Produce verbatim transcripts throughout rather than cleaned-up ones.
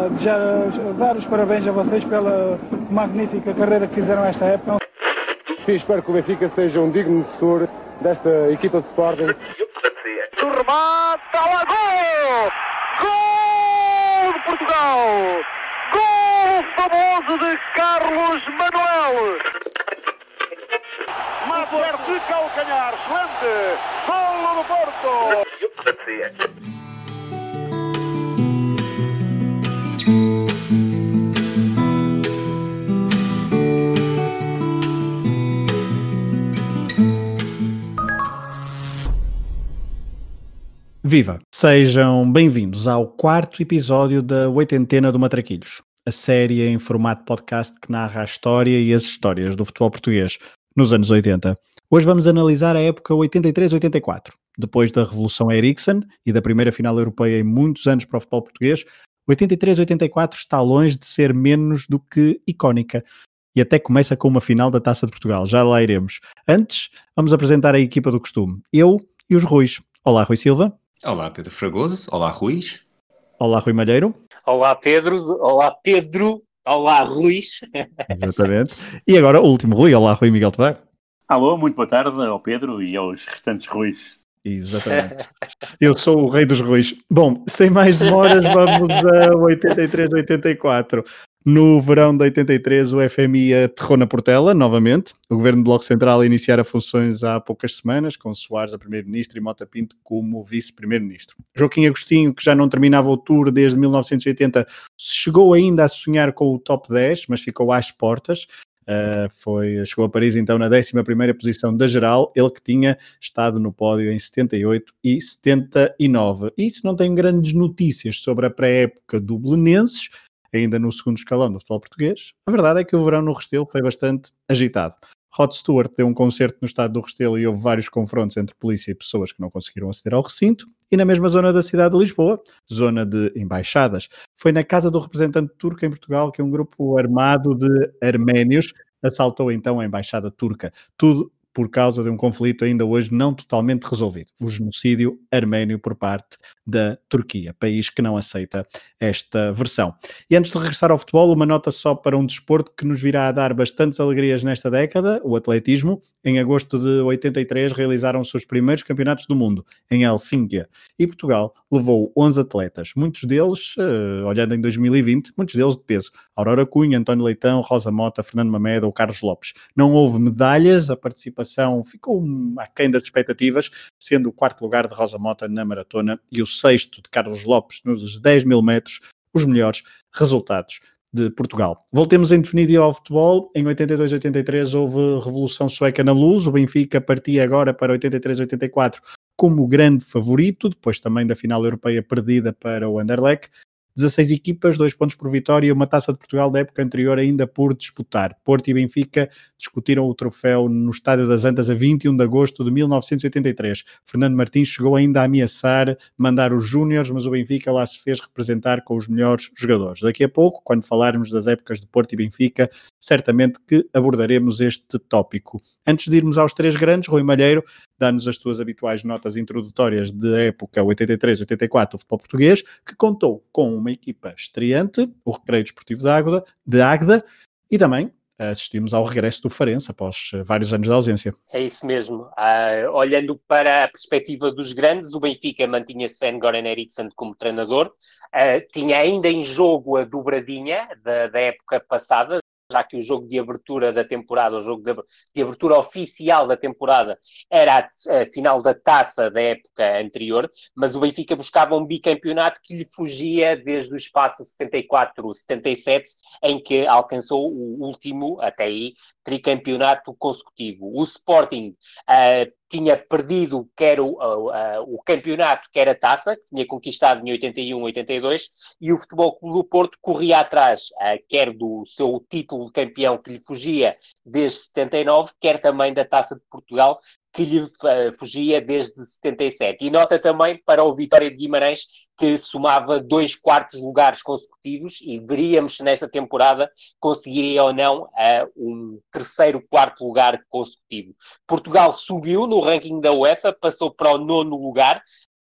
uh, desejar, dar os parabéns a vocês pela magnífica carreira que fizeram esta época. Sim, espero que o Benfica seja um digno sucessor desta equipa de Sporting. O remate, está lá, gol! Gol de Portugal! Gol famoso de Carlos Manuel! Mate de calcanhar, excelente! Gol do Porto! Viva! Sejam bem-vindos ao quarto episódio da Oitentena do Matraquilhos, a série em formato podcast que narra a história e as histórias do futebol português nos anos oitenta. Hoje vamos analisar a época oitenta e três oitenta e quatro. Depois da Revolução Eriksen e da primeira final europeia em muitos anos para o futebol português, oitenta e três oitenta e quatro está longe de ser menos do que icónica. E até começa com uma final da Taça de Portugal, já lá iremos. Antes, vamos apresentar a equipa do costume. Eu e os Ruis. Olá, Rui Silva. Olá, Pedro Fragoso. Olá, Ruiz. Olá, Rui Malheiro. Olá, Pedro. Olá, Pedro. Olá, Ruiz. Exatamente. E agora o último Rui. Olá, Rui Miguel Tavares. Alô, muito boa tarde ao Pedro e aos restantes Ruis. Exatamente. Eu sou o rei dos Ruis. Bom, sem mais demoras, vamos a oitenta e três oitenta e quatro. No verão de oitenta e três, o F M I aterrou na Portela, novamente. O Governo do Bloco Central iniciara funções há poucas semanas, com Soares a Primeiro-Ministro e Mota Pinto como Vice-Primeiro-Ministro. Joaquim Agostinho, que já não terminava o tour desde mil novecentos e oitenta, chegou ainda a sonhar com o top dez, mas ficou às portas. Uh, foi, chegou a Paris então na décima primeira posição da geral, ele que tinha estado no pódio em setenta e oito e setenta e nove. E se não tem grandes notícias sobre a pré-época do Belenenses, ainda no segundo escalão do futebol português, a verdade é que o verão no Restelo foi bastante agitado. Rod Stewart deu um concerto no estádio do Restelo e houve vários confrontos entre polícia e pessoas que não conseguiram aceder ao recinto. E na mesma zona da cidade de Lisboa, zona de embaixadas, foi na casa do representante turco em Portugal que um grupo armado de arménios assaltou então a embaixada turca. Tudo por causa de um conflito ainda hoje não totalmente resolvido, o genocídio arménio por parte da Turquia, país que não aceita esta versão. E antes de regressar ao futebol, uma nota só para um desporto que nos virá a dar bastantes alegrias nesta década, o atletismo. Em agosto de oitenta e três realizaram-se os primeiros campeonatos do mundo, em Helsínquia, e Portugal levou onze atletas, muitos deles, uh, olhando em dois mil e vinte, muitos deles de peso. Aurora Cunha, António Leitão, Rosa Mota, Fernando Mameda ou Carlos Lopes. Não houve medalhas, a participação ficou aquém das expectativas, sendo o quarto lugar de Rosa Mota na maratona e o sexto de Carlos Lopes nos dez mil metros, os melhores resultados de Portugal. Voltemos em definitivo ao futebol. Em oitenta e dois oitenta e três houve Revolução Sueca na luz, o Benfica partia agora para oitenta e três oitenta e quatro como grande favorito, depois também da final europeia perdida para o Anderlecht. dezasseis equipas, dois pontos por vitória e uma Taça de Portugal da época anterior ainda por disputar. Porto e Benfica discutiram o troféu no Estádio das Antas a vinte e um de agosto de mil novecentos e oitenta e três. Fernando Martins chegou ainda a ameaçar mandar os júniores, mas o Benfica lá se fez representar com os melhores jogadores. Daqui a pouco, quando falarmos das épocas de Porto e Benfica, certamente que abordaremos este tópico. Antes de irmos aos três grandes, Rui Malheiro, dá-nos as tuas habituais notas introdutórias de época oitenta e três oitenta e quatro do futebol português, que contou com uma equipa estreante, o Recreio Desportivo de Águeda, de Águeda, e também assistimos ao regresso do Farense após vários anos de ausência. É isso mesmo. Uh, olhando para a perspectiva dos grandes, o Benfica mantinha Sven-Göran Eriksson como treinador, uh, tinha ainda em jogo a dobradinha da, da época passada, já que o jogo de abertura da temporada, o jogo de, de abertura oficial da temporada era a, a final da taça da época anterior, mas o Benfica buscava um bicampeonato que lhe fugia desde o espaço setenta e quatro setenta e sete, em que alcançou o último, até aí, tricampeonato consecutivo. O Sporting uh, tinha perdido quer o, uh, uh, o campeonato, quer a taça, que tinha conquistado em oitenta e um oitenta e dois, e o Futebol Clube do Porto corria atrás, uh, quer do seu título de campeão que lhe fugia desde setenta e nove, quer também da Taça de Portugal, que lhe uh, fugia desde setenta e sete. E nota também para o Vitória de Guimarães, que somava dois quartos lugares consecutivos, e veríamos se nesta temporada conseguiria ou não uh, um terceiro, quarto lugar consecutivo. Portugal subiu no ranking da UEFA, passou para o nono lugar,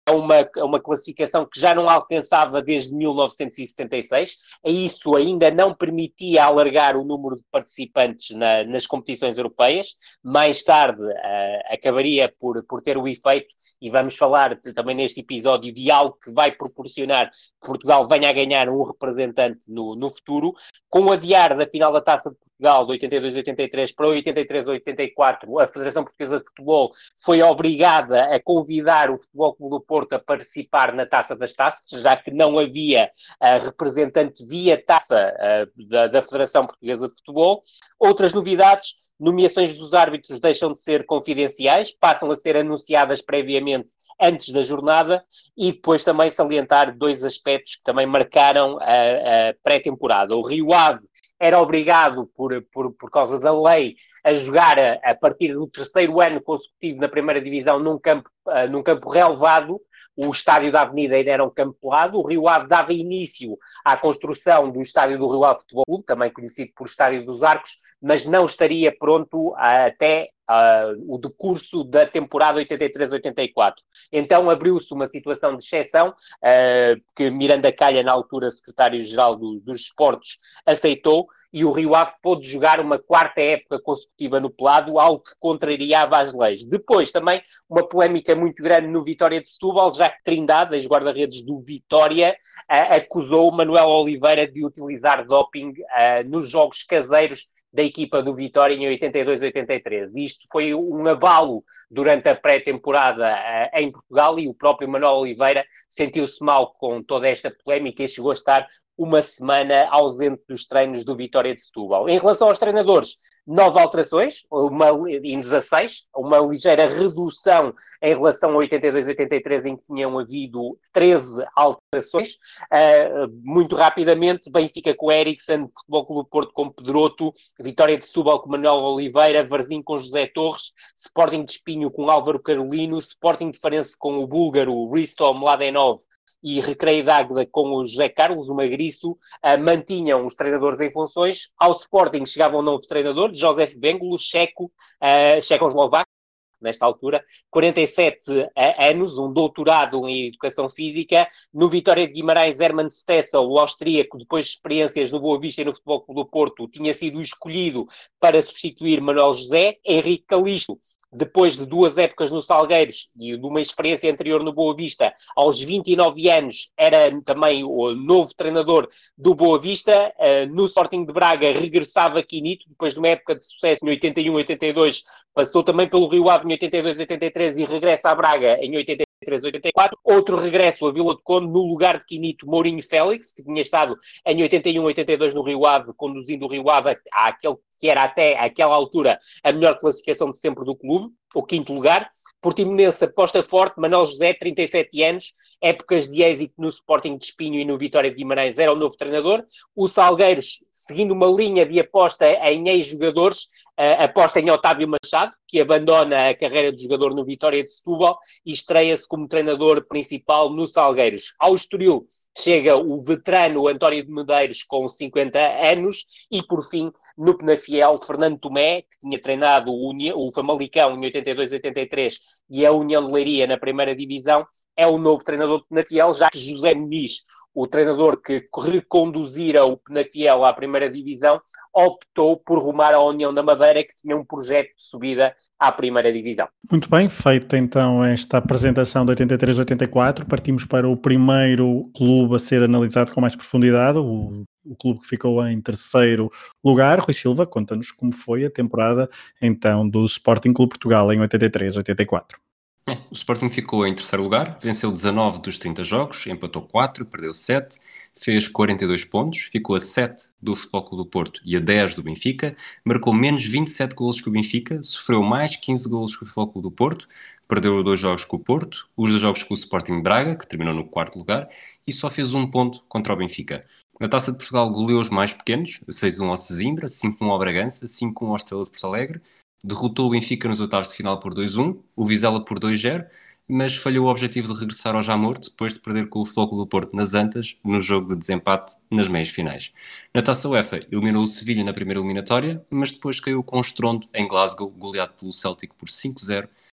uma, uma classificação que já não alcançava desde mil novecentos e setenta e seis. Isso ainda não permitia alargar o número de participantes na, nas competições europeias. Mais tarde uh, acabaria por, por ter o efeito, e vamos falar também neste episódio de algo que vai proporcionar que Portugal venha a ganhar um representante no, no futuro. Com o adiar da final da Taça de Portugal de oitenta e dois a oitenta e três para oitenta e três a oitenta e quatro, a Federação Portuguesa de Futebol foi obrigada a convidar o Futebol Clube do Porto a participar na Taça das Taças, já que não havia uh, representante via taça uh, da, da Federação Portuguesa de Futebol. Outras novidades: nomeações dos árbitros deixam de ser confidenciais, passam a ser anunciadas previamente antes da jornada, e depois também salientar dois aspectos que também marcaram a, a pré-temporada. O Rio Ave era obrigado, por, por, por causa da lei, a jogar a, a partir do terceiro ano consecutivo na primeira divisão num campo, uh, num campo relevado. O estádio da Avenida ainda era um campo pelado. O Rio Ave dava início à construção do estádio do Rio Ave Futebol Clube, também conhecido por Estádio dos Arcos, mas não estaria pronto uh, até uh, o decurso da temporada oitenta e três a oitenta e quatro. Então abriu-se uma situação de exceção, uh, que Miranda Calha, na altura secretário-geral do, dos Esportes, aceitou, e o Rio Ave pôde jogar uma quarta época consecutiva no pelado, algo que contrariava as leis. Depois também uma polémica muito grande no Vitória de Setúbal, já que Trindade, ex-guarda-redes do Vitória, uh, acusou Manuel Oliveira de utilizar doping uh, nos jogos caseiros da equipa do Vitória em oitenta e dois a oitenta e três. Isto foi um abalo durante a pré-temporada uh, em Portugal, e o próprio Manuel Oliveira sentiu-se mal com toda esta polémica e chegou a estar uma semana ausente dos treinos do Vitória de Setúbal. Em relação aos treinadores, nove alterações, uma, em dezasseis, uma ligeira redução em relação a oitenta e dois a oitenta e três, em que tinham havido treze alterações. Uh, muito rapidamente, Benfica com Eriksen, Futebol Clube do Porto com Pedroto, Vitória de Setúbal com Manuel Oliveira, Varzim com José Torres, Sporting de Espinho com Álvaro Carolino, Sporting de Farense com o búlgaro Risto Mladenov e Recreio de Águeda com o José Carlos, o Magriço, uh, mantinham os treinadores em funções. Ao Sporting chegava um novo treinador, Josef Bengolo, checo, uh, checo-eslovaco, nesta altura, quarenta e sete anos, um doutorado em Educação Física. No Vitória de Guimarães, Hermann Stessel, o austríaco, depois de experiências no Boa Vista e no Futebol Clube do Porto, tinha sido escolhido para substituir Manuel José. Henrique Calisto, depois de duas épocas no Salgueiros e de uma experiência anterior no Boa Vista, aos vinte e nove anos, era também o novo treinador do Boa Vista. No Sporting de Braga regressava Quinito, depois de uma época de sucesso em oitenta e um a oitenta e dois, passou também pelo Rio Ave em oitenta e dois a oitenta e três e regressa a Braga em oitenta e três a oitenta e quatro. Outro regresso a Vila de Conde, no lugar de Quinito, Mourinho Félix, que tinha estado em oitenta e um a oitenta e dois no Rio Ave, conduzindo o Rio Ave àquele que era até àquela altura a melhor classificação de sempre do clube, o quinto lugar. Portimonense aposta forte, Manuel José, trinta e sete anos, épocas de êxito no Sporting de Espinho e no Vitória de Guimarães, era o novo treinador. O Salgueiros, seguindo uma linha de aposta em ex-jogadores, uh, aposta em Otávio Machado, que abandona a carreira de jogador no Vitória de Setúbal e estreia-se como treinador principal no Salgueiros. Ao Estoril chega o veterano António de Medeiros, com cinquenta anos, e por fim, no Penafiel, Fernando Tomé, que tinha treinado o, Uni- o Famalicão em oitenta e dois a oitenta e três e a União de Leiria na primeira divisão, é o novo treinador do Penafiel, já que José Muniz, o treinador que reconduzira o Penafiel à primeira divisão, optou por rumar à União da Madeira, que tinha um projeto de subida à primeira divisão. Muito bem, feita então esta apresentação de oitenta e três a oitenta e quatro, partimos para o primeiro clube a ser analisado com mais profundidade, o, o clube que ficou em terceiro lugar. Rui Silva, conta-nos como foi a temporada então do Sporting Clube Portugal em oitenta e três a oitenta e quatro. É, o Sporting ficou em terceiro lugar, venceu dezanove dos trinta jogos, empatou quatro, perdeu sete, fez quarenta e dois pontos, ficou a sete do Futebol Clube do Porto e a dez do Benfica, marcou menos vinte e sete golos que o Benfica, sofreu mais quinze golos que o Futebol Clube do Porto, perdeu dois jogos com o Porto, os dois jogos com o Sporting de Braga, que terminou no quarto lugar, e só fez um ponto contra o Benfica. Na Taça de Portugal goleou os mais pequenos, seis a um ao Sesimbra, cinco a um ao Bragança, cinco a um ao Estrela de Porto Alegre, derrotou o Benfica nos oitavos de final por dois a um, o Vizela por dois a zero, mas falhou o objetivo de regressar ao Jamor depois de perder com o Futebol Clube do Porto nas Antas, no jogo de desempate nas meias finais. Na Taça UEFA eliminou o Sevilha na primeira eliminatória, mas depois caiu com um estrondo em Glasgow, goleado pelo Celtic por cinco a zero,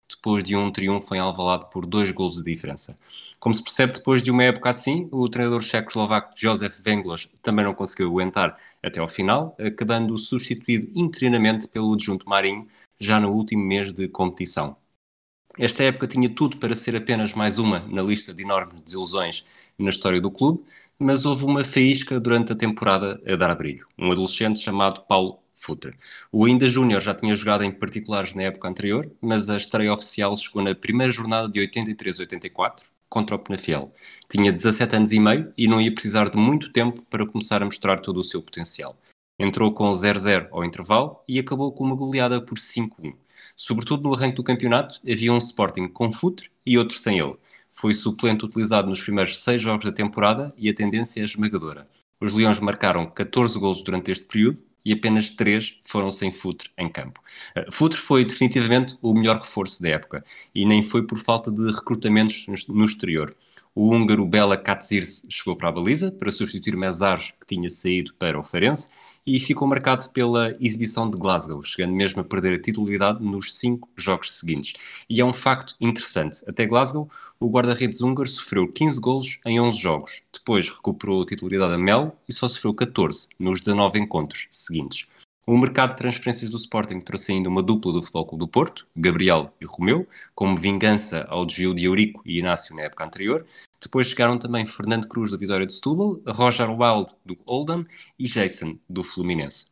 depois de um triunfo em Alvalade por dois golos de diferença. Como se percebe, depois de uma época assim, o treinador checo-eslovaco Josef Venglos também não conseguiu aguentar até ao final, acabando substituído interinamente pelo adjunto Marinho, já no último mês de competição. Esta época tinha tudo para ser apenas mais uma na lista de enormes desilusões na história do clube, mas houve uma faísca durante a temporada a dar brilho. Um adolescente chamado Paulo Futre. O ainda júnior já tinha jogado em particulares na época anterior, mas a estreia oficial chegou na primeira jornada de oitenta e três a oitenta e quatro, contra o Penafiel. Tinha dezassete anos e meio e não ia precisar de muito tempo para começar a mostrar todo o seu potencial. Entrou com zero a zero ao intervalo e acabou com uma goleada por cinco a um. Sobretudo no arranque do campeonato, havia um Sporting com Futre e outro sem ele. Foi suplente utilizado nos primeiros seis jogos da temporada e a tendência é esmagadora. Os Leões marcaram catorze golos durante este período e apenas três foram sem Futre em campo. Futre foi definitivamente o melhor reforço da época e nem foi por falta de recrutamentos no exterior. O húngaro Bela Katzirse chegou para a baliza para substituir Mesaros, que tinha saído para o Farense, e ficou marcado pela exibição de Glasgow, chegando mesmo a perder a titularidade nos cinco jogos seguintes. E é um facto interessante. Até Glasgow, o guarda-redes húngaro sofreu quinze golos em onze jogos. Depois recuperou a titularidade a Melo e só sofreu catorze nos dezanove encontros seguintes. O mercado de transferências do Sporting trouxe ainda uma dupla do Futebol Clube do Porto, Gabriel e Romeu, como vingança ao desvio de Eurico e Inácio na época anterior. Depois chegaram também Fernando Cruz do Vitória de Setúbal, Roger Wilde do Oldham e Jason do Fluminense.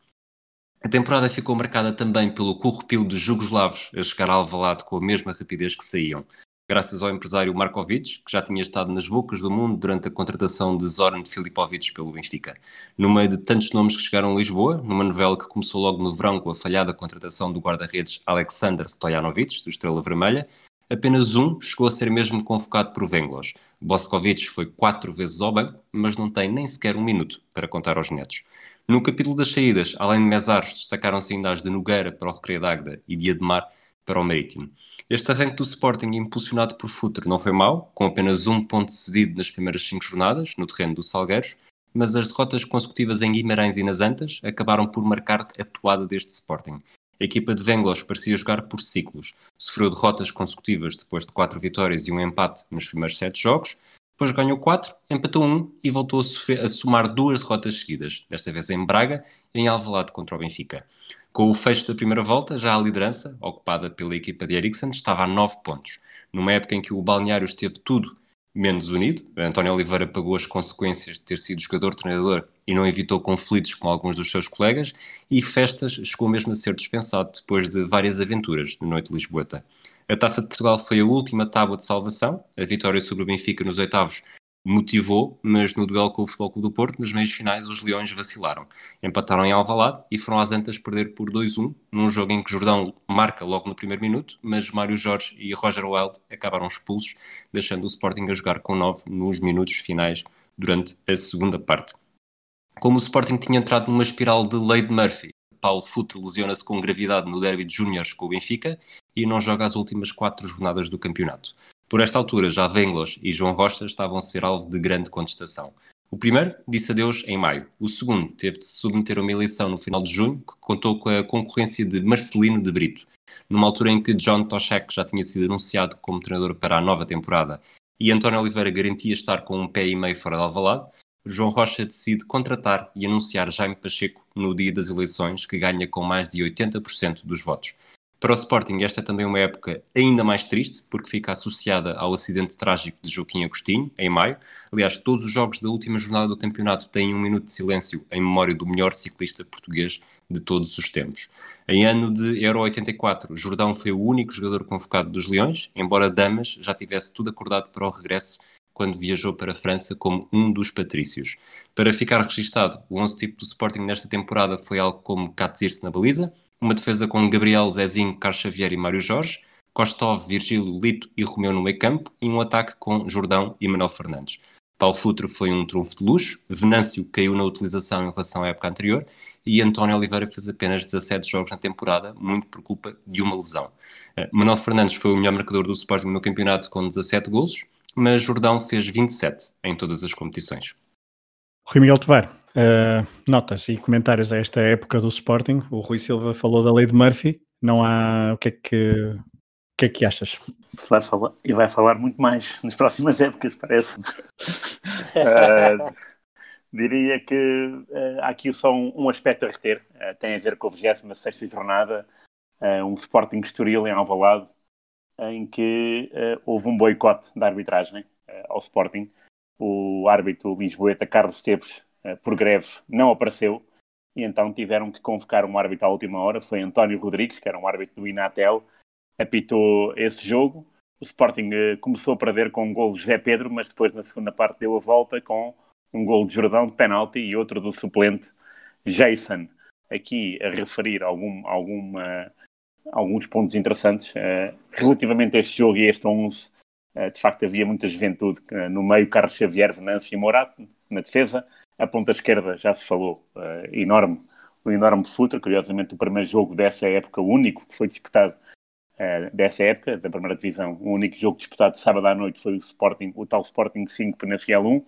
A temporada ficou marcada também pelo corrupio dos jugoslavos a chegar a Alvalade com a mesma rapidez que saíam. Graças ao empresário Markovic, que já tinha estado nas bocas do mundo durante a contratação de Zoran Filipovic pelo Benfica. No meio de tantos nomes que chegaram a Lisboa, numa novela que começou logo no verão com a falhada contratação do guarda-redes Aleksandar Stojanovic, do Estrela Vermelha, apenas um chegou a ser mesmo convocado por Venglos. Boskovic foi quatro vezes ao banco, mas não tem nem sequer um minuto para contar aos netos. No capítulo das saídas, além de Mesaros, destacaram-se ainda as de Nogueira para o Recreio de Águeda e de Ademar para o Marítimo. Este arranque do Sporting, impulsionado por Futre, não foi mau, com apenas um ponto cedido nas primeiras cinco jornadas, no terreno do Salgueiros, mas as derrotas consecutivas em Guimarães e nas Antas acabaram por marcar a toada deste Sporting. A equipa de Venglos parecia jogar por ciclos. Sofreu derrotas consecutivas depois de quatro vitórias e um empate nos primeiros sete jogos, depois ganhou quatro, empatou um e voltou a, sofrer, a somar duas derrotas seguidas, desta vez em Braga e em Alvalade contra o Benfica. Com o fecho da primeira volta, já a liderança, ocupada pela equipa de Eriksen, estava a nove pontos. Numa época em que o balneário esteve tudo menos unido, António Oliveira pagou as consequências de ter sido jogador-treinador e não evitou conflitos com alguns dos seus colegas, e Festas chegou mesmo a ser dispensado depois de várias aventuras na noite lisboeta. A Taça de Portugal foi a última tábua de salvação. A vitória sobre o Benfica nos oitavos motivou, mas no duelo com o Futebol Clube do Porto, nas meias finais, os Leões vacilaram. Empataram em Alvalade e foram às Antas perder por dois a um, num jogo em que Jordão marca logo no primeiro minuto, mas Mário Jorge e Roger Wilde acabaram expulsos, deixando o Sporting a jogar com nove nos minutos finais durante a segunda parte. Como o Sporting tinha entrado numa espiral de lei de Murphy, Paulo Futre lesiona-se com gravidade no derby de Júniores com o Benfica e não joga as últimas quatro jornadas do campeonato. Por esta altura, já Venglos e João Rocha estavam a ser alvo de grande contestação. O primeiro disse adeus em maio. O segundo teve de se submeter a uma eleição no final de junho, que contou com a concorrência de Marcelino de Brito. Numa altura em que John Toshek já tinha sido anunciado como treinador para a nova temporada e António Oliveira garantia estar com um pé e meio fora de Alvalade, João Rocha decide contratar e anunciar Jaime Pacheco no dia das eleições, que ganha com mais de oitenta por cento dos votos. Para o Sporting, esta é também uma época ainda mais triste, porque fica associada ao acidente trágico de Joaquim Agostinho, em maio. Aliás, todos os jogos da última jornada do campeonato têm um minuto de silêncio em memória do melhor ciclista português de todos os tempos. Em ano de Euro oitenta e quatro, Jordão foi o único jogador convocado dos Leões, embora Damas já tivesse tudo acordado para o regresso quando viajou para a França como um dos patrícios. Para ficar registado, o onze tipo do Sporting nesta temporada foi algo como Katzirse na baliza, uma defesa com Gabriel, Zezinho, Carlos Xavier e Mário Jorge, Kostov, Virgílio, Lito e Romeu no meio campo, e um ataque com Jordão e Manuel Fernandes. Paulo Futre foi um trunfo de luxo, Venâncio caiu na utilização em relação à época anterior e António Oliveira fez apenas dezassete jogos na temporada, muito por culpa de uma lesão. Manuel Fernandes foi o melhor marcador do Sporting no campeonato com dezassete golos, mas Jordão fez vinte e sete em todas as competições. Rui Miguel Tovar, uh, notas e comentários a esta época do Sporting. O Rui Silva falou da lei de Murphy. Não há... O que é que, que é que achas? Vai falar, e vai falar muito mais nas próximas épocas, parece-me. uh, diria que uh, há aqui só um, um aspecto a reter. Uh, tem a ver com a vigésima sexta jornada, uh, um Sporting Estoril em Alvalade, em que uh, houve um boicote da arbitragem uh, ao Sporting. O árbitro lisboeta Carlos Esteves, uh, por greve, não apareceu, e então tiveram que convocar um árbitro à última hora. Foi António Rodrigues, que era um árbitro do Inatel, apitou esse jogo. O Sporting uh, começou a perder com um gol de José Pedro, mas depois na segunda parte deu a volta com um gol de Jordão de penalti e outro do suplente Jason. Aqui a referir algum, alguma, alguns pontos interessantes. Uh, relativamente a este jogo e a este onze, uh, de facto havia muita juventude. Uh, no meio, Carlos Xavier, Venâncio e Morato. Na defesa, a ponta esquerda, já se falou, uh, enorme, um enorme futuro. Curiosamente, o primeiro jogo dessa época, o único que foi disputado Uh, dessa época, da primeira divisão, o único jogo disputado sábado à noite foi o Sporting, o tal Sporting cinco, Penafiel um, uh,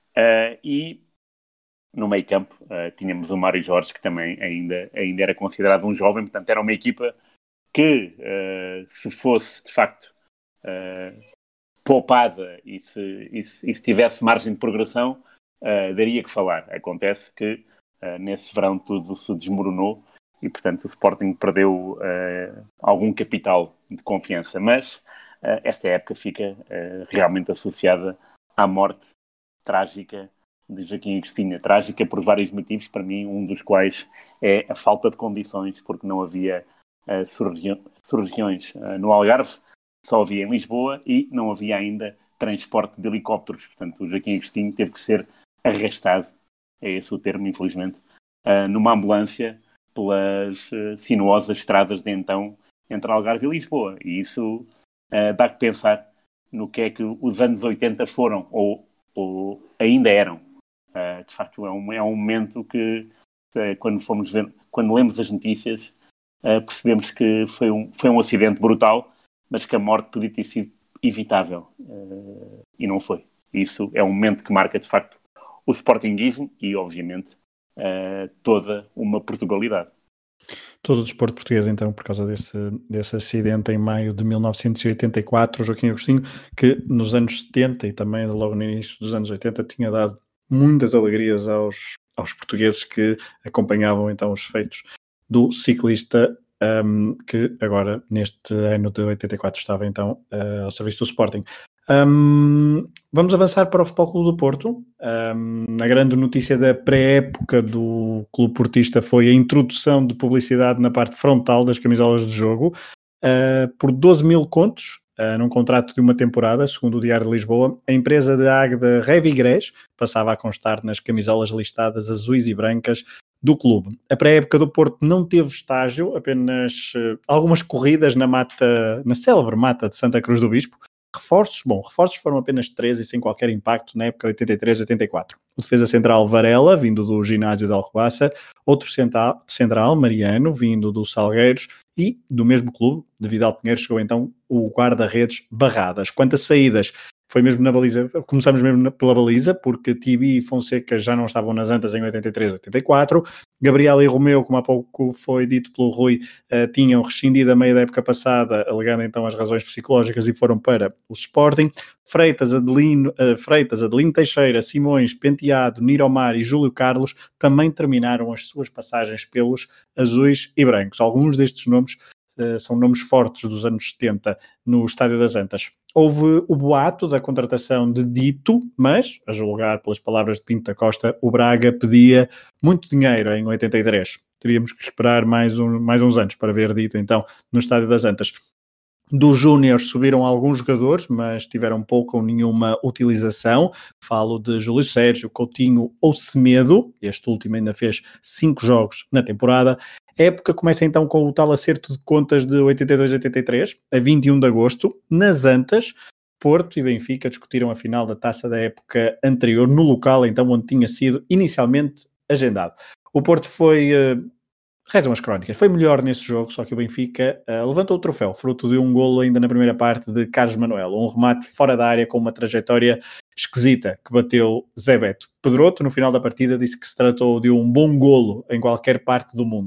e no meio campo uh, tínhamos o Mário Jorge, que também ainda, ainda era considerado um jovem. Portanto era uma equipa que uh, se fosse de facto uh, poupada e se, e, se, e se tivesse margem de progressão, uh, daria que falar. Acontece que uh, nesse verão tudo se desmoronou e, portanto, o Sporting perdeu uh, algum capital de confiança. Mas uh, esta época fica uh, realmente associada à morte trágica de Joaquim Agostinho. Trágica por vários motivos, para mim, um dos quais é a falta de condições, porque não havia uh, cirurgi- cirurgiões uh, no Algarve, só havia em Lisboa e não havia ainda transporte de helicópteros. Portanto, o Joaquim Agostinho teve que ser arrastado, é esse o termo, infelizmente, uh, numa ambulância pelas uh, sinuosas estradas de então entre Algarve e Lisboa. E isso uh, dá que pensar no que é que os anos oitenta foram, ou, ou ainda eram. Uh, de facto, é um, é um momento que, uh, quando, fomos ver, quando lemos as notícias, uh, percebemos que foi um, foi um acidente brutal, mas que a morte podia ter sido evitável. Uh, e não foi. Isso é um momento que marca, de facto, o sportinguismo e, obviamente, Uh, toda uma Portugalidade. Todo o desporto português, então, por causa desse, desse acidente em maio de mil novecentos e oitenta e quatro, Joaquim Agostinho, que nos anos setenta e também logo no início dos anos oitenta tinha dado muitas alegrias aos, aos portugueses que acompanhavam então os feitos do ciclista, um, que agora neste ano de oitenta e quatro estava então uh, ao serviço do Sporting. Um, vamos avançar para o Futebol Clube do Porto. Um, a grande notícia da pré-época do Clube Portista foi a introdução de publicidade na parte frontal das camisolas de jogo, uh, por doze mil contos, uh, num contrato de uma temporada, segundo o Diário de Lisboa. A empresa de Águeda Revigres passava a constar nas camisolas listadas azuis e brancas do clube. A pré-época do Porto não teve estágio, apenas uh, algumas corridas na mata, na célebre mata de Santa Cruz do Bispo. Reforços, bom, reforços foram apenas treze e sem qualquer impacto na época oitenta e três oitenta e quatro. O defesa central Varela, vindo do ginásio de Alcobaça, outro central, central Mariano, vindo do Salgueiros, e do mesmo clube, de Vidal Pinheiro, chegou então o guarda-redes Barradas. Quanto a saídas, foi mesmo na baliza, começamos mesmo pela baliza, porque Tibi e Fonseca já não estavam nas Antas em oitenta e três oitenta e quatro, Gabriel e Romeu, como há pouco foi dito pelo Rui, uh, tinham rescindido a meio da época passada, alegando então as razões psicológicas, e foram para o Sporting. Freitas, Adelino, uh, Freitas, Adelino Teixeira, Simões, Penteado, Niromar e Júlio Carlos também terminaram as suas passagens pelos azuis e brancos. Alguns destes nomes uh, são nomes fortes dos anos setenta no Estádio das Antas. Houve o boato da contratação de Dito, mas, a julgar pelas palavras de Pinto da Costa, o Braga pedia muito dinheiro em oitenta e três. Teríamos que esperar mais, um, mais uns anos para ver Dito, então, no Estádio das Antas. Dos Júniors subiram alguns jogadores, mas tiveram pouca ou nenhuma utilização. Falo de Júlio Sérgio, Coutinho ou Semedo. Este último ainda fez cinco jogos na temporada. A época começa então com o tal acerto de contas de oitenta e dois oitenta e três, a vinte e um de agosto. Nas Antas, Porto e Benfica discutiram a final da taça da época anterior, no local então onde tinha sido inicialmente agendado. O Porto foi... Uh, Rezam as crónicas. Foi melhor nesse jogo, só que o Benfica uh, levantou o troféu, fruto de um golo ainda na primeira parte de Carlos Manuel. Um remate fora da área com uma trajetória esquisita que bateu Zé Beto. Pedroto, no final da partida, disse que se tratou de um bom golo em qualquer parte do mundo.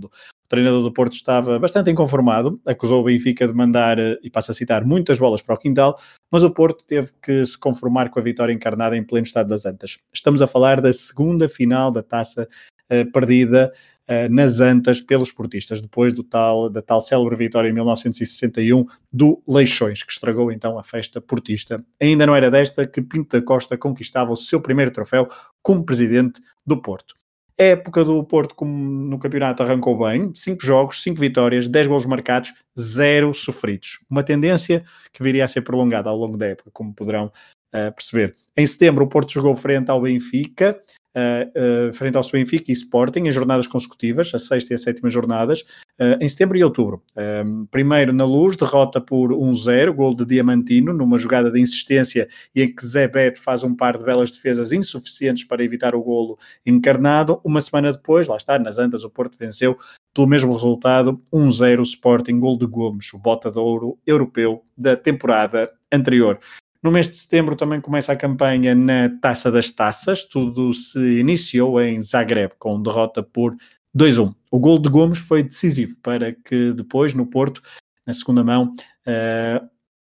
treinador do Porto estava bastante inconformado, acusou o Benfica de mandar, e passo a citar, muitas bolas para o quintal, mas o Porto teve que se conformar com a vitória encarnada em pleno estado das Antas. Estamos a falar da segunda final da taça uh, perdida uh, nas Antas pelos portistas, depois do tal, da tal célebre vitória em mil novecentos e sessenta e um do Leixões, que estragou então a festa portista. Ainda não era desta que Pinto da Costa conquistava o seu primeiro troféu como presidente do Porto. A época do Porto como no campeonato arrancou bem, cinco jogos, cinco vitórias, dez golos marcados, zero sofridos. Uma tendência que viria a ser prolongada ao longo da época, como poderão uh, perceber. Em setembro o Porto jogou frente ao Benfica, uh, uh, frente ao Benfica e Sporting, em jornadas consecutivas, a sexta e a sétima jornadas, uh, em setembro e outubro. Um, primeiro na Luz, derrota por um zero, gol de Diamantino, numa jogada de insistência e em que Zé Beto faz um par de belas defesas insuficientes para evitar o golo encarnado. Uma semana depois, lá está, nas Antas, o Porto venceu pelo mesmo resultado, um zero Sporting, gol de Gomes, o bota de ouro europeu da temporada anterior. No mês de setembro também começa a campanha na Taça das Taças, tudo se iniciou em Zagreb, com derrota por dois a um. O gol de Gomes foi decisivo para que depois, no Porto, na segunda mão, uh,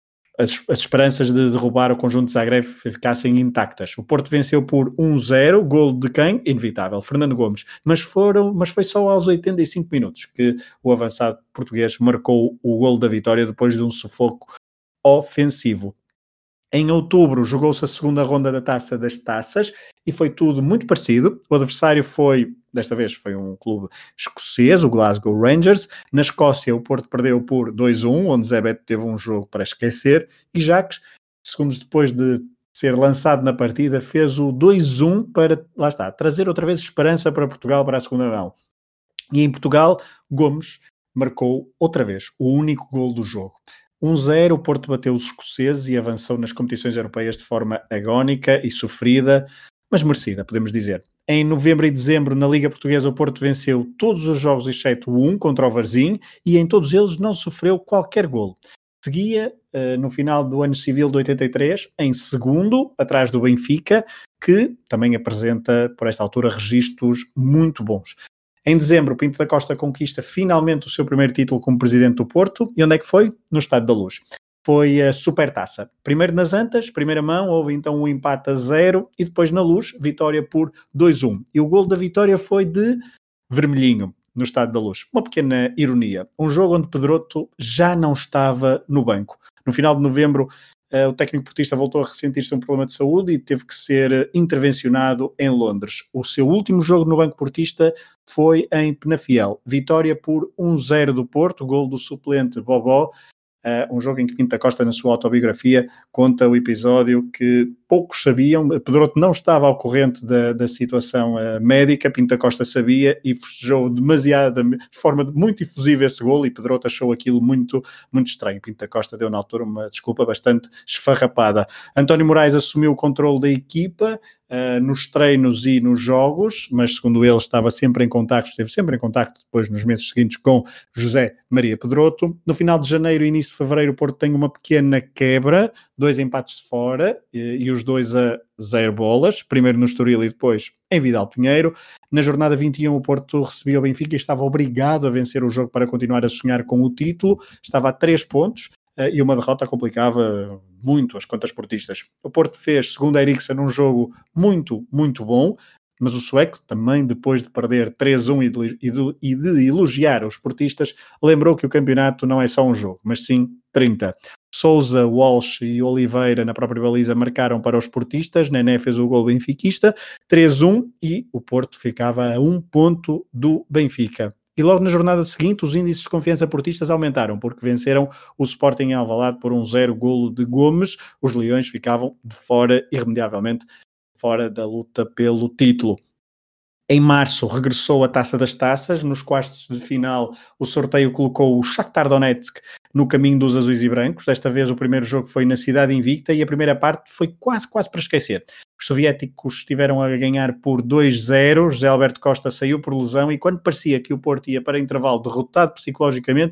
as, as esperanças de derrubar o conjunto de Zagreb ficassem intactas. O Porto venceu por um zero, gol de quem? Inevitável, Fernando Gomes. Mas, foram, mas foi só aos oitenta e cinco minutos que o avançado português marcou o gol da vitória depois de um sufoco ofensivo. Em outubro jogou-se a segunda ronda da Taça das Taças e foi tudo muito parecido. O adversário foi, desta vez, foi um clube escocês, o Glasgow Rangers. Na Escócia o Porto perdeu por dois a um, onde Zé Beto teve um jogo para esquecer. E Jacques, segundos depois de ser lançado na partida, fez o dois a um para, lá está, trazer outra vez esperança para Portugal para a segunda mão. E em Portugal, Gomes marcou outra vez o único golo do jogo. um zero, o Porto bateu os escoceses e avançou nas competições europeias de forma agónica e sofrida, mas merecida, podemos dizer. Em novembro e dezembro, na Liga Portuguesa, o Porto venceu todos os jogos, exceto um contra o Varzim, e em todos eles não sofreu qualquer golo. Seguia, uh, no final do ano civil de oitenta e três, em segundo, atrás do Benfica, que também apresenta, por esta altura, registros muito bons. Em dezembro, Pinto da Costa conquista finalmente o seu primeiro título como presidente do Porto. E onde é que foi? No Estádio da Luz. Foi a Supertaça. Primeiro nas Antas, primeira mão, houve então um empate a zero e depois na Luz, vitória por dois a um. E o golo da vitória foi de Vermelhinho, no Estádio da Luz. Uma pequena ironia. Um jogo onde Pedroto já não estava no banco. No final de novembro, Uh, o técnico portista voltou a ressentir-se de um problema de saúde e teve que ser intervencionado em Londres. O seu último jogo no banco portista foi em Penafiel. Vitória por um zero do Porto, gol do suplente Bobó. Uh, um jogo em que Pinto da Costa, na sua autobiografia, conta o episódio que poucos sabiam. Pedroto não estava ao corrente da, da situação uh, médica, Pinto da Costa sabia e festejou demasiado, de forma muito efusiva esse golo, e Pedroto achou aquilo muito, muito estranho. Pinto da Costa deu na altura uma desculpa bastante esfarrapada. António Moraes assumiu o controle da equipa Uh, nos treinos e nos jogos, mas segundo ele estava sempre em contacto, esteve sempre em contacto depois nos meses seguintes com José Maria Pedroto. No final de janeiro e início de fevereiro o Porto tem uma pequena quebra, dois empates de fora e, e os dois a zero bolas, primeiro no Estoril e depois em Vidal Pinheiro. Na jornada vinte e um o Porto recebia o Benfica e estava obrigado a vencer o jogo para continuar a sonhar com o título, estava a três pontos. Uh, e uma derrota complicava muito as contas portistas. O Porto fez, segundo a Eriksen, um jogo muito, muito bom, mas o sueco, também depois de perder três a um e de, e, de, e de elogiar os portistas, lembrou que o campeonato não é só um jogo, mas sim trinta. Sousa, Walsh e Oliveira na própria baliza marcaram para os portistas, Nené fez o gol benfiquista, três a um, e o Porto ficava a um ponto do Benfica. E logo na jornada seguinte, os índices de confiança portistas aumentaram, porque venceram o Sporting em Alvalade por um zero golo de Gomes. Os Leões ficavam de fora, irremediavelmente, fora da luta pelo título. Em março, regressou a Taça das Taças. Nos quartos de final, o sorteio colocou o Shakhtar Donetsk no caminho dos azuis e brancos. Desta vez, o primeiro jogo foi na cidade invicta e a primeira parte foi quase, quase para esquecer. Os soviéticos estiveram a ganhar por dois a zero. José Alberto Costa saiu por lesão e quando parecia que o Porto ia para intervalo derrotado psicologicamente,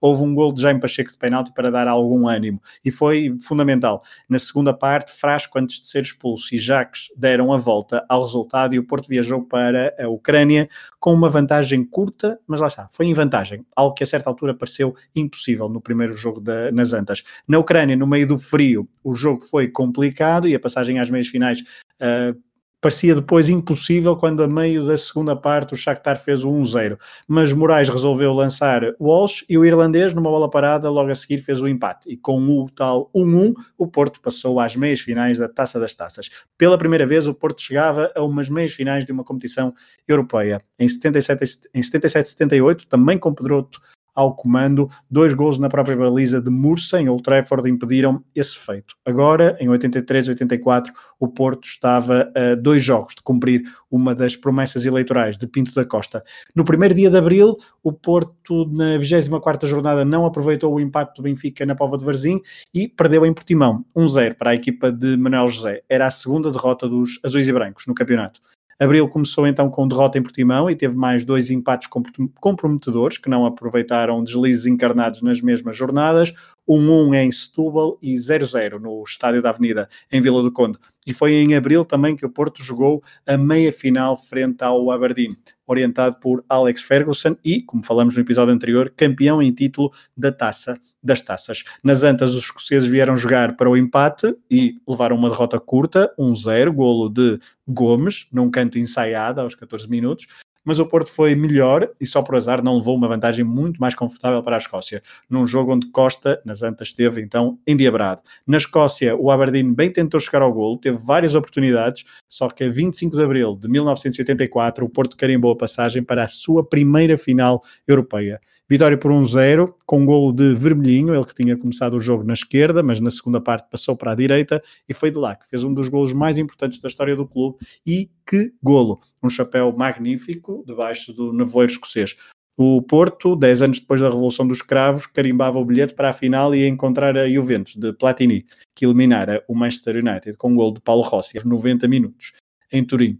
houve um gol de Jaime Pacheco de penalti para dar algum ânimo, e foi fundamental. Na segunda parte, Frasco, antes de ser expulso, e Jacques deram a volta ao resultado, e o Porto viajou para a Ucrânia com uma vantagem curta, mas lá está, foi em vantagem, algo que a certa altura pareceu impossível no primeiro jogo da, nas Antas. Na Ucrânia, no meio do frio, o jogo foi complicado e a passagem às meias finais uh, parecia depois impossível quando a meio da segunda parte o Shakhtar fez o um zero, mas Moraes resolveu lançar Walsh e o irlandês, numa bola parada, logo a seguir fez o empate, e com o tal um a um o Porto passou às meias finais da Taça das Taças. Pela primeira vez o Porto chegava a umas meias finais de uma competição europeia. Em setenta e sete a setenta e oito, também com Pedroto ao comando, dois golos na própria baliza de Mursa em Old Trafford impediram esse feito. Agora, em oitenta e três a oitenta e quatro, o Porto estava a dois jogos de cumprir uma das promessas eleitorais de Pinto da Costa. No primeiro dia de abril, o Porto, na vigésima quarta jornada, não aproveitou o empate do Benfica na Póvoa de Varzim e perdeu em Portimão, um zero para a equipa de Manuel José. Era a segunda derrota dos azuis e brancos no campeonato. Abril começou então com derrota em Portimão e teve mais dois empates comprometedores que não aproveitaram deslizes encarnados nas mesmas jornadas, um a um em Setúbal e zero a zero no Estádio da Avenida, em Vila do Conde. E foi em abril também que o Porto jogou a meia-final frente ao Aberdeen, orientado por Alex Ferguson e, como falamos no episódio anterior, campeão em título da Taça das Taças. Nas Antas, os escoceses vieram jogar para o empate e levaram uma derrota curta, um zero, golo de Gomes, num canto ensaiado aos catorze minutos, mas o Porto foi melhor e só por azar não levou uma vantagem muito mais confortável para a Escócia, num jogo onde Costa, nas Antas, esteve então endiabrado. Na Escócia, o Aberdeen bem tentou chegar ao golo, teve várias oportunidades, só que a vinte e cinco de abril de mil novecentos e oitenta e quatro o Porto carimbou a passagem para a sua primeira final europeia. Vitória por um zero, com um golo de Vermelhinho, ele que tinha começado o jogo na esquerda, mas na segunda parte passou para a direita, e foi de lá que fez um dos golos mais importantes da história do clube. E que golo! Um chapéu magnífico debaixo do nevoeiro escocês. O Porto, dez anos depois da Revolução dos Cravos, carimbava o bilhete para a final e ia encontrar a Juventus de Platini, que eliminara o Manchester United com um golo de Paulo Rossi aos noventa minutos, em Turim.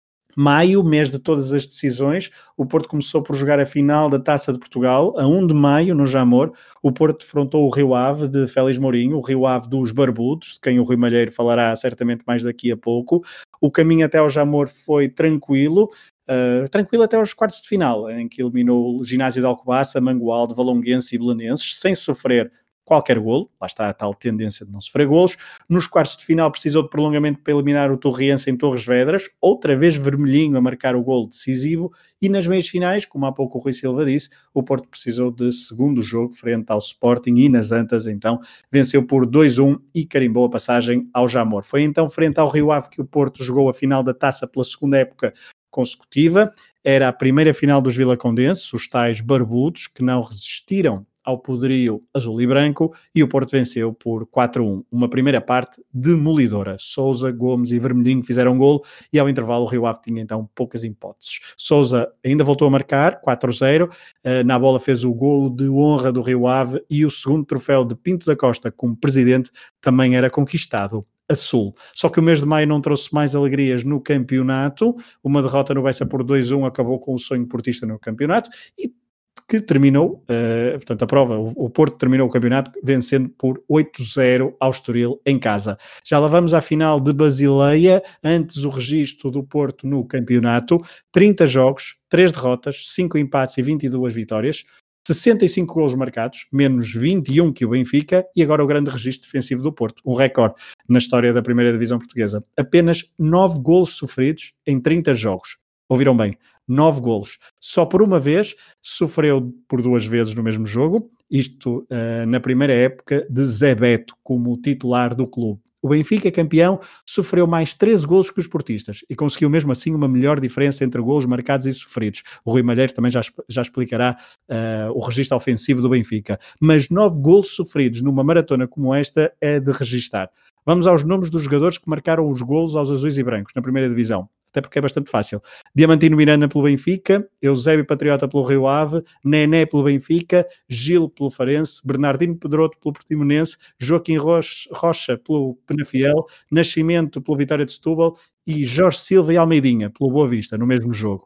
Maio, mês de todas as decisões, o Porto começou por jogar a final da Taça de Portugal. A um de maio, no Jamor, o Porto defrontou o Rio Ave de Félix Mourinho, o Rio Ave dos Barbudos, de quem o Rui Malheiro falará certamente mais daqui a pouco. O caminho até ao Jamor foi tranquilo, uh, tranquilo até aos quartos de final, em que eliminou o Ginásio de Alcobaça, Mangualde, Valonguense e Belenenses, sem sofrer qualquer golo. Lá está a tal tendência de não sofrer golos. Nos quartos de final precisou de prolongamento para eliminar o Torriense em Torres Vedras, outra vez Vermelhinho a marcar o golo decisivo, e nas meias finais, como há pouco o Rui Silva disse, o Porto precisou de segundo jogo frente ao Sporting e nas Antas, então venceu por dois a um e carimbou a passagem ao Jamor. Foi então frente ao Rio Ave que o Porto jogou a final da Taça pela segunda época consecutiva. Era a primeira final dos vilacondenses, os tais barbudos, que não resistiram ao poderio azul e branco, e o Porto venceu por quatro a um. Uma primeira parte demolidora. Sousa, Gomes e Vermelhinho fizeram golo, e ao intervalo o Rio Ave tinha então poucas hipóteses. Sousa ainda voltou a marcar, quatro a zero, uh, na bola fez o golo de honra do Rio Ave, e o segundo troféu de Pinto da Costa como presidente também era conquistado a sul. Só que o mês de maio não trouxe mais alegrias no campeonato. Uma derrota no Bessa por dois a um acabou com o sonho portista no campeonato, e que terminou, uh, portanto a prova, o, o Porto terminou o campeonato vencendo por oito a zero ao Estoril em casa. Já lá vamos à final de Basileia, antes o registro do Porto no campeonato, trinta jogos, três derrotas, cinco empates e vinte e duas vitórias, sessenta e cinco golos marcados, menos vinte e um que o Benfica, e agora o grande registro defensivo do Porto, um recorde na história da primeira divisão portuguesa. Apenas nove golos sofridos em trinta jogos. Ouviram bem? Nove golos. Só por uma vez sofreu por duas vezes no mesmo jogo, isto uh, na primeira época de Zé Beto como titular do clube. O Benfica, campeão, sofreu mais treze golos que os portistas e conseguiu mesmo assim uma melhor diferença entre golos marcados e sofridos. O Rui Malheiro também já, já explicará uh, o registro ofensivo do Benfica. Mas nove golos sofridos numa maratona como esta é de registar. Vamos aos nomes dos jogadores que marcaram os golos aos azuis e brancos na primeira divisão, até porque é bastante fácil. Diamantino Miranda pelo Benfica, Eusébio Patriota pelo Rio Ave, Nené pelo Benfica, Gil pelo Farense, Bernardino Pedroto pelo Portimonense, Joaquim Rocha, Rocha pelo Penafiel, Nascimento pelo Vitória de Setúbal e Jorge Silva e Almeidinha pelo Boa Vista, no mesmo jogo.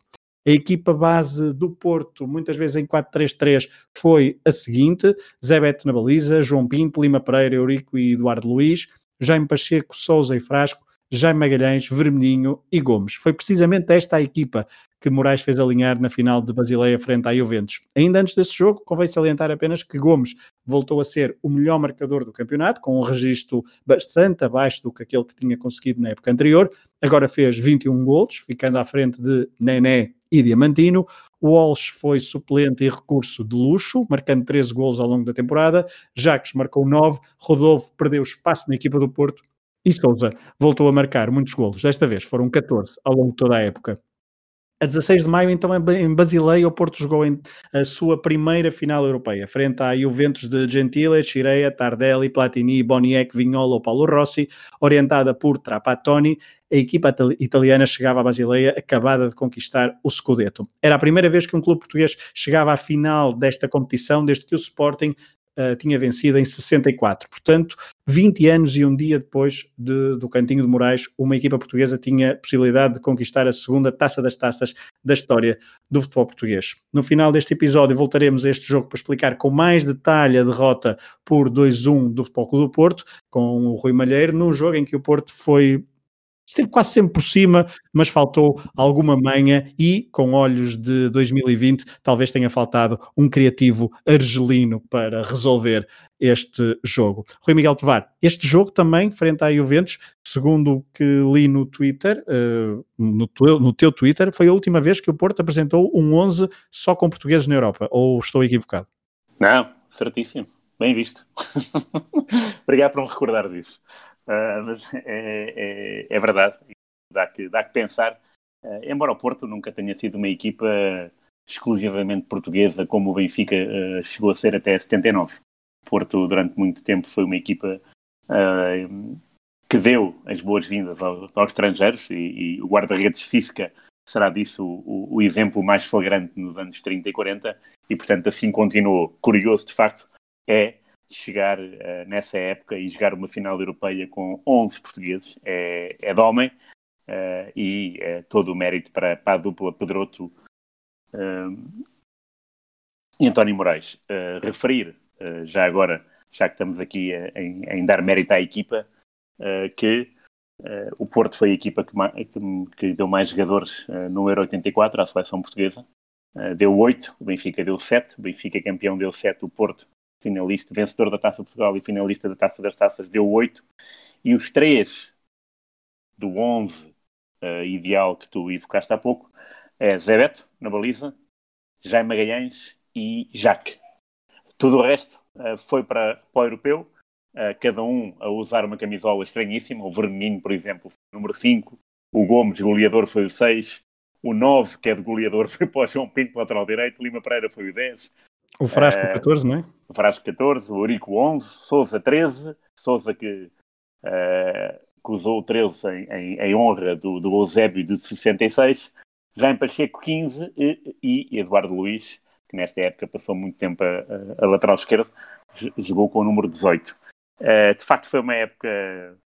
A equipa base do Porto, muitas vezes em quatro três três, foi a seguinte: Zé Beto na baliza, João Pinto, Lima Pereira, Eurico e Eduardo Luiz, Jaime Pacheco, Sousa e Frasco, Jaime Magalhães, Vermelhinho e Gomes. Foi precisamente esta a equipa que Moraes fez alinhar na final de Basileia frente à Juventus. Ainda antes desse jogo, convém salientar apenas que Gomes voltou a ser o melhor marcador do campeonato, com um registro bastante abaixo do que aquele que tinha conseguido na época anterior. Agora fez vinte e um golos, ficando à frente de Nené e Diamantino. O Walsh foi suplente e recurso de luxo, marcando treze golos ao longo da temporada. Jacques marcou nove, Rodolfo perdeu espaço na equipa do Porto e Sousa voltou a marcar muitos golos. Desta vez foram catorze ao longo de toda a época. A dezasseis de maio, então, em Basileia, o Porto jogou em a sua primeira final europeia, frente à Juventus de Gentile, Chirea, Tardelli, Platini, Boniek, Vignola ou Paulo Rossi, orientada por Trapattoni. A equipa italiana chegava à Basileia acabada de conquistar o Scudetto. Era a primeira vez que um clube português chegava à final desta competição, desde que o Sporting Uh, tinha vencido em sessenta e quatro. Portanto, vinte anos e um dia depois de, do Cantinho de Moraes, uma equipa portuguesa tinha a possibilidade de conquistar a segunda taça das taças da história do futebol português. No final deste episódio voltaremos a este jogo para explicar com mais detalhe a derrota por dois a um do Futebol Clube do Porto, com o Rui Malheiro, num jogo em que o Porto foi... esteve quase sempre por cima, mas faltou alguma manha e, com olhos de dois mil e vinte, talvez tenha faltado um criativo argelino para resolver este jogo. Rui Miguel Tovar, este jogo também, frente à Juventus, segundo o que li no Twitter, uh, no, teu, no teu Twitter, foi a última vez que o Porto apresentou um onze só com portugueses na Europa, ou estou equivocado? Não, certíssimo. Bem visto. Obrigado por me recordar disso. Uh, mas é, é, é verdade, dá que, dá que pensar, uh, embora o Porto nunca tenha sido uma equipa exclusivamente portuguesa como o Benfica uh, chegou a ser até setenta e nove. O Porto durante muito tempo foi uma equipa uh, que deu as boas-vindas aos, aos estrangeiros e, e o guarda-redes Cisca será disso o, o exemplo mais flagrante nos anos trinta e quarenta e portanto assim continuou. Curioso de facto é chegar uh, nessa época e jogar uma final europeia com onze portugueses é, é de homem uh, e é todo o mérito para, para a dupla Pedroto uh, e António Moraes. Uh, referir, uh, já agora, já que estamos aqui uh, em, em dar mérito à equipa, uh, que uh, o Porto foi a equipa que, ma- que, que deu mais jogadores uh, no Euro oitenta e quatro à seleção portuguesa. Uh, deu oito, o Benfica deu sete, o Benfica campeão deu sete, o Porto finalista, vencedor da Taça de Portugal e finalista da Taça das Taças, deu oito. E os três do onze uh, ideal que tu evocaste há pouco é Zé Beto, na baliza, Jaime Magalhães e Jacques. Tudo o resto uh, foi para, para o europeu, uh, cada um a usar uma camisola estranhíssima. O Vermelhinho, por exemplo, foi o número cinco, o Gomes, goleador, foi o seis, o nove, que é de goleador, foi para o João Pinto, lateral direito, Lima Pereira foi o dez. O Frasco uh, catorze, não é? O Frasco catorze, o Eurico onze, Sousa treze, Sousa que, uh, que usou o treze em, em, em honra do, do Eusébio de sessenta e seis, Jaime Pacheco quinze e, e Eduardo Luiz, que nesta época passou muito tempo a, a lateral esquerdo, jogou com o número dezoito. Uh, de facto foi uma época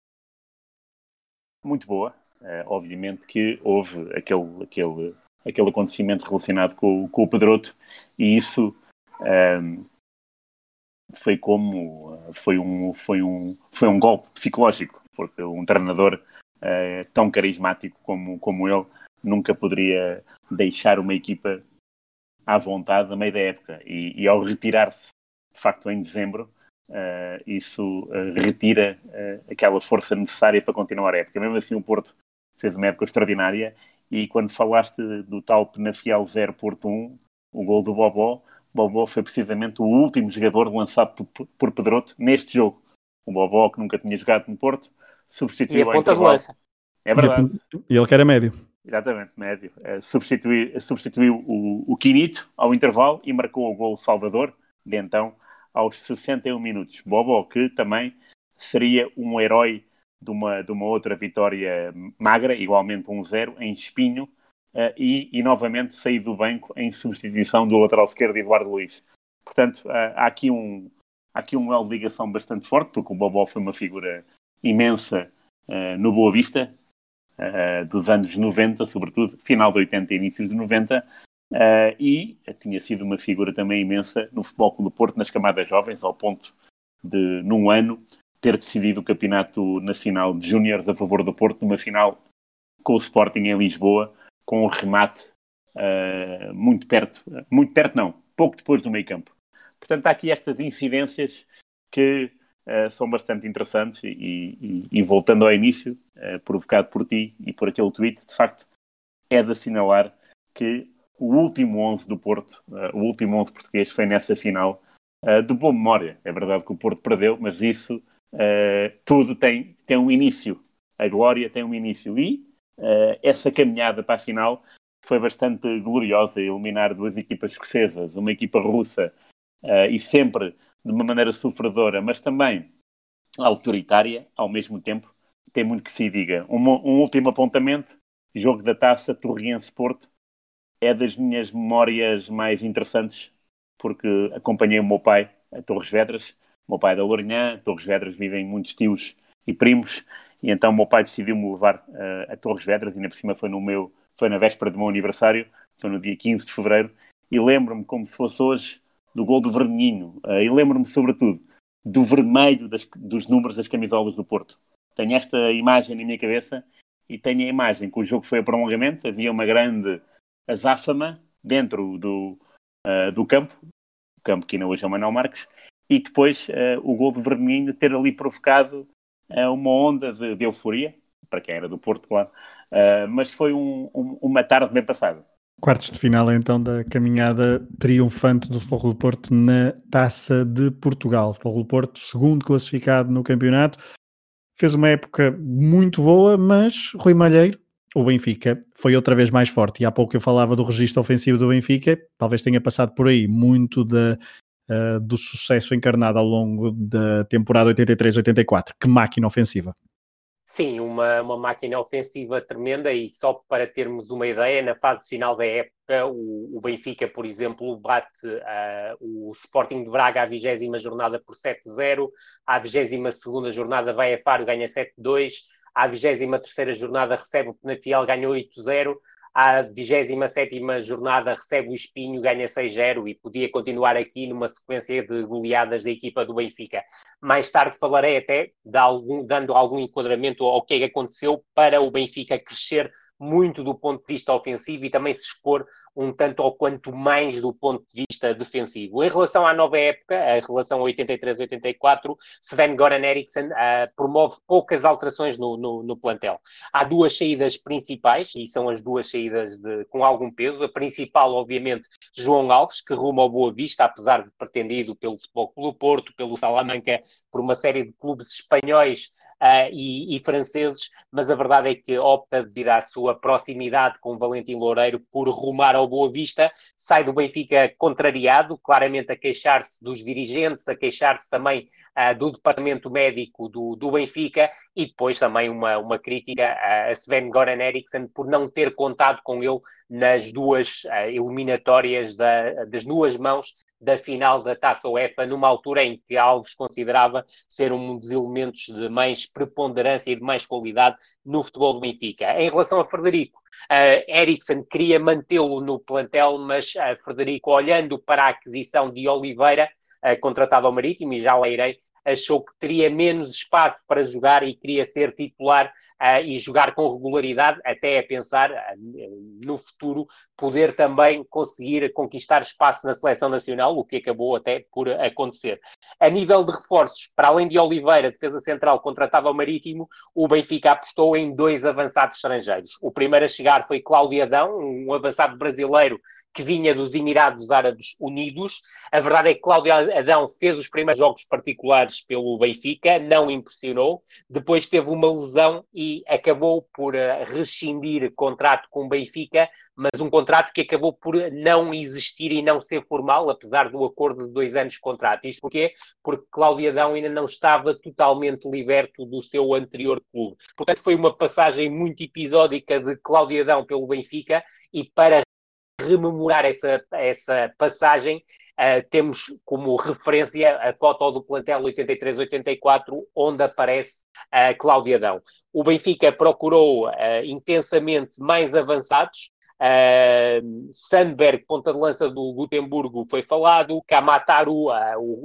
muito boa, uh, obviamente que houve aquele, aquele, aquele acontecimento relacionado com, com o Pedroto e isso Um, foi como foi um, foi, um, foi um golpe psicológico, porque um treinador uh, tão carismático como, como ele nunca poderia deixar uma equipa à vontade a meio da época e, e ao retirar-se de facto em dezembro uh, isso uh, retira uh, aquela força necessária para continuar a época. Mesmo assim o Porto fez uma época extraordinária e quando falaste do tal Penafiel zero Porto um, o gol do Bobó, Bobó foi precisamente o último jogador lançado por, por Pedroto neste jogo. O Bobó, que nunca tinha jogado no Porto, substituiu e a ponta de lança. É verdade. E ele que era médio. Exatamente, médio. Uh, substituiu substituiu o, o Quinito ao intervalo e marcou o gol Salvador, de então, aos sessenta e um minutos. Bobó, que também seria um herói de uma, de uma outra vitória magra, igualmente um zero, em Espinho, Uh, e, e novamente saí do banco em substituição do lateral esquerdo Eduardo Luiz. Portanto, uh, há aqui um há aqui uma ligação bastante forte, porque o Bobó foi uma figura imensa uh, no Boa Vista, uh, dos anos noventa, sobretudo, final de oitenta e início de noventa, uh, e tinha sido uma figura também imensa no Futebol Clube do Porto, nas camadas jovens, ao ponto de, num ano, ter decidido o campeonato nacional de júniores a favor do Porto, numa final com o Sporting em Lisboa, com um remate uh, muito perto, muito perto não, pouco depois do meio campo. Portanto, há aqui estas incidências que uh, são bastante interessantes e, e, e voltando ao início, uh, provocado por ti e por aquele tweet, de facto, é de assinalar que o último onze do Porto, uh, o último onze português foi nessa final, uh, de boa memória. É verdade que o Porto perdeu, mas isso, uh, tudo tem, tem um início. A glória tem um início e uh, essa caminhada para a final foi bastante gloriosa, eliminar duas equipas escocesas, uma equipa russa, uh, e sempre de uma maneira sofredora, mas também autoritária, ao mesmo tempo. Tem muito que se diga. Um, um último apontamento, jogo da Taça, Torriense-Porto, é das minhas memórias mais interessantes, porque acompanhei o meu pai a Torres Vedras, o meu pai é da Lourinhã, Torres Vedras vivem muitos tios e primos, e então o meu pai decidiu-me levar uh, a Torres Vedras, e ainda por cima foi, no meu, foi na véspera do meu aniversário, foi no dia quinze de fevereiro, e lembro-me como se fosse hoje do gol do Vermelhinho, uh, e lembro-me sobretudo do vermelho das, dos números das camisolas do Porto. Tenho esta imagem na minha cabeça e tenho a imagem que o jogo foi a prolongamento, havia uma grande azáfama dentro do, uh, do campo, o campo que ainda hoje é o Manuel Marques, e depois uh, o gol do Vermelhinho ter ali provocado uh, uma onda de, de euforia, para quem era do Porto, claro, uh, mas foi um, um, uma tarde bem passada. Quartos de final, então, da caminhada triunfante do Futebol Clube do Porto na Taça de Portugal. O Futebol Clube do Porto, segundo classificado no campeonato, fez uma época muito boa, mas Rui Malheiro, o Benfica, foi outra vez mais forte. E há pouco eu falava do registro ofensivo do Benfica, talvez tenha passado por aí muito da, uh, do sucesso encarnado ao longo da temporada oitenta e três oitenta e quatro. Que máquina ofensiva! Sim, uma, uma máquina ofensiva tremenda, e só para termos uma ideia, na fase final da época, o, o Benfica, por exemplo, bate uh, o Sporting de Braga à vigésima jornada por sete a zero, à vigésima segunda jornada vai a Faro, ganha sete a dois, à vigésima terceira jornada recebe o Penafiel, ganha oito a zero, à vigésima sétima jornada recebe o Espinho, ganha seis a zero, e podia continuar aqui numa sequência de goleadas da equipa do Benfica. Mais tarde falarei até de algum, dando algum enquadramento ao que é que aconteceu para o Benfica crescer muito do ponto de vista ofensivo e também se expor um tanto ou quanto mais do ponto de vista defensivo. Em relação à nova época, a relação oitenta e três oitenta e quatro, Sven-Goran Eriksson uh, promove poucas alterações no, no, no plantel. Há duas saídas principais, e são as duas saídas de, com algum peso. A principal, obviamente, João Alves, que rumo ao Boa Vista, apesar de pretendido pelo Futebol Clube do Porto, pelo Salamanca, por uma série de clubes espanhóis Uh, e, e franceses, mas a verdade é que opta, devido à sua proximidade com o Valentim Loureiro, por rumar ao Boa Vista. Sai do Benfica contrariado, claramente a queixar-se dos dirigentes, a queixar-se também uh, do departamento médico do, do Benfica, e depois também uma, uma crítica a Sven-Goran Eriksson por não ter contado com ele nas duas uh, eliminatórias da, das duas mãos da final da Taça UEFA, numa altura em que Alves considerava ser um dos elementos de mais preponderância e de mais qualidade no futebol do Benfica. Em relação a Frederico, uh, Eriksson queria mantê-lo no plantel, mas uh, Frederico, olhando para a aquisição de Oliveira, uh, contratado ao Marítimo, e já lá irei, achou que teria menos espaço para jogar e queria ser titular uh, e jogar com regularidade, até a pensar uh, no futuro poder também conseguir conquistar espaço na seleção nacional, o que acabou até por acontecer. A nível de reforços, para além de Oliveira, defesa central contratado ao Marítimo, o Benfica apostou em dois avançados estrangeiros. O primeiro a chegar foi Cláudio Adão, um avançado brasileiro que vinha dos Emirados Árabes Unidos. A verdade é que Cláudio Adão fez os primeiros jogos particulares pelo Benfica, não impressionou, depois teve uma lesão e acabou por uh, rescindir contrato com o Benfica, mas um contrato que acabou por não existir e não ser formal, apesar do acordo de dois anos de contrato. Isto porquê? Porque Cláudio Adão ainda não estava totalmente liberto do seu anterior clube. Portanto, foi uma passagem muito episódica de Cláudio Adão pelo Benfica, e para rememorar essa, essa passagem, uh, temos como referência a foto do plantel oitenta e três oitenta e quatro, onde aparece a uh, Cláudia Adão. O Benfica procurou uh, intensamente mais avançados. Uh, Sandberg, ponta de lança do Gotemburgo, foi falado. Kamataru, uh, o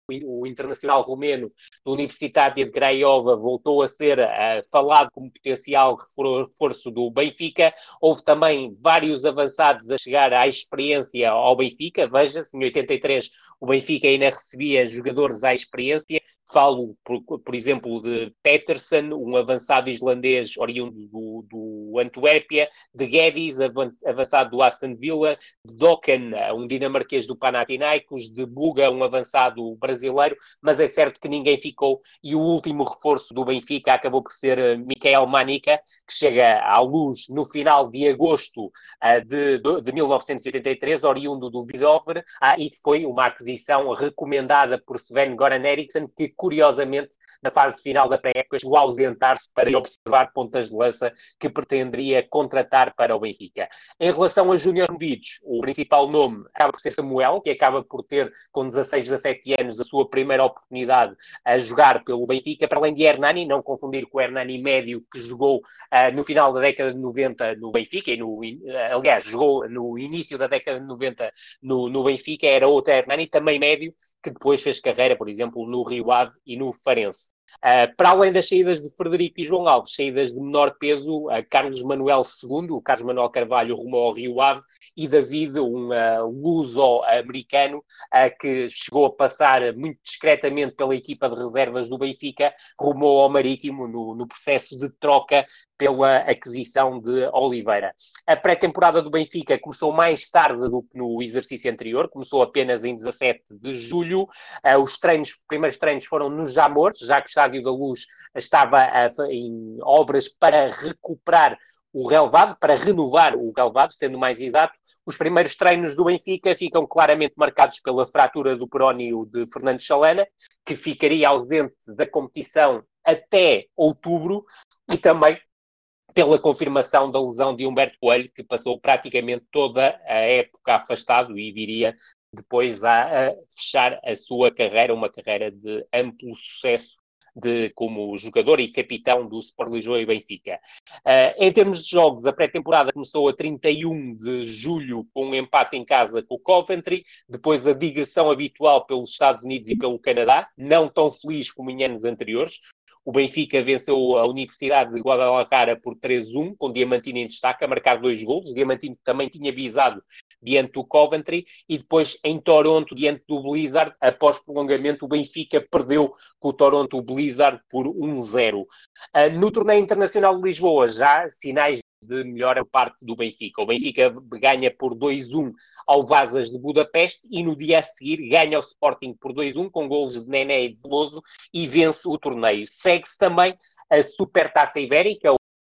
o internacional romeno do Universitário de Craiova, voltou a ser uh, falado como potencial reforço do Benfica. Houve também vários avançados a chegar à experiência ao Benfica. Veja-se, em oitenta e três o Benfica ainda recebia jogadores à experiência. Falo, por, por exemplo, de Peterson, um avançado islandês oriundo do, do Antuérpia, de Guedes, avançado do Aston Villa, de Dokken, um dinamarquês do Panathinaikos, de Buga, um avançado brasileiro, mas é certo que ninguém ficou, e o último reforço do Benfica acabou por ser Mikael Manica, que chega à luz no final de agosto uh, de, de mil novecentos e oitenta e três, oriundo do Vidovre, uh, e foi uma aquisição recomendada por Sven-Goran Eriksson, que curiosamente, na fase final da pré-época, chegou a ausentar-se para observar pontas de lança que pretenderia contratar para o Benfica. Em relação a Júnior Movidos, o principal nome acaba por ser Samuel, que acaba por ter, com dezasseis, dezassete anos, a sua primeira oportunidade a jogar pelo Benfica, para além de Hernani, não confundir com o Hernani médio, que jogou uh, no final da década de noventa no Benfica, e no, uh, aliás, jogou no início da década de noventa no, no Benfica, era outro Hernani, também médio, que depois fez carreira, por exemplo, no Rio Ave e no Farense. Uh, para além das saídas de Frederico e João Alves, saídas de menor peso, uh, Carlos Manuel segundo, o Carlos Manuel Carvalho rumou ao Rio Ave, e David, um uh, luso-americano, uh, que chegou a passar muito discretamente pela equipa de reservas do Benfica, rumou ao Marítimo no, no processo de troca pela aquisição de Oliveira. A pré-temporada do Benfica começou mais tarde do que no exercício anterior, começou apenas em dezassete de julho. Uh, os treinos, os primeiros treinos foram no Jamor, já que o Estádio da Luz estava uh, em obras para recuperar o relevado, para renovar o relevado, sendo mais exato. Os primeiros treinos do Benfica ficam claramente marcados pela fratura do perónio de Fernando Chalana, que ficaria ausente da competição até outubro, e também pela confirmação da lesão de Humberto Coelho, que passou praticamente toda a época afastado e viria depois a, a fechar a sua carreira, uma carreira de amplo sucesso de, como jogador e capitão do Sport Lisboa e Benfica. Uh, em termos de jogos, a pré-temporada começou a trinta e um de julho com um empate em casa com o Coventry, depois a digressão habitual pelos Estados Unidos e pelo Canadá, não tão feliz como em anos anteriores. O Benfica venceu a Universidade de Guadalajara por três a um, com Diamantino em destaque, a marcar dois golos. Diamantino também tinha bisado diante do Coventry, e depois em Toronto, diante do Blizzard, após prolongamento, o Benfica perdeu com o Toronto Blizzard por um a zero. Uh, no torneio internacional de Lisboa, já sinais de melhor parte do Benfica. O Benfica ganha por dois a um ao Vasas de Budapeste, e no dia a seguir ganha o Sporting por dois a um, com golos de Nené e de Veloso, e vence o torneio. Segue-se também a Supertaça Ibérica,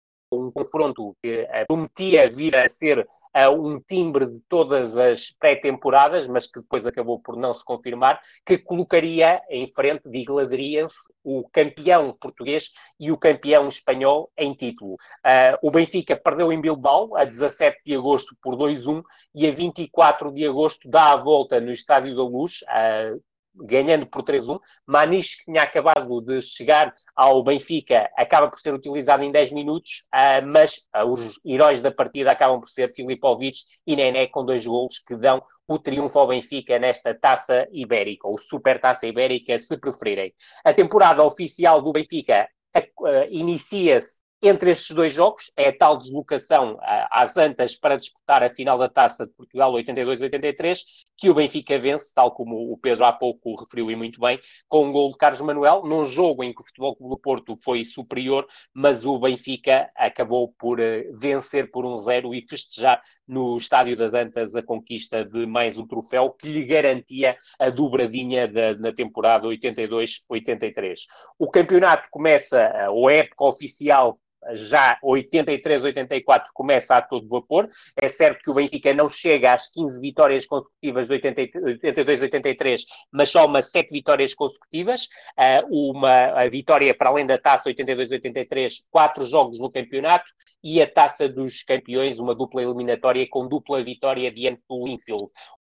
um confronto que uh, prometia vir a ser uh, um timbre de todas as pré-temporadas, mas que depois acabou por não se confirmar, que colocaria em frente, digladeria-se, o campeão português e o campeão espanhol em título. Uh, o Benfica perdeu em Bilbao a dezassete de agosto por dois a um, e a vinte e quatro de agosto dá a volta no Estádio da Luz, uh, ganhando por três a um. Maniche, que tinha acabado de chegar ao Benfica, acaba por ser utilizado em dez minutos, uh, mas uh, os heróis da partida acabam por ser Filipovic e Nené, com dois golos que dão o triunfo ao Benfica nesta Taça Ibérica, ou Supertaça Ibérica, se preferirem. A temporada oficial do Benfica uh, inicia-se entre estes dois jogos, é a tal deslocação uh, às Antas para disputar a final da Taça de Portugal oitenta e dois oitenta e três, que o Benfica vence, tal como o Pedro há pouco referiu e muito bem, com um gol de Carlos Manuel, num jogo em que o Futebol Clube do Porto foi superior, mas o Benfica acabou por uh, vencer por um zero e festejar no Estádio das Antas a conquista de mais um troféu que lhe garantia a dobradinha da, na temporada oitenta e dois oitenta e três. O campeonato começa, uh, ou a época oficial, já oitenta e três oitenta e quatro começa a todo vapor. É certo que o Benfica não chega às quinze vitórias consecutivas de oitenta e dois oitenta e três, mas só uma sete vitórias consecutivas. Uh, uma a vitória, para além da Taça oitenta e dois oitenta e três, quatro jogos no campeonato, e a Taça dos Campeões, uma dupla eliminatória com dupla vitória diante do Linfield.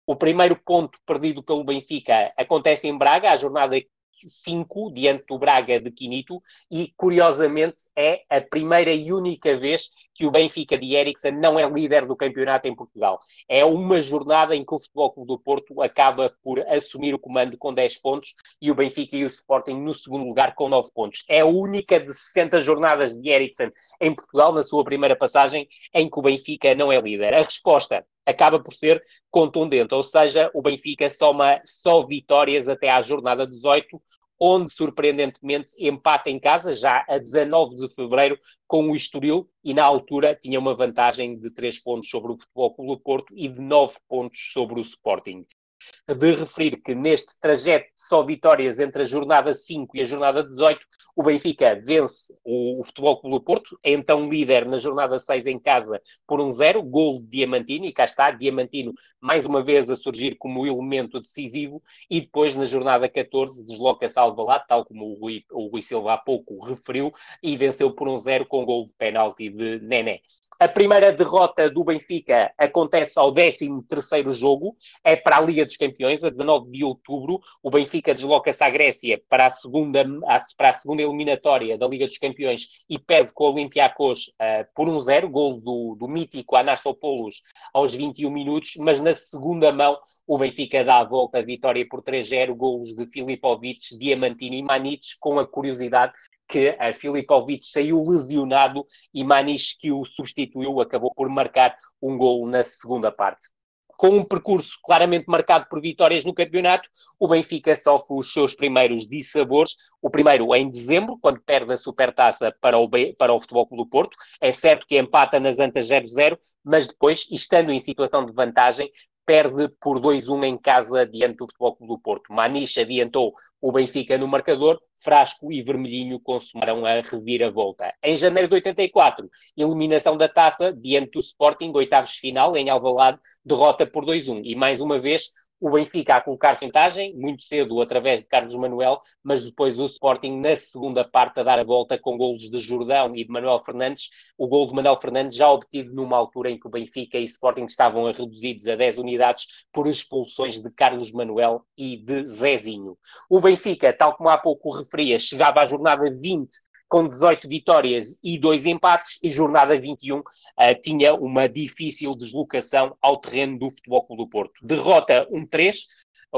O primeiro ponto perdido pelo Benfica acontece em Braga, à jornada cinco, diante do Braga de Quinito, e curiosamente é a primeira e única vez que o Benfica de Eriksen não é líder do campeonato em Portugal. É uma jornada em que o Futebol Clube do Porto acaba por assumir o comando com dez pontos e o Benfica e o Sporting no segundo lugar com nove pontos. É a única de sessenta jornadas de Eriksen em Portugal, na sua primeira passagem, em que o Benfica não é líder. A resposta acaba por ser contundente, ou seja, o Benfica soma só vitórias até à jornada dezoito, onde, surpreendentemente, empata em casa, já a dezanove de fevereiro, com o Estoril, e na altura tinha uma vantagem de três pontos sobre o Futebol Clube do Porto e de nove pontos sobre o Sporting. De referir que neste trajeto de só vitórias entre a jornada cinco e a jornada dezoito, o Benfica vence o, o Futebol Clube do Porto, é então líder na jornada seis em casa por um zero, gol de Diamantino, e cá está, Diamantino mais uma vez a surgir como elemento decisivo, e depois na jornada catorze desloca-se ao Alvalade, tal como o Rui, o Rui Silva há pouco referiu, e venceu por um zero com gol de penalti de Nené. A primeira derrota do Benfica acontece ao décimo terceiro jogo, é para a Liga dos Campeões, a dezanove de outubro. O Benfica desloca-se à Grécia para a segunda, para a segunda eliminatória da Liga dos Campeões e perde com o Olympiacos uh, por um zero, gol do, do mítico Anastopoulos aos vinte e um minutos, mas na segunda mão o Benfica dá a volta a vitória por três zero, golos de Filipovic, Diamantino e Maniche, com a curiosidade que a Filipovic saiu lesionado e Maniche, que o substituiu, acabou por marcar um golo na segunda parte. Com um percurso claramente marcado por vitórias no campeonato, o Benfica sofre os seus primeiros dissabores. O primeiro em dezembro, quando perde a Supertaça para o, B, para o Futebol Clube do Porto. É certo que empata nas Antas zero zero, mas depois, estando em situação de vantagem, perde por dois a um em casa diante do Futebol Clube do Porto. Maniche adiantou o Benfica no marcador, Frasco e Vermelhinho consumaram a reviravolta. Em janeiro de oitenta e quatro, eliminação da taça diante do Sporting, oitavos de final, em Alvalade, derrota por dois a um. E mais uma vez, o Benfica a colocar-se em vantagem, muito cedo através de Carlos Manuel, mas depois o Sporting na segunda parte a dar a volta com golos de Jordão e de Manuel Fernandes. O gol de Manuel Fernandes já obtido numa altura em que o Benfica e o Sporting estavam reduzidos a dez unidades por expulsões de Carlos Manuel e de Zezinho. O Benfica, tal como há pouco referia, chegava à jornada vinte com dezoito vitórias e dois empates, e jornada vinte e um uh, tinha uma difícil deslocação ao terreno do Futebol Clube do Porto. Derrota um três, uh,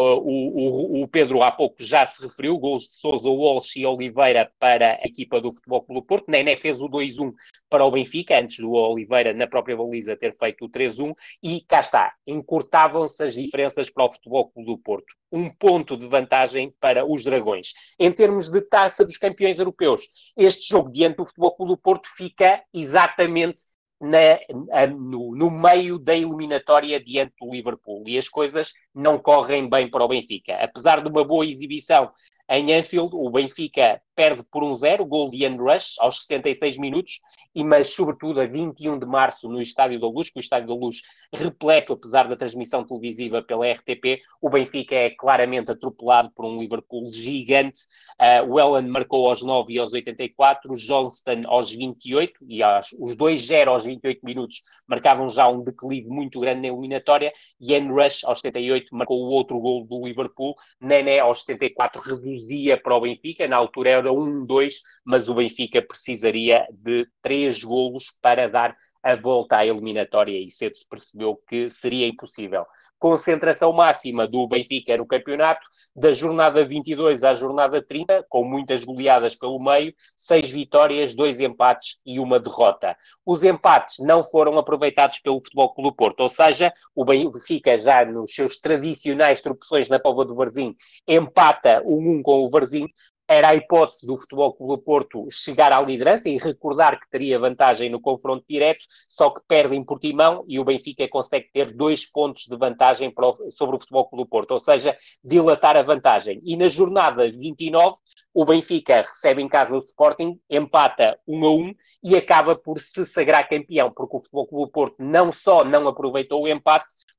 o, o, o Pedro há pouco já se referiu, gols de Sousa, Walsh e Oliveira para a equipa do Futebol Clube do Porto. Nené fez o dois a um para o Benfica, antes do Oliveira na própria baliza ter feito o três a um, e cá está, encurtavam-se as diferenças para o Futebol Clube do Porto. Um ponto de vantagem para os Dragões. Em termos de taça dos campeões europeus, este jogo diante do Futebol Clube do Porto fica exatamente na, no, no meio da eliminatória diante do Liverpool, e as coisas não correm bem para o Benfica. Apesar de uma boa exibição em Anfield, o Benfica perde por um zero, gol de Ian Rush aos sessenta e seis minutos, e, mas sobretudo a vinte e um de março no Estádio da Luz, que o Estádio da Luz repleto, apesar da transmissão televisiva pela R T P, o Benfica é claramente atropelado por um Liverpool gigante. Uh, o Welland marcou aos nove e aos oitenta e quatro, Johnston aos vinte e oito, e aos, os dois zero aos vinte e oito minutos marcavam já um declive muito grande na eliminatória. Ian Rush aos setenta e oito marcou o outro gol do Liverpool. Nené aos setenta e quatro reduzia para o Benfica, na altura era um dois, mas o Benfica precisaria de três golos para dar a volta à eliminatória, e cedo se percebeu que seria impossível. Concentração máxima do Benfica no campeonato, da jornada vinte e dois à jornada trinta, com muitas goleadas pelo meio, seis vitórias, dois empates e uma derrota. Os empates não foram aproveitados pelo Futebol Clube do Porto, ou seja, o Benfica já nos seus tradicionais tropeções na Póvoa do Varzim empata um um com o Varzim. Era a hipótese do Futebol Clube do Porto chegar à liderança e recordar que teria vantagem no confronto direto, só que perde em Portimão e o Benfica consegue ter dois pontos de vantagem para o, sobre o Futebol Clube do Porto, ou seja, dilatar a vantagem. E na jornada vinte e nove, o Benfica recebe em casa o Sporting, empata um a um e acaba por se sagrar campeão, porque o Futebol Clube do Porto não só não aproveitou o empate,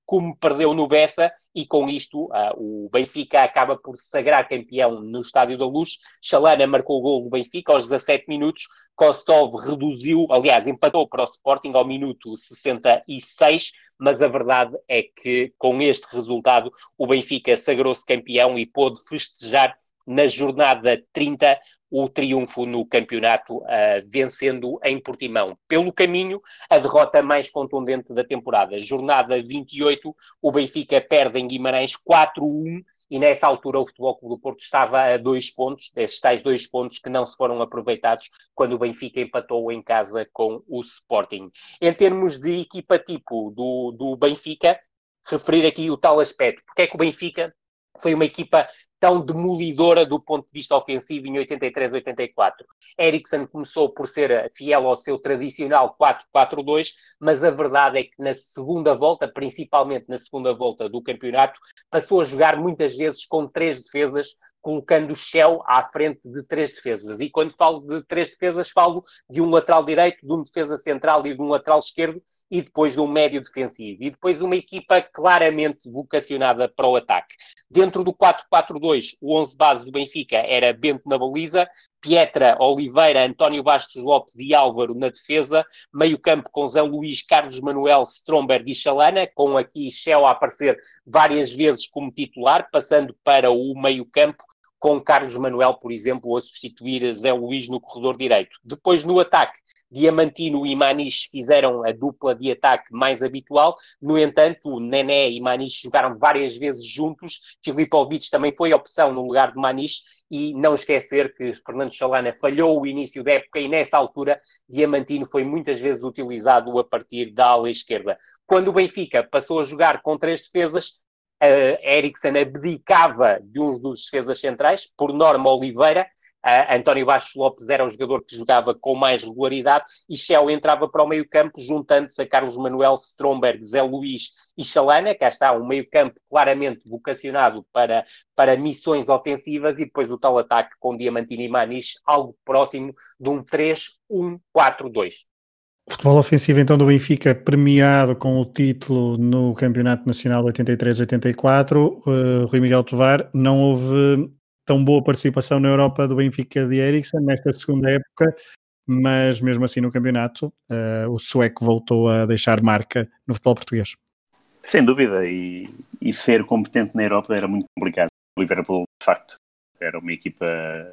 como perdeu no Bessa, e com isto uh, o Benfica acaba por se sagrar campeão no Estádio da Luz. Chalana marcou o gol do Benfica aos dezassete minutos, Kostov reduziu, aliás, empatou para o Sporting ao minuto sessenta e seis, mas a verdade é que com este resultado o Benfica sagrou-se campeão e pôde festejar na jornada trinta o triunfo no campeonato, uh, vencendo em Portimão. Pelo caminho, a derrota mais contundente da temporada. Jornada vinte e oito, o Benfica perde em Guimarães quatro a um, e nessa altura o Futebol Clube do Porto estava a dois pontos, desses tais dois pontos que não se foram aproveitados quando o Benfica empatou em casa com o Sporting. Em termos de equipa tipo do, do Benfica, referir aqui o tal aspecto. Porque é que o Benfica foi uma equipa tão demolidora do ponto de vista ofensivo em oitenta e três a oitenta e quatro. Eriksen começou por ser fiel ao seu tradicional quatro quatro dois, mas a verdade é que na segunda volta, principalmente na segunda volta do campeonato, passou a jogar muitas vezes com três defesas, colocando o Shell à frente de três defesas. E quando falo de três defesas, falo de um lateral direito, de um defesa central e de um lateral esquerdo, e depois de um médio defensivo. E depois uma equipa claramente vocacionada para o ataque. Dentro do quatro quatro dois, o onze base do Benfica era Bento na baliza, Pietra, Oliveira, António Bastos Lopes e Álvaro na defesa, meio campo com Zé Luís, Carlos Manuel, Stromberg e Chalana, com aqui Shell a aparecer várias vezes como titular, passando para o meio campo, com Carlos Manuel, por exemplo, a substituir Zé Luís no corredor direito. Depois, no ataque, Diamantino e Maniche fizeram a dupla de ataque mais habitual. No entanto, Nené e Maniche jogaram várias vezes juntos. Filipovic também foi opção no lugar de Maniche. E não esquecer que Fernando Chalana falhou o início da época e nessa altura Diamantino foi muitas vezes utilizado a partir da ala esquerda. Quando o Benfica passou a jogar com três defesas, Uh, Eriksen abdicava de uns dos defesas centrais, por norma Oliveira, uh, António Bastos Lopes era o jogador que jogava com mais regularidade e Shell entrava para o meio campo, juntando-se a Carlos Manuel, Stromberg, Zé Luís e Chalana. Cá está, um meio campo claramente vocacionado para, para missões ofensivas, e depois o tal ataque com Diamantino e Maniche, algo próximo de um três um quatro dois. O futebol ofensivo então do Benfica premiado com o título no Campeonato Nacional oitenta e três oitenta e quatro. uh, Rui Miguel Tovar, não houve tão boa participação na Europa do Benfica de Eriksen nesta segunda época, mas mesmo assim no campeonato uh, o sueco voltou a deixar marca no futebol português. Sem dúvida, e, e ser competente na Europa era muito complicado. O Liverpool, de facto, era uma equipa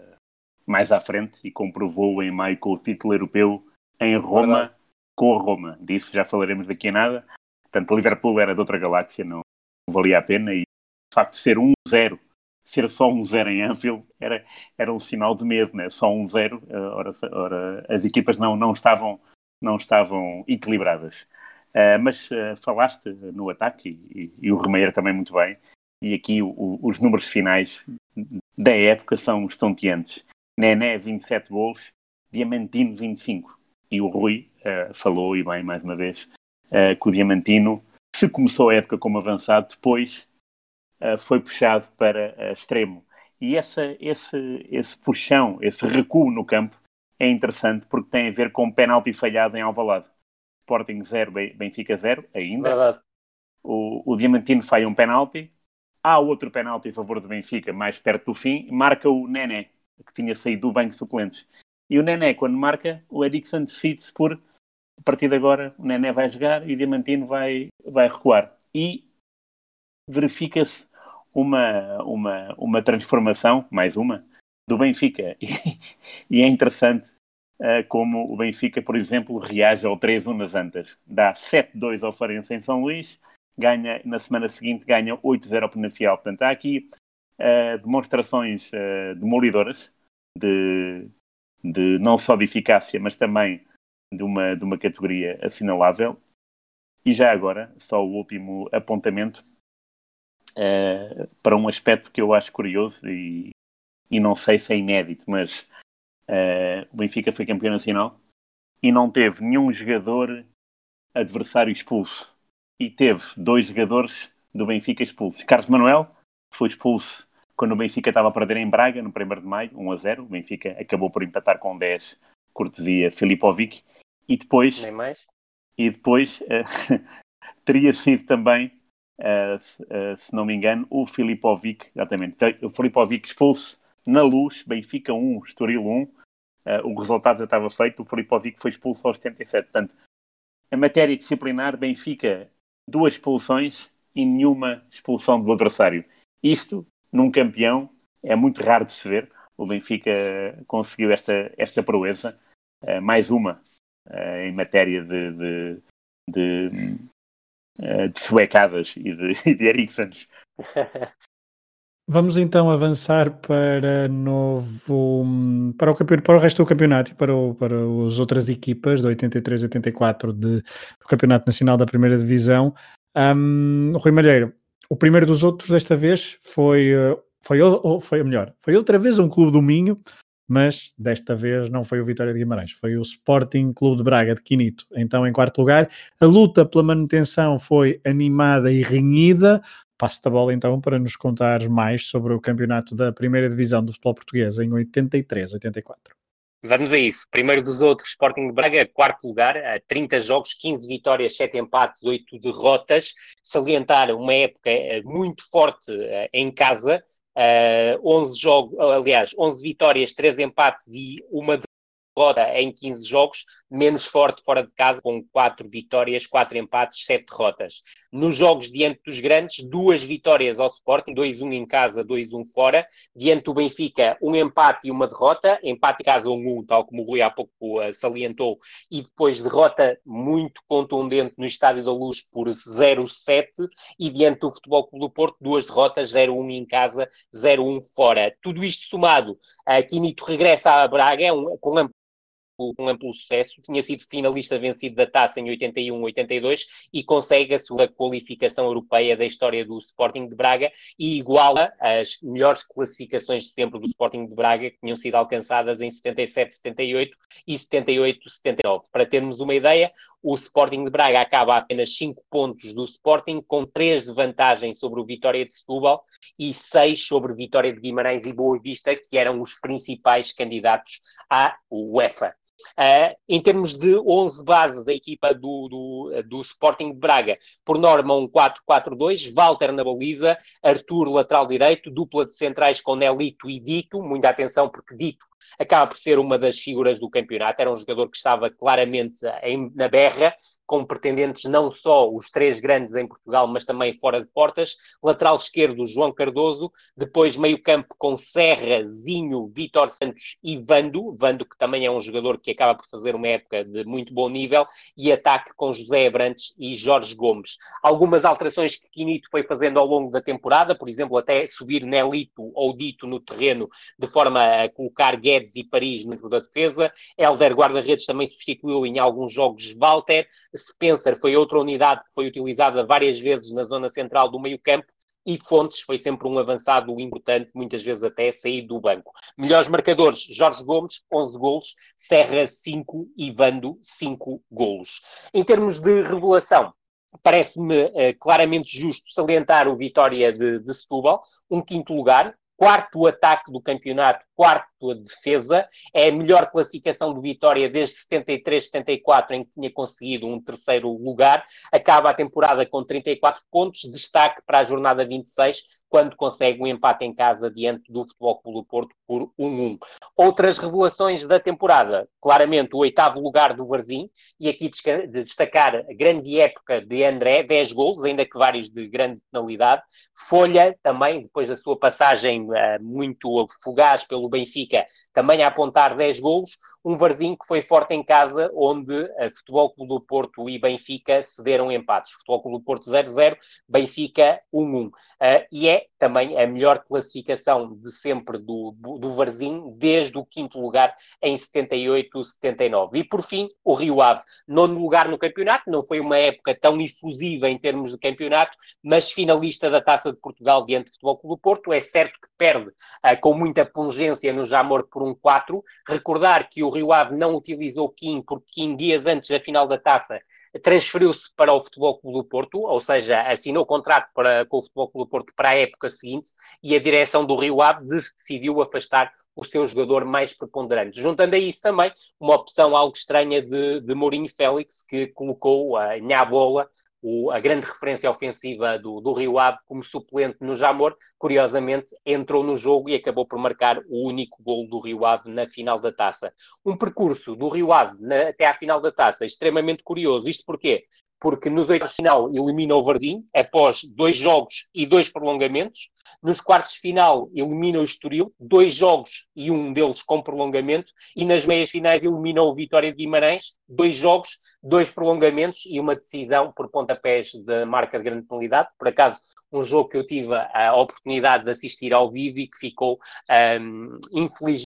mais à frente e comprovou em maio com o título europeu em Roma. Verdade. Com a Roma, disso já falaremos daqui a nada. Portanto, o Liverpool era de outra galáxia, não valia a pena, e de facto ser um zero, ser só um zero em Anfield era, era um sinal de medo, né? Só um zero, ora, ora, as equipas não, não, estavam, não estavam equilibradas. Uh, mas uh, falaste no ataque, e, e, e o Remeiro também muito bem, e aqui o, os números finais da época são estonteantes. Nené, vinte e sete golos, Diamantino, vinte e cinco. E o Rui uh, falou, e bem, mais uma vez, uh, que o Diamantino, se começou a época como avançado, depois uh, foi puxado para uh, extremo. E essa, esse, esse puxão, esse recuo no campo, é interessante porque tem a ver com um penalti falhado em Alvalade. Sporting zero, Benfica zero, ainda. Verdade. O, o Diamantino falha um penalti. Há outro penalti em favor do Benfica, mais perto do fim, e marca o Nené, que tinha saído do banco de suplentes. E o Nené, quando marca, o Eriksen decide-se por, a partir de agora, o Nené vai jogar e o Diamantino vai, vai recuar. E verifica-se uma, uma, uma transformação, mais uma, do Benfica. E, e é interessante uh, como o Benfica, por exemplo, reage ao três a um nas Antas. Dá sete a dois ao Farense em São Luís, ganha, na semana seguinte ganha oito a zero ao Penafiel. Portanto, há aqui uh, demonstrações uh, demolidoras de... de não só de eficácia, mas também de uma, de uma categoria assinalável. E já agora, só o último apontamento uh, para um aspecto que eu acho curioso e, e não sei se é inédito, mas uh, o Benfica foi campeão nacional e não teve nenhum jogador adversário expulso. E teve dois jogadores do Benfica expulsos. Carlos Manuel foi expulso quando o Benfica estava a perder em Braga, no primeiro de maio, um a zero. O Benfica acabou por empatar com dez, cortesia Filipovic. E depois, Nem mais. e depois uh, teria sido também uh, se, uh, se não me engano, o Filipovic, exatamente, o Filipovic expulso na Luz, Benfica um, Estoril um, uh, o resultado já estava feito, o Filipovic foi expulso aos setenta e sete. Portanto, em matéria disciplinar, Benfica, duas expulsões e nenhuma expulsão do adversário. Isto, num campeão, é muito raro de se ver. O Benfica conseguiu esta, esta proeza, uh, mais uma, uh, em matéria de, de, de, uh, de suecadas e de, e de Erikssons. Vamos então avançar para novo para o, campe... para o resto do campeonato e para, o, para as outras equipas de oitenta e três oitenta e quatro de, do Campeonato Nacional da Primeira Divisão. Um, Rui Malheiro, o primeiro dos outros desta vez foi, foi, ou foi melhor, foi outra vez um Clube do Minho, mas desta vez não foi o Vitória de Guimarães, foi o Sporting Clube de Braga de Quinito. Então, em quarto lugar, a luta pela manutenção foi animada e renhida. Passo-te a bola então para nos contar mais sobre o campeonato da primeira divisão do futebol português em oitenta e três oitenta e quatro. Vamos a isso. Primeiro dos outros, Sporting de Braga, quarto lugar, trinta jogos, quinze vitórias, sete empates, oito derrotas. Salientar uma época muito forte em casa, onze jogos, aliás, onze vitórias, três empates e uma derrota em quinze jogos, menos forte fora de casa, com quatro vitórias, quatro empates, sete derrotas. Nos jogos diante dos grandes, duas vitórias ao Sporting, dois um em casa, dois um fora. Diante do Benfica, um empate e uma derrota. Empate em casa, um um, tal como o Rui há pouco uh, salientou. E depois derrota muito contundente no Estádio da Luz por zero sete. E diante do Futebol Clube do Porto, duas derrotas, zero um em casa, zero um fora. Tudo isto somado, uh, Quinito regressa a Braga, é um, com amplo com um amplo sucesso, tinha sido finalista vencido da Taça em oitenta e um oitenta e dois e consegue a sua qualificação europeia da história do Sporting de Braga e iguala as melhores classificações de sempre do Sporting de Braga, que tinham sido alcançadas em setenta e sete setenta e oito e setenta e oito setenta e nove. Para termos uma ideia, o Sporting de Braga acaba a apenas cinco pontos do Sporting, com três de vantagem sobre o Vitória de Setúbal e seis sobre o Vitória de Guimarães e Boa Vista, que eram os principais candidatos à UEFA. Uh, em termos de onze bases da equipa do, do, do Sporting de Braga, por norma um quatro quatro dois, Walter na baliza, Arthur lateral direito, dupla de centrais com Nelito e Dito, muita atenção porque Dito acaba por ser uma das figuras do campeonato, era um jogador que estava claramente em, na berra, com pretendentes não só os três grandes em Portugal, mas também fora de portas. Lateral esquerdo, João Cardoso. Depois meio campo com Serra, Zinho, Vítor Santos e Vando. Vando que também é um jogador que acaba por fazer uma época de muito bom nível. E ataque com José Abrantes e Jorge Gomes. Algumas alterações que Quinito foi fazendo ao longo da temporada, por exemplo, até subir Nelito ou Dito no terreno, de forma a colocar Guedes e Paris dentro da defesa. Hélder Guarda-Redes também substituiu em alguns jogos Walter. Spencer foi outra unidade que foi utilizada várias vezes na zona central do meio-campo e Fontes foi sempre um avançado importante, muitas vezes até sair do banco. Melhores marcadores, Jorge Gomes, onze golos, Serra, cinco e Vando, cinco golos. Em termos de revelação, parece-me uh, claramente justo salientar o Vitória de, de Setúbal, um quinto lugar, quarto ataque do campeonato, quarto a defesa, é a melhor classificação do Vitória desde setenta e três setenta e quatro, em que tinha conseguido um terceiro lugar, acaba a temporada com trinta e quatro pontos, destaque para a jornada vinte e seis, quando consegue um empate em casa diante do Futebol Clube do Porto por um a um. Outras revelações da temporada, claramente o oitavo lugar do Varzim, e aqui destacar a grande época de André, dez golos, ainda que vários de grande penalidade. Folha, também, depois da sua passagem uh, muito fugaz pelo Benfica, também a apontar dez golos. Um Varzim que foi forte em casa, onde uh, Futebol Clube do Porto e Benfica cederam empates. Futebol Clube do Porto zero a zero, Benfica um a um. Uh, e é também a melhor classificação de sempre do, do Varzim, desde o quinto lugar em setenta e oito setenta e nove. E por fim, o Rio Ave, nono lugar no campeonato, não foi uma época tão efusiva em termos de campeonato, mas finalista da Taça de Portugal diante do Futebol Clube do Porto. É certo que perde uh, com muita pungência no Jamor por um quatro. Recordar que o Rio Ave não utilizou Kim, porque Kim, dias antes da final da Taça, transferiu-se para o Futebol Clube do Porto, ou seja, assinou contrato para, com o Futebol Clube do Porto para a época seguinte, e a direção do Rio Ave decidiu afastar o seu jogador mais preponderante. Juntando a isso também uma opção algo estranha de, de Mourinho Félix, que colocou a Nhabola o, a grande referência ofensiva do, do Rio Ave como suplente no Jamor, curiosamente entrou no jogo e acabou por marcar o único golo do Rio Ave na final da Taça. Um percurso do Rio Ave na, até à final da Taça extremamente curioso. Isto porquê? Porque nos oitavos de final elimina o Varzim, após dois jogos e dois prolongamentos. Nos quartos de final elimina o Estoril, dois jogos e um deles com prolongamento. E nas meias finais elimina o Vitória de Guimarães, dois jogos, dois prolongamentos e uma decisão por pontapés de marca de grande penalidade. Por acaso, um jogo que eu tive a oportunidade de assistir ao vivo e que ficou, um, infelizmente,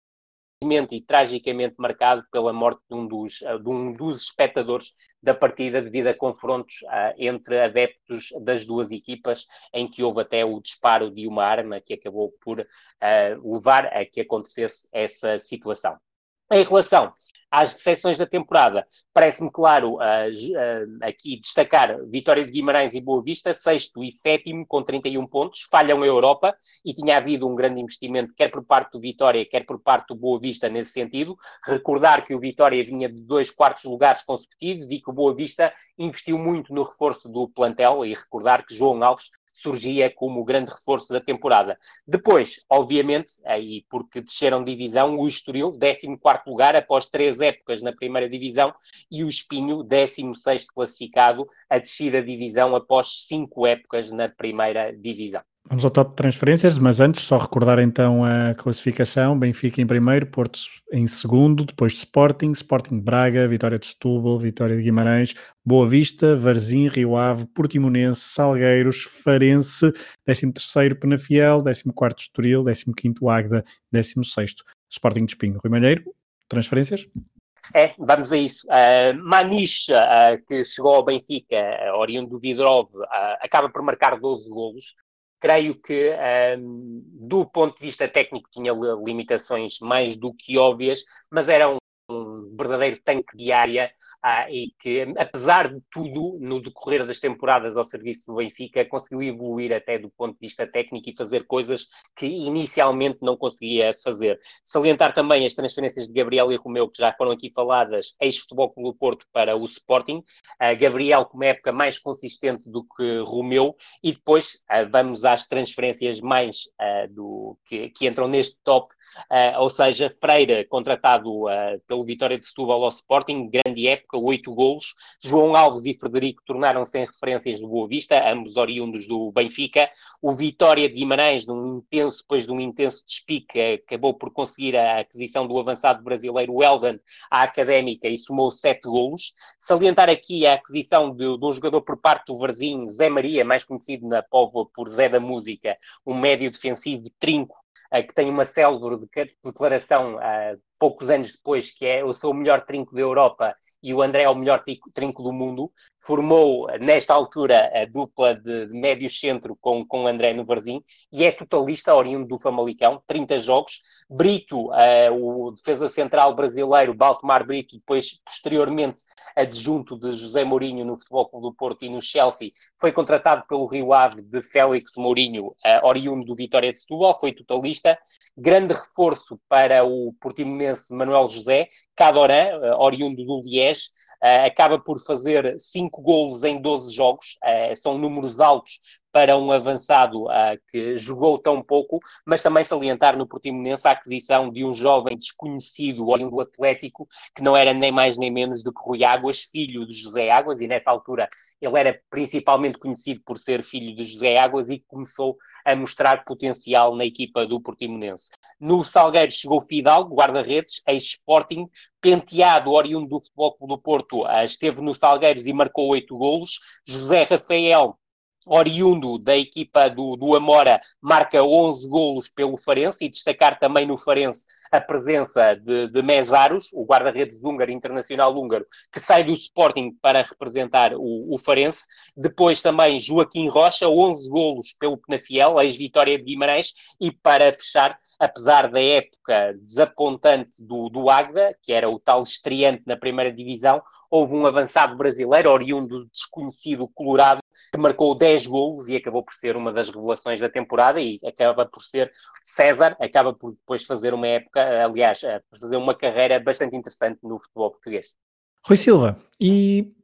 e tragicamente marcado pela morte de um dos, de um dos espectadores da partida devido a confrontos uh, entre adeptos das duas equipas, em que houve até o disparo de uma arma que acabou por uh, levar a que acontecesse essa situação. Em relação às decepções da temporada, parece-me claro uh, uh, aqui destacar Vitória de Guimarães e Boa Vista, sexto e sétimo, com trinta e um pontos, falham a Europa, e tinha havido um grande investimento, quer por parte do Vitória, quer por parte do Boa Vista, nesse sentido. Recordar que o Vitória vinha de dois quartos lugares consecutivos e que o Boa Vista investiu muito no reforço do plantel, e recordar que João Alves surgia como o grande reforço da temporada. Depois, obviamente, aí porque desceram de divisão, o Estoril, décimo quarto lugar, após três épocas na primeira divisão, e o Espinho, décimo sexto classificado, a descer da divisão após cinco épocas na primeira divisão. Vamos ao top de transferências, mas antes só recordar então a classificação: Benfica em primeiro, Porto em segundo, depois Sporting, Sporting Braga, Vitória de Setúbal, Vitória de Guimarães, Boa Vista, Varzim, Rio Ave, Portimonense, Salgueiros, Farense, décimo terceiro Penafiel, décimo quarto Estoril, décimo quinto Águeda, décimo sexto Sporting de Espinho. Rui Malheiro, transferências? É, vamos a isso. Uh, Maniche, uh, que chegou ao Benfica, uh, oriundo do Vidrov, uh, acaba por marcar doze golos. Creio que, um, do ponto de vista técnico, tinha limitações mais do que óbvias, mas era um, um verdadeiro tanque de área, uh, e que, apesar de tudo, no decorrer das temporadas ao serviço do Benfica, conseguiu evoluir até do ponto de vista técnico e fazer coisas que inicialmente não conseguia fazer. Salientar também as transferências de Gabriel e Romeu, que já foram aqui faladas, ex-Futebol Clube do Porto para o Sporting. Uh, Gabriel com uma época mais consistente do que Romeu, e depois uh, vamos às transferências mais uh, do, que, que entram neste top, uh, ou seja, Freire, contratado uh, pelo Vitória de Setúbal ao Sporting, grande época, oito golos. João Alves e Frederico tornaram-se em referências do Boa Vista, ambos oriundos do Benfica. O Vitória de Guimarães, num intenso, depois de um intenso despique, acabou por conseguir a aquisição do avançado brasileiro Elvan à Académica e somou sete golos. Salientar aqui a aquisição de, de um jogador por parte do Varzim, Zé Maria, mais conhecido na Póvoa por Zé da Música, um médio defensivo trinco, uh, que tem uma célebre declaração uh, poucos anos depois, que é: eu sou o melhor trinco da Europa e o André é o melhor trinco do mundo. Formou, nesta altura, a dupla de, de médio centro com, com o André no Varzim, e é totalista, oriundo do Famalicão, trinta jogos. Brito, uh, o defesa central brasileiro, Baltomar Brito, depois, posteriormente, adjunto de José Mourinho no Futebol Clube do Porto e no Chelsea, foi contratado pelo Rio Ave de Félix Mourinho, uh, oriundo do Vitória de Setúbal, foi totalista. Grande reforço para o portimonense Manuel José, Cadoran, uh, oriundo do Liège, uh, acaba por fazer cinco golos em doze jogos, uh, são números altos para um avançado uh, que jogou tão pouco, mas também salientar no Portimonense a aquisição de um jovem desconhecido, oriundo do Atlético, que não era nem mais nem menos do que Rui Águas, filho de José Águas, e nessa altura ele era principalmente conhecido por ser filho de José Águas e começou a mostrar potencial na equipa do Portimonense. No Salgueiros chegou Fidalgo, guarda-redes, ex-Sporting. Penteado, oriundo do Futebol Clube do Porto, uh, esteve no Salgueiros e marcou oito golos. José Rafael, oriundo da equipa do, do Amora, marca onze golos pelo Farense, e destacar também no Farense a presença de, de Mesaros, o guarda-redes húngaro, internacional húngaro, que sai do Sporting para representar o, o Farense. Depois também Joaquim Rocha, onze golos pelo Penafiel, ex-Vitória de Guimarães, e para fechar, apesar da época desapontante do, do Águeda, que era o tal estreante na primeira divisão, houve um avançado brasileiro, oriundo do desconhecido Colorado, que marcou dez golos e acabou por ser uma das revelações da temporada, e acaba por ser César, acaba por depois fazer uma época, aliás, fazer uma carreira bastante interessante no futebol português. Rui Silva, e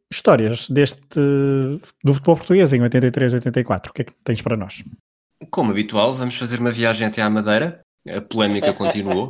histórias deste do futebol português em oitenta e três, oitenta e quatro. O que é que tens para nós? Como habitual, vamos fazer uma viagem até à Madeira. A polémica continuou.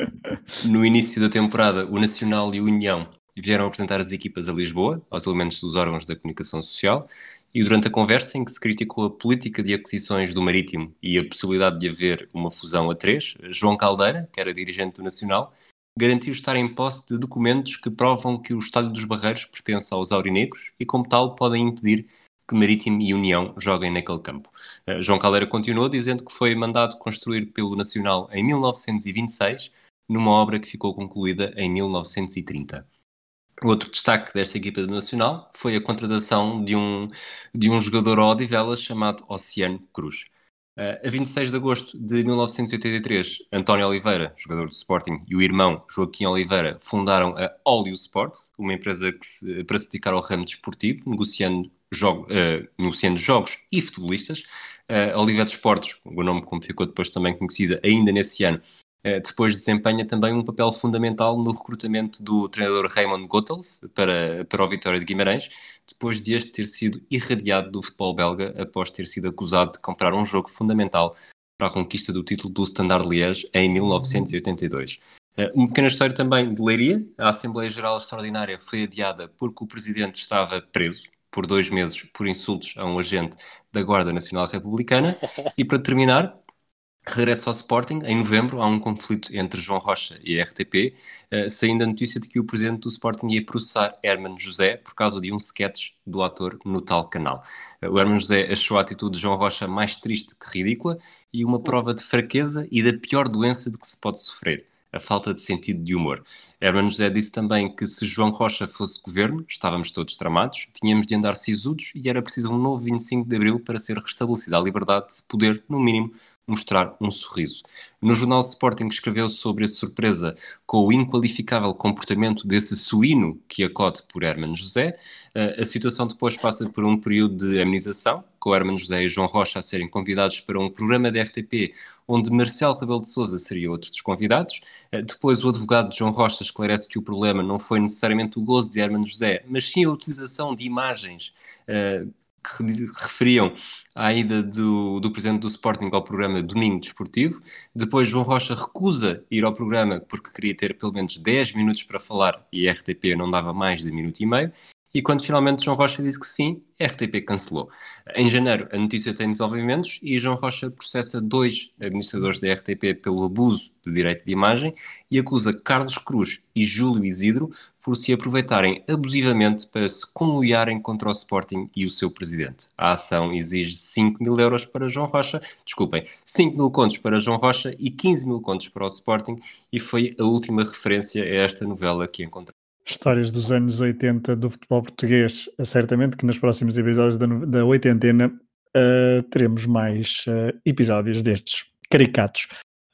No início da temporada, o Nacional e o União vieram apresentar as equipas a Lisboa, aos elementos dos órgãos da comunicação social, e durante a conversa em que se criticou a política de aquisições do Marítimo e a possibilidade de haver uma fusão a três, João Caldeira, que era dirigente do Nacional, garantiu estar em posse de documentos que provam que o Estádio dos Barreiros pertence aos aurinegros e, como tal, podem impedir que Marítimo e União joguem naquele campo. Uh, João Caldeira continuou dizendo que foi mandado construir pelo Nacional em mil novecentos e vinte e seis, numa obra que ficou concluída em mil novecentos e trinta. Outro destaque desta equipa do Nacional foi a contratação de um, de um jogador ao Odivelas chamado Oceano Cruz. Uh, a vinte e seis de agosto de mil novecentos e oitenta e três, António Oliveira, jogador do Sporting, e o irmão Joaquim Oliveira fundaram a Olio Sports, uma empresa que se, para se dedicar ao ramo desportivo, negociando, jogo, uh, negociando jogos e futebolistas. Uh, a Oliveira Sports, o nome como ficou depois também conhecida ainda nesse ano, uh, depois desempenha também um papel fundamental no recrutamento do treinador Raymond Goethals para, para o Vitória de Guimarães, depois de este ter sido irradiado do futebol belga após ter sido acusado de comprar um jogo fundamental para a conquista do título do Standard Liège em mil novecentos e oitenta e dois. Uma pequena história também de Leiria. A Assembleia Geral Extraordinária foi adiada porque o presidente estava preso por dois meses por insultos a um agente da Guarda Nacional Republicana. E para terminar, regresso ao Sporting. Em novembro há um conflito entre João Rocha e a R T P, uh, saindo a notícia de que o presidente do Sporting ia processar Hermano José por causa de um sketch do ator no tal canal. Uh, o Hermano José achou a atitude de João Rocha mais triste que ridícula e uma prova de fraqueza e da pior doença de que se pode sofrer, a falta de sentido de humor. Hermano José disse também que se João Rocha fosse governo, estávamos todos tramados, tínhamos de andar sisudos e era preciso um novo vinte e cinco de Abril para ser restabelecida a liberdade de se poder, no mínimo, mostrar um sorriso. No jornal Sporting escreveu sobre a surpresa com o inqualificável comportamento desse suíno que acode por Hermano José. A situação depois passa por um período de amenização, com Hermano José e João Rocha a serem convidados para um programa da R T P, onde Marcelo Rebelo de Sousa seria outro dos convidados. Depois o advogado de João Rocha esclarece que o problema não foi necessariamente o gozo de Hermano José, mas sim a utilização de imagens uh, que referiam à ida do, do presidente do Sporting ao programa Domingo Desportivo. Depois João Rocha recusa ir ao programa porque queria ter pelo menos dez minutos para falar e a R T P não dava mais de minuto e meio. E quando finalmente João Rocha disse que sim, a R T P cancelou. Em janeiro, a notícia tem desenvolvimentos e João Rocha processa dois administradores da R T P pelo abuso de direito de imagem e acusa Carlos Cruz e Júlio Isidro por se aproveitarem abusivamente para se conluiarem contra o Sporting e o seu presidente. A ação exige cinco mil euros para João Rocha, desculpem, cinco mil contos para João Rocha e quinze mil contos para o Sporting, e foi a última referência a esta novela que encontrei. Histórias dos anos oitenta do futebol português. Certamente que nos próximos episódios da, da oitentena uh, teremos mais uh, episódios destes caricatos.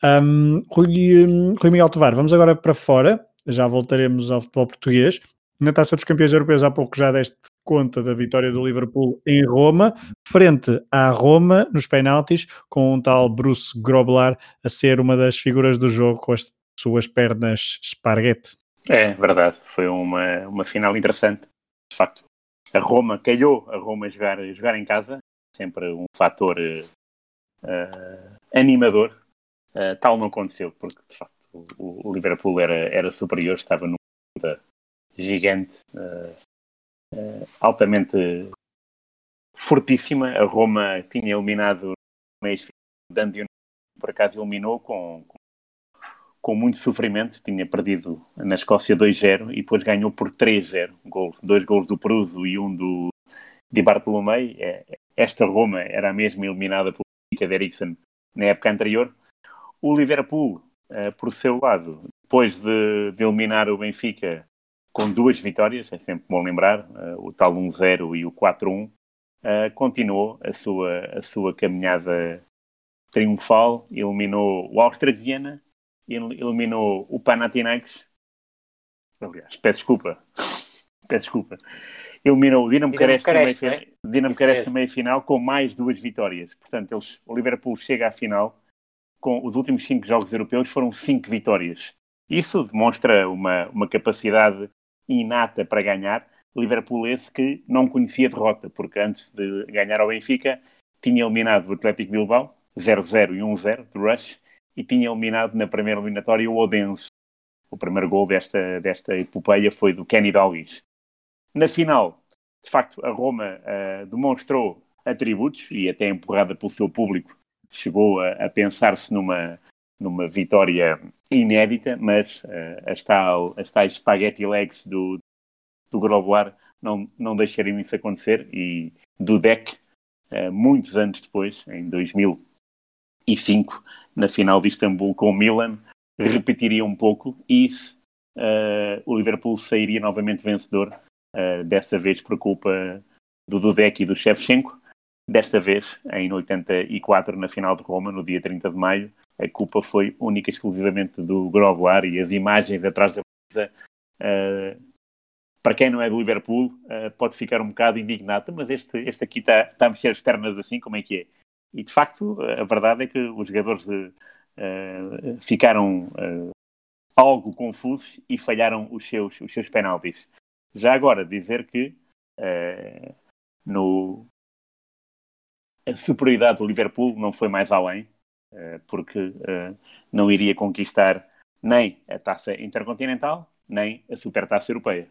Um, Rui, um, Rui Miguel Tovar, vamos agora para fora. Já voltaremos ao futebol português. Na Taça dos Campeões Europeus há pouco já deste conta da vitória do Liverpool em Roma, frente à Roma nos penaltis, com um tal Bruce Grobbelaar a ser uma das figuras do jogo com as suas pernas esparguete. É verdade, foi uma, uma final interessante. De facto, a Roma calhou a Roma jogar, jogar em casa, sempre um fator uh, animador. Uh, tal não aconteceu, porque de facto o, o Liverpool era, era superior, estava numa luta gigante, uh, uh, altamente fortíssima. A Roma tinha eliminado no mês Dandy, por acaso eliminou com, com com muito sofrimento, tinha perdido na Escócia dois zero e depois ganhou por três zero, gol, dois golos do Peruso e um do Di Bartolomei. Esta Roma era a mesma eliminada pelo Benfica de Eriksen na época anterior. O Liverpool, uh, por seu lado, depois de, de eliminar o Benfica com duas vitórias, é sempre bom lembrar, uh, o tal um zero e o quatro um, uh, continuou a sua, a sua caminhada triunfal, eliminou o Áustria de Viena, eliminou o Panathinaikos, aliás, peço desculpa, peço desculpa, eliminou o Dinamo Bucareste na meia-final com mais duas vitórias. Portanto, eles, o Liverpool chega à final com os últimos cinco jogos europeus, foram cinco vitórias. Isso demonstra uma, uma capacidade inata para ganhar, Liverpool esse que não conhecia derrota, porque antes de ganhar ao Benfica tinha eliminado o Atlético Bilbao, zero a zero e um a zero do Rush, e tinha eliminado na primeira eliminatória o Odense. O primeiro gol desta, desta epopeia foi do Kenny Dalglish. Na final, de facto, a Roma uh, demonstrou atributos e até empurrada pelo seu público chegou a, a pensar-se numa, numa vitória inédita, mas uh, as, tal, as tais spaghetti legs do, do Groboar não, não deixariam isso acontecer, e Dudek, uh, muitos anos depois, em dois mil e cinco, na final de Istambul com o Milan, repetiria um pouco e uh, o Liverpool sairia novamente vencedor, uh, dessa vez por culpa do Dudek e do Shevchenko. Desta vez, em oitenta e quatro, na final de Roma, no dia trinta de maio, a culpa foi única e exclusivamente do Groboar, e as imagens atrás da baliza, uh, para quem não é do Liverpool, uh, pode ficar um bocado indignado, mas este, este aqui está tá a mexer as pernas assim, como é que é? E, de facto, a verdade é que os jogadores uh, uh, ficaram uh, algo confusos e falharam os seus, os seus penaltis. Já agora, dizer que uh, no... a superioridade do Liverpool não foi mais além, uh, porque uh, não iria conquistar nem a taça intercontinental, nem a supertaça europeia.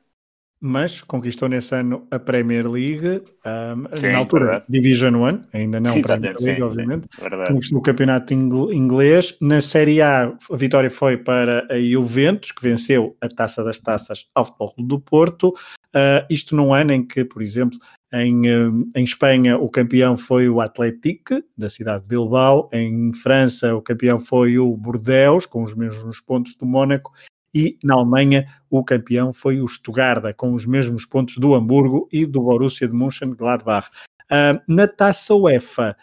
Mas conquistou nesse ano a Premier League, um, Sim, na altura verdade. Division One, ainda não Sim, Premier League, sim, obviamente. Sim, conquistou o campeonato inglês. Na Série A, a vitória foi para a Juventus, que venceu a Taça das Taças ao Futebol Clube do Porto. Uh, isto num ano em que, por exemplo, em, em Espanha o campeão foi o Atlético, da cidade de Bilbao. Em França o campeão foi o Bordeaux, com os mesmos pontos do Mónaco. E na Alemanha o campeão foi o Stuttgart, com os mesmos pontos do Hamburgo e do Borussia de Mönchengladbach. Uh, na Taça UEFA,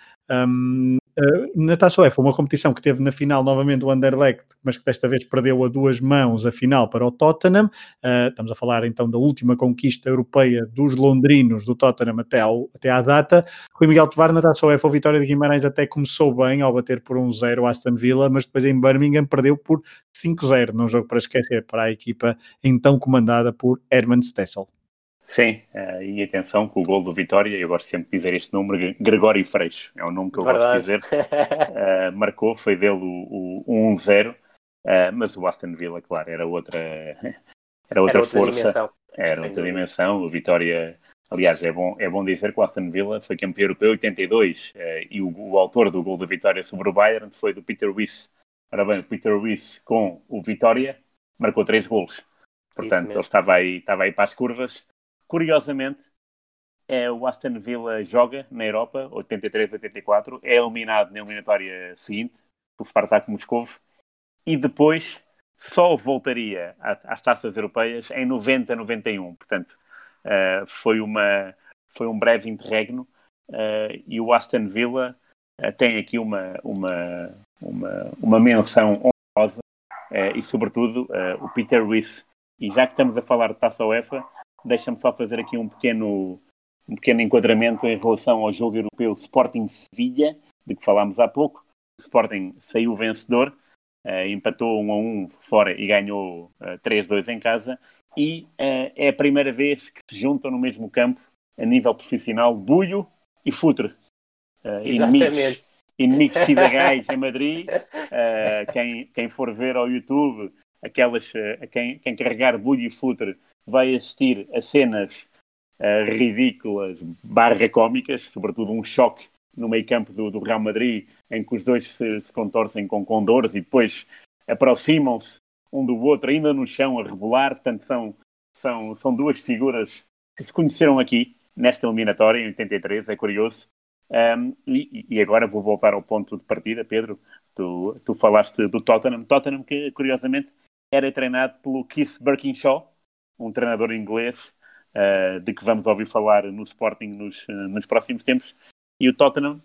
um, uh, na Taça UEFA, uma competição que teve na final novamente o Anderlecht, mas que desta vez perdeu a duas mãos a final para o Tottenham. Uh, estamos a falar então da última conquista europeia dos londrinos do Tottenham até, ao, até à data. Rui Miguel Tovar, na Taça UEFA, a vitória de Guimarães até começou bem ao bater por um zero o Aston Villa, mas depois em Birmingham perdeu por cinco a zero, num jogo para esquecer para a equipa então comandada por Hermann Stessel. Sim, uh, e atenção que o gol do Vitória, eu gosto sempre de dizer este número, Gregório Freixo, é o nome que eu Verdade. gosto de dizer, uh, marcou, foi dele o, o um a zero, uh, mas o Aston Villa, claro, era outra, era outra, Era outra força, dimensão. era Sem outra dúvida. dimensão. O Vitória, aliás, é bom, é bom dizer que o Aston Villa foi campeão europeu em oitenta e dois, uh, e o, o autor do gol da Vitória sobre o Bayern foi do Peter Wyss. Ora bem, o Peter Wyss com o Vitória marcou três golos, portanto ele estava aí, estava aí para as curvas. Curiosamente, é, o Aston Villa joga na Europa, oitenta e três a oitenta e quatro, é eliminado na eliminatória seguinte, pelo Spartak Moscovo, e depois só voltaria às taças europeias em noventa a noventa e um. Portanto, uh, foi, uma, foi um breve interregno, uh, e o Aston Villa uh, tem aqui uma, uma, uma, uma menção honrosa, uh, e sobretudo uh, o Peter Wyss. E já que estamos a falar de Taça UEFA, deixa-me só fazer aqui um pequeno, um pequeno enquadramento em relação ao jogo europeu Sporting-Sevilha, de que falámos há pouco. O Sporting saiu vencedor, uh, empatou um a um fora e ganhou uh, três a dois em casa. E uh, é a primeira vez que se juntam no mesmo campo, a nível profissional, Bulho e Futre. Uh, Exatamente. Inimigos cidadãos em Madrid. Uh, quem, quem for ver ao YouTube, aquelas, uh, quem, quem carregar Bulho e Futre, vai assistir a cenas uh, ridículas barra cómicas, sobretudo um choque no meio campo do, do Real Madrid, em que os dois se, se contorcem com condores e depois aproximam-se um do outro, ainda no chão, a rebolar. Portanto, são, são, são duas figuras que se conheceram aqui, nesta eliminatória, em oitenta e três, é curioso. Um, e, e agora vou voltar ao ponto de partida, Pedro. Tu, tu falaste do Tottenham. Tottenham que, curiosamente, era treinado pelo Keith Burkinshaw, um treinador inglês, uh, de que vamos ouvir falar no Sporting nos, uh, nos próximos tempos. E o Tottenham,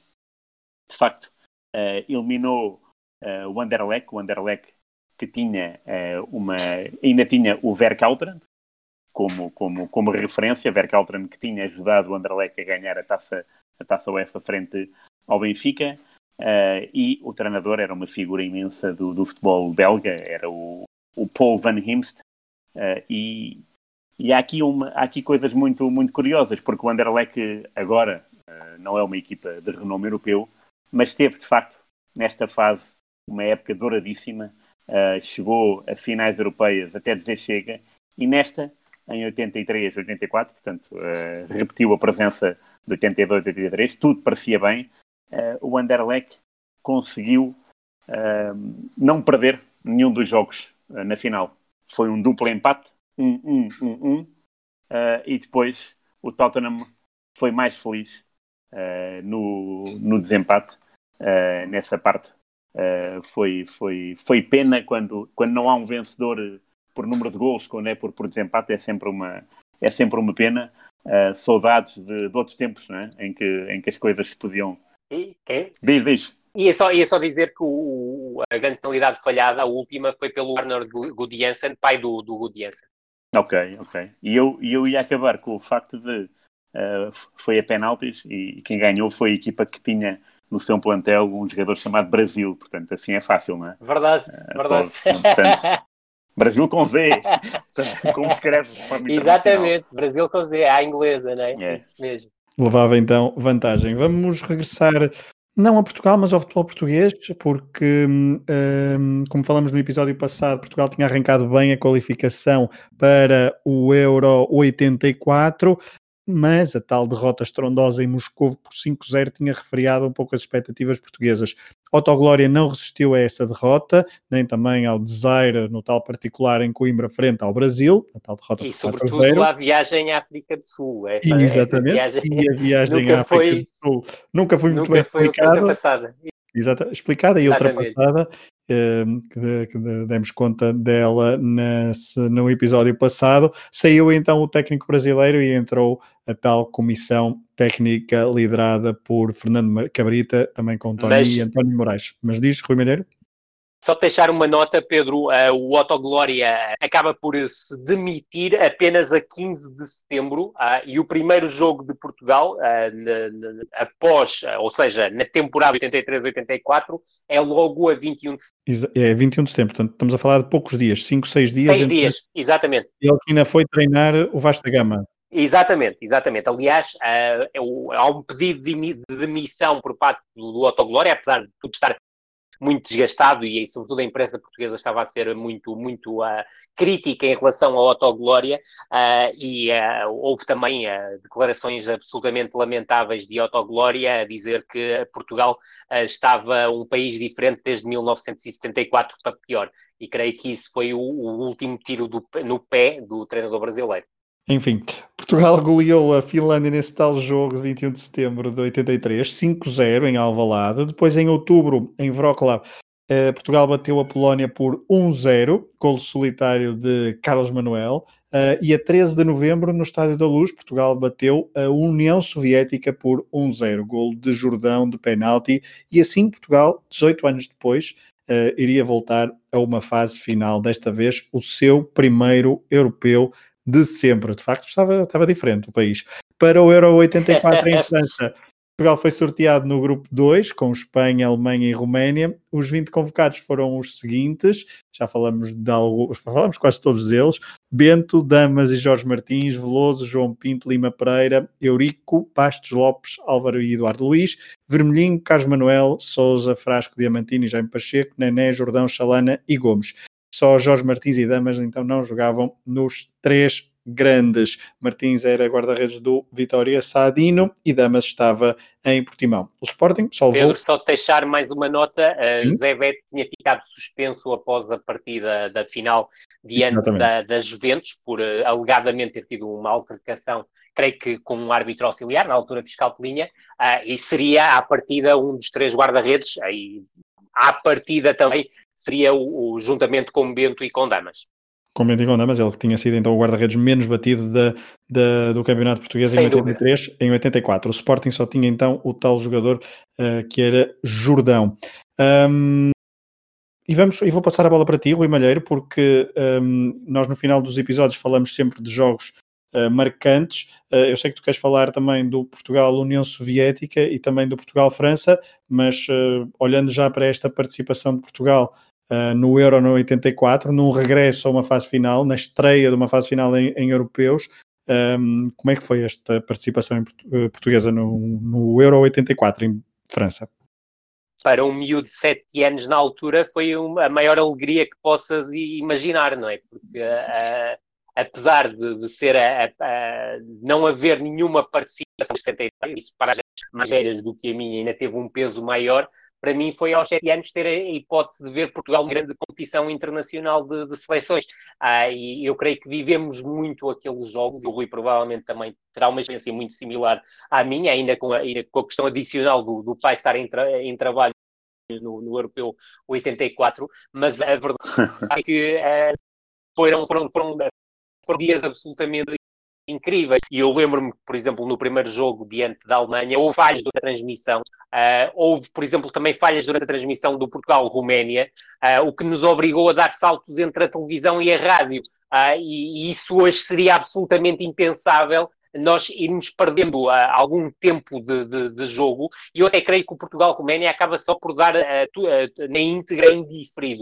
de facto, uh, eliminou uh, o Anderlecht, o Anderlecht que tinha uh, uma, ainda tinha o Verkauteren como, como, como referência, Verkauteren que tinha ajudado o Anderlecht a ganhar a taça, a taça UEFA frente ao Benfica, uh, e o treinador era uma figura imensa do, do futebol belga, era o, o Paul van Himst. Uh, e E há aqui, uma, há aqui coisas muito, muito curiosas, porque o Anderlecht agora uh, não é uma equipa de renome europeu, mas teve, de facto, nesta fase, uma época douradíssima, uh, chegou a finais europeias até dizer chega, e nesta, em oitenta e três, oitenta e quatro, portanto, uh, repetiu a presença de oitenta e dois, oitenta e três, tudo parecia bem, uh, o Anderlecht conseguiu uh, não perder nenhum dos jogos uh, na final. Foi um duplo empate, um, um, um, um, uh, e depois o Tottenham foi mais feliz uh, no, no desempate, uh, nessa parte. Uh, foi, foi, foi pena quando, quando não há um vencedor por número de golos, quando é por, por desempate, é sempre uma, é sempre uma pena. Uh, saudades de, de outros tempos, não é? em, que, em que as coisas se podiam... E, quem? Diz, diz. Ia só, ia só dizer que o, a grande penalidade falhada, a última, foi pelo Werner Gudjonsen, pai do, do Gudjonsen. Ok, ok. E eu, eu ia acabar com o facto de uh, foi a penaltis e quem ganhou foi a equipa que tinha no seu plantel um jogador chamado Brasil, portanto assim é fácil, não é? Verdade, uh, verdade. Portanto, Brasil com Z, portanto, como escreve de forma Exatamente, Brasil com Z, à inglesa, não é? É. Isso mesmo. Levava então vantagem. Vamos regressar não a Portugal, mas ao futebol português, porque, um, como falamos no episódio passado, Portugal tinha arrancado bem a qualificação para o Euro oitenta e quatro, mas a tal derrota estrondosa em Moscovo por cinco zero tinha refriado um pouco as expectativas portuguesas. Autoglória não resistiu a essa derrota, nem também ao desaire no tal particular em Coimbra frente ao Brasil, a tal derrota e por quatro sobretudo zero. a viagem à África do Sul. Essa, Exatamente, essa viagem e a viagem nunca à África foi, do Sul nunca foi muito nunca bem foi explicada. ultrapassada. Exata, explicada e Exatamente. ultrapassada, eh, que, de, que de, demos conta dela nesse, no episódio passado. Saiu então o técnico brasileiro e entrou a tal comissão técnica liderada por Fernando Cabrita, também com Tony Mas... e António Moraes. Mas diz, Rui Malheiro? Só deixar uma nota, Pedro, uh, o Autoglória acaba por se demitir apenas a quinze de setembro uh, e o primeiro jogo de Portugal, uh, na, na, após, uh, ou seja, na temporada oitenta e três oitenta e quatro, é logo a vinte e um de setembro. É vinte e um de setembro, portanto estamos a falar de poucos dias, cinco, seis dias. seis dias, exatamente. Ele que ainda foi treinar o Vasta Gama. Exatamente, exatamente. Aliás, uh, há um pedido de demissão por parte do, do Autoglória, apesar de tudo estar muito desgastado e, sobretudo, a imprensa portuguesa estava a ser muito, muito uh, crítica em relação ao Autoglória uh, e uh, houve também uh, declarações absolutamente lamentáveis de Autoglória a dizer que Portugal uh, estava um país diferente desde mil novecentos e setenta e quatro para pior. E creio que isso foi o, o último tiro do, no pé do treinador brasileiro. Enfim, Portugal goleou a Finlândia nesse tal jogo de vinte e um de setembro de oitenta e três, cinco zero em Alvalade. Depois, em outubro, em Wrocław, eh, Portugal bateu a Polónia por um zero, golo solitário de Carlos Manuel. Uh, e a treze de novembro, no Estádio da Luz, Portugal bateu a União Soviética por um zero, golo de Jordão de penalti. E assim, Portugal, dezoito anos depois, uh, iria voltar a uma fase final, desta vez o seu primeiro europeu de sempre. De facto, estava, estava diferente o país. Para o Euro oitenta e quatro em França, Portugal foi sorteado no grupo dois, com Espanha, Alemanha e Roménia. Os vinte convocados foram os seguintes, já falamos de alguns, falamos quase todos deles: Bento, Damas e Jorge Martins, Veloso, João Pinto, Lima Pereira, Eurico, Bastos Lopes, Álvaro e Eduardo Luiz, Vermelhinho, Carlos Manuel, Sousa, Frasco, Diamantino e Jaime Pacheco, Nené, Jordão, Chalana e Gomes. Só Jorge Martins e Damas então não jogavam nos três grandes. Martins era guarda-redes do Vitória Sadino e Damas estava em Portimão. O Sporting só levou... Pedro, só te mais uma nota. Uh, Zé Beto tinha ficado suspenso após a partida da final diante da, da Juventus, por uh, alegadamente ter tido uma altercação, creio que com um árbitro auxiliar, na altura fiscal de linha, uh, e seria à partida um dos três guarda-redes, aí à partida também seria o, o juntamente com Bento e com Damas. Com Bento e com Damas, ele que tinha sido então o guarda-redes menos batido da, da, do Campeonato Português Sem em oitenta e três, dúvida. Em oitenta e quatro. O Sporting só tinha então o tal jogador uh, que era Jordão. Um, e, vamos, e vou passar a bola para ti, Rui Malheiro, porque um, nós no final dos episódios falamos sempre de jogos Uh, marcantes. Uh, eu sei que tu queres falar também do Portugal-União Soviética e também do Portugal-França, mas uh, olhando já para esta participação de Portugal uh, no Euro no oitenta e quatro, num regresso a uma fase final, na estreia de uma fase final em, em europeus. Um, como é que foi esta participação em, uh, portuguesa no, no Euro oitenta e quatro em França? Para um miúdo de sete anos na altura foi uma, a maior alegria que possas imaginar, não é? Porque uh, apesar de, de ser a, a, a não haver nenhuma participação de sessenta e três, isso para as mais velhas do que a minha ainda teve um peso maior, para mim foi aos sete anos ter a hipótese de ver Portugal em grande competição internacional de, de seleções. Ah, e eu creio que vivemos muito aqueles jogos, e o Rui provavelmente também terá uma experiência muito similar à minha, ainda com a, ainda com a questão adicional do, do pai estar em, tra, em trabalho no, no Europeu oitenta e quatro, mas a verdade é que uh, foram, foram, foram, foram dias absolutamente incríveis. E eu lembro-me que, por exemplo, no primeiro jogo diante da Alemanha, houve falhas durante a transmissão. Uh, houve, por exemplo, também falhas durante a transmissão do Portugal-Roménia, uh, o que nos obrigou a dar saltos entre a televisão e a rádio. Uh, e, e isso hoje seria absolutamente impensável, nós irmos perdendo uh, algum tempo de, de, de jogo. E eu até creio que o Portugal-Roménia acaba só por dar uh, uh, na íntegra em diferido.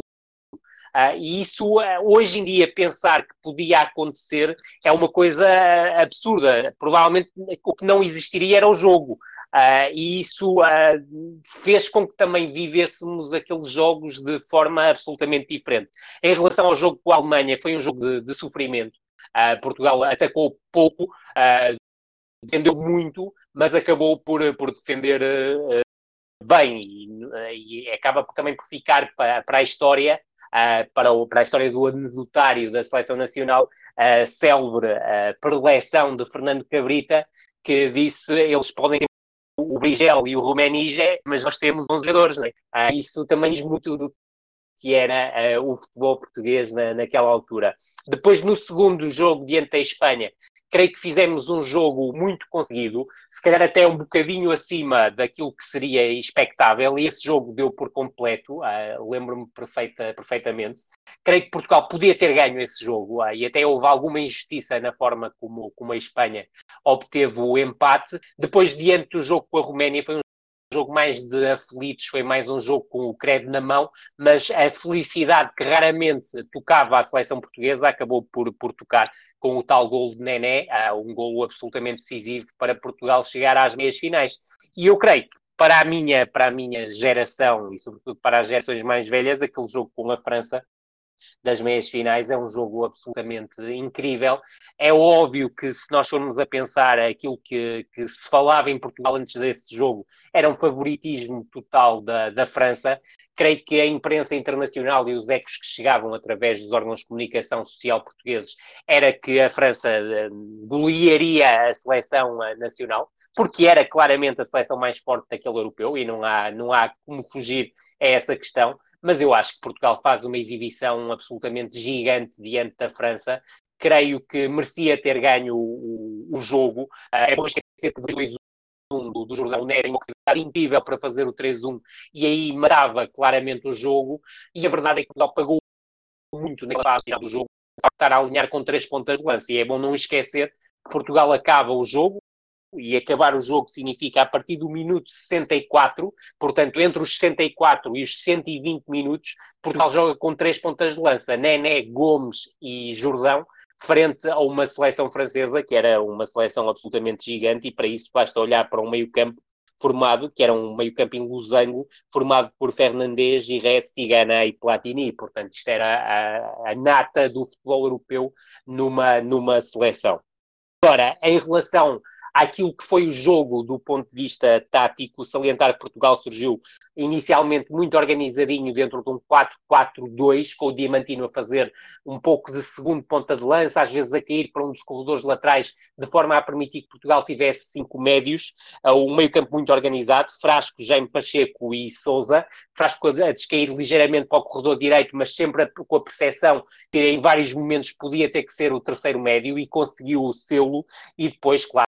Uh, e isso, uh, hoje em dia, pensar que podia acontecer é uma coisa uh, absurda. Provavelmente o que não existiria era o jogo. Uh, e isso uh, fez com que também vivêssemos aqueles jogos de forma absolutamente diferente. Em relação ao jogo com a Alemanha, foi um jogo de, de sofrimento. Uh, Portugal atacou pouco, uh, defendeu muito, mas acabou por, por defender uh, bem. E, uh, e acaba também por ficar para, para a história. Uh, para, o, para a história do anedotário da Seleção Nacional, a uh, célebre uh, preleção de Fernando Cabrita, que disse, eles podem ter o Brigel e o Rummenigge, mas nós temos onze jogadores, não é? Uh, isso também diz muito do que era uh, o futebol português na, naquela altura. Depois, no segundo jogo diante da Espanha, creio que fizemos um jogo muito conseguido, se calhar até um bocadinho acima daquilo que seria expectável, e esse jogo deu por completo, uh, lembro-me perfeita, perfeitamente. Creio que Portugal podia ter ganho esse jogo, uh, e até houve alguma injustiça na forma como, como a Espanha obteve o empate. Depois, diante do jogo com a Roménia, foi um jogo mais de aflitos, foi mais um jogo com o credo na mão, mas a felicidade que raramente tocava a seleção portuguesa acabou por, por tocar com o tal golo de Nené, um golo absolutamente decisivo para Portugal chegar às meias finais. E eu creio que para a minha, para a minha geração, e sobretudo para as gerações mais velhas, aquele jogo com a França das meias finais é um jogo absolutamente incrível. É óbvio que se nós formos a pensar aquilo que, que se falava em Portugal antes desse jogo, era um favoritismo total da, da França. Creio que a imprensa internacional e os ecos que chegavam através dos órgãos de comunicação social portugueses era que a França uh, golearia a seleção uh, nacional, porque era claramente a seleção mais forte daquele europeu e não há, não há como fugir a essa questão. Mas eu acho que Portugal faz uma exibição absolutamente gigante diante da França. Creio que merecia ter ganho o, o, o jogo. Uh, é bom esquecer que dois a um do, do Jordão Nery, uma oportunidade incrível para fazer o três a um, e aí matava claramente o jogo. E a verdade é que Portugal pagou muito na fase final do jogo para estar a alinhar com três pontas de lança. E é bom não esquecer que Portugal acaba o jogo, e acabar o jogo significa a partir do minuto sessenta e quatro, portanto, entre os sessenta e quatro e os cento e vinte minutos, Portugal joga com três pontas de lança, Nené, Gomes e Jordão, frente a uma seleção francesa, que era uma seleção absolutamente gigante, e para isso basta olhar para um meio-campo formado, que era um meio-campo em losango, formado por Fernandes, Giresse, Tigana e Platini. Portanto, isto era a, a nata do futebol europeu numa, numa seleção. Agora, em relação àquilo que foi o jogo do ponto de vista tático, salientar que Portugal surgiu inicialmente muito organizadinho dentro de um quatro quatro dois, com o Diamantino a fazer um pouco de segundo ponta de lança, às vezes a cair para um dos corredores laterais, de forma a permitir que Portugal tivesse cinco médios, um meio campo muito organizado, Frasco, Jaime Pacheco e Sousa, Frasco a descair ligeiramente para o corredor direito, mas sempre com a percepção que em vários momentos podia ter que ser o terceiro médio, e conseguiu o selo, e depois, claro,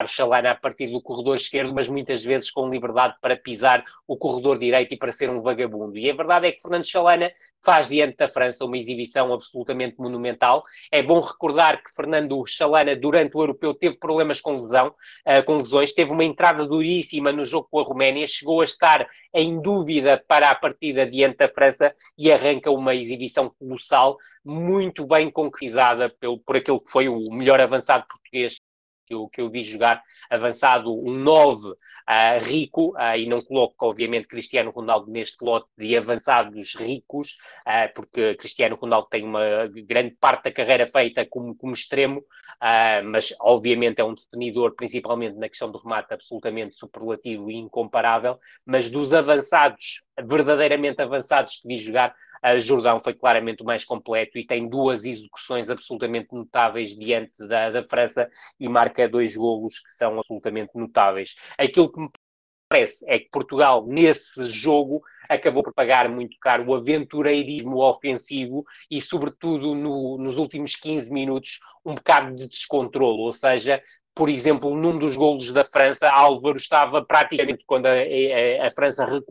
o Chalana a partir do corredor esquerdo, mas muitas vezes com liberdade para pisar o corredor direito e para ser um vagabundo. E a verdade é que Fernando Chalana faz diante da França uma exibição absolutamente monumental. É bom recordar que Fernando Chalana, durante o Europeu, teve problemas com lesão, uh, com lesões, teve uma entrada duríssima no jogo com a Roménia, chegou a estar em dúvida para a partida diante da França e arranca uma exibição colossal, muito bem concretizada pelo, por aquele que foi o melhor avançado português que eu, que eu vi jogar, avançado um nove uh, rico, uh, e não coloco, obviamente, Cristiano Ronaldo neste lote de avançados ricos, uh, porque Cristiano Ronaldo tem uma grande parte da carreira feita como, como extremo, uh, mas, obviamente, é um detenidor, principalmente na questão do remate, absolutamente superlativo e incomparável, mas dos avançados, verdadeiramente avançados que vi jogar, Uh, Jordão foi claramente o mais completo e tem duas execuções absolutamente notáveis diante da, da França e marca dois golos que são absolutamente notáveis. Aquilo que me parece é que Portugal, nesse jogo, acabou por pagar muito caro o aventureirismo ofensivo e, sobretudo, no, nos últimos quinze minutos, um bocado de descontrole, ou seja, por exemplo, num dos golos da França, Álvaro estava praticamente, quando a, a, a França recuou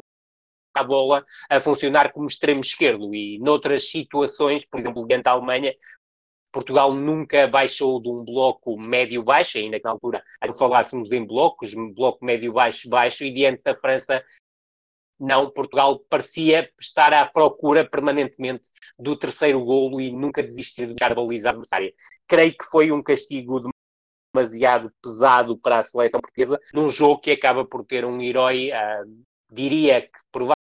a bola, a funcionar como extremo esquerdo, e noutras situações, por exemplo, diante da Alemanha, Portugal nunca baixou de um bloco médio-baixo, ainda que na altura não falássemos em blocos, bloco médio-baixo-baixo, e diante da França, não, Portugal parecia estar à procura permanentemente do terceiro golo e nunca desistir de deixar a baliza adversária. Creio que foi um castigo demasiado pesado para a seleção portuguesa, num jogo que acaba por ter um herói, uh, diria que provavelmente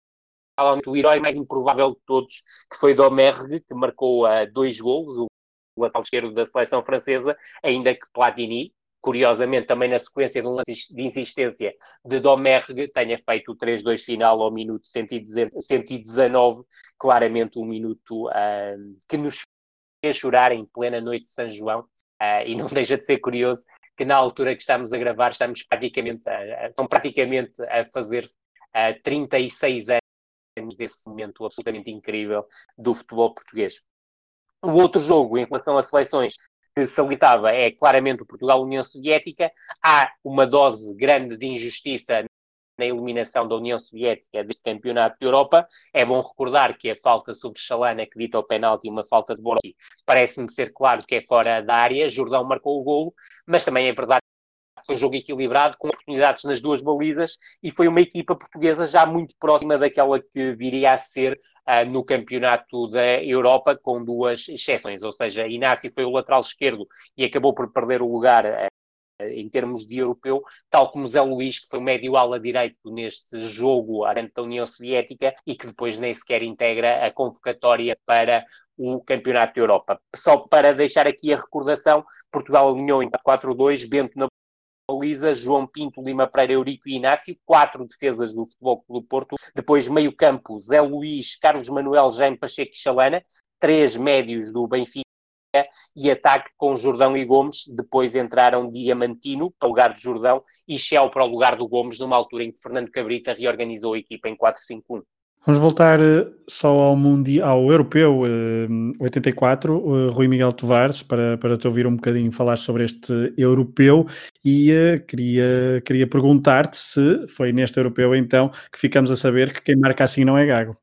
o herói mais improvável de todos, que foi Domergue, que marcou uh, dois golos, o lateral esquerdo da seleção francesa, ainda que Platini, curiosamente também na sequência de um lance de insistência de Domergue, tenha feito o três dois final ao minuto cento e dezanove, claramente um minuto uh, que nos fez chorar em plena noite de São João, uh, e não deixa de ser curioso que na altura que estamos a gravar, estamos praticamente a, estão praticamente a fazer uh, trinta e seis anos desse momento absolutamente incrível do futebol português. O outro jogo, em relação às seleções, que salientava é claramente o Portugal-União Soviética. Há uma dose grande de injustiça na eliminação da União Soviética deste campeonato de Europa. É bom recordar que a falta sobre Chalana, que dita o penalti, uma falta de Borowski, parece-me ser claro que é fora da área. Jordão marcou o golo, mas também é verdade que foi um jogo equilibrado, com oportunidades nas duas balizas, e foi uma equipa portuguesa já muito próxima daquela que viria a ser uh, no campeonato da Europa, com duas exceções, ou seja, Inácio foi o lateral esquerdo e acabou por perder o lugar uh, em termos de europeu, tal como Zé Luís, que foi o médio-ala direito neste jogo diante da União Soviética e que depois nem sequer integra a convocatória para o Campeonato da Europa. Só para deixar aqui a recordação, Portugal alinhou em quatro dois, Bento na baliza, João Pinto, Lima Pereira, Eurico e Inácio, quatro defesas do Futebol Clube do Porto, depois meio campo, Zé Luís, Carlos Manuel, Jaime Pacheco e Chalana, três médios do Benfica, e ataque com Jordão e Gomes. Depois entraram Diamantino para o lugar de Jordão e Shell para o lugar do Gomes, numa altura em que Fernando Cabrita reorganizou a equipa em quatro cinco um. Vamos voltar uh, só ao, mundial, ao Europeu uh, oitenta e quatro, uh, Rui Miguel Tovares, para, para te ouvir um bocadinho falar sobre este Europeu, e uh, queria, queria perguntar-te se foi neste Europeu então que ficamos a saber que quem marca assim não é gago.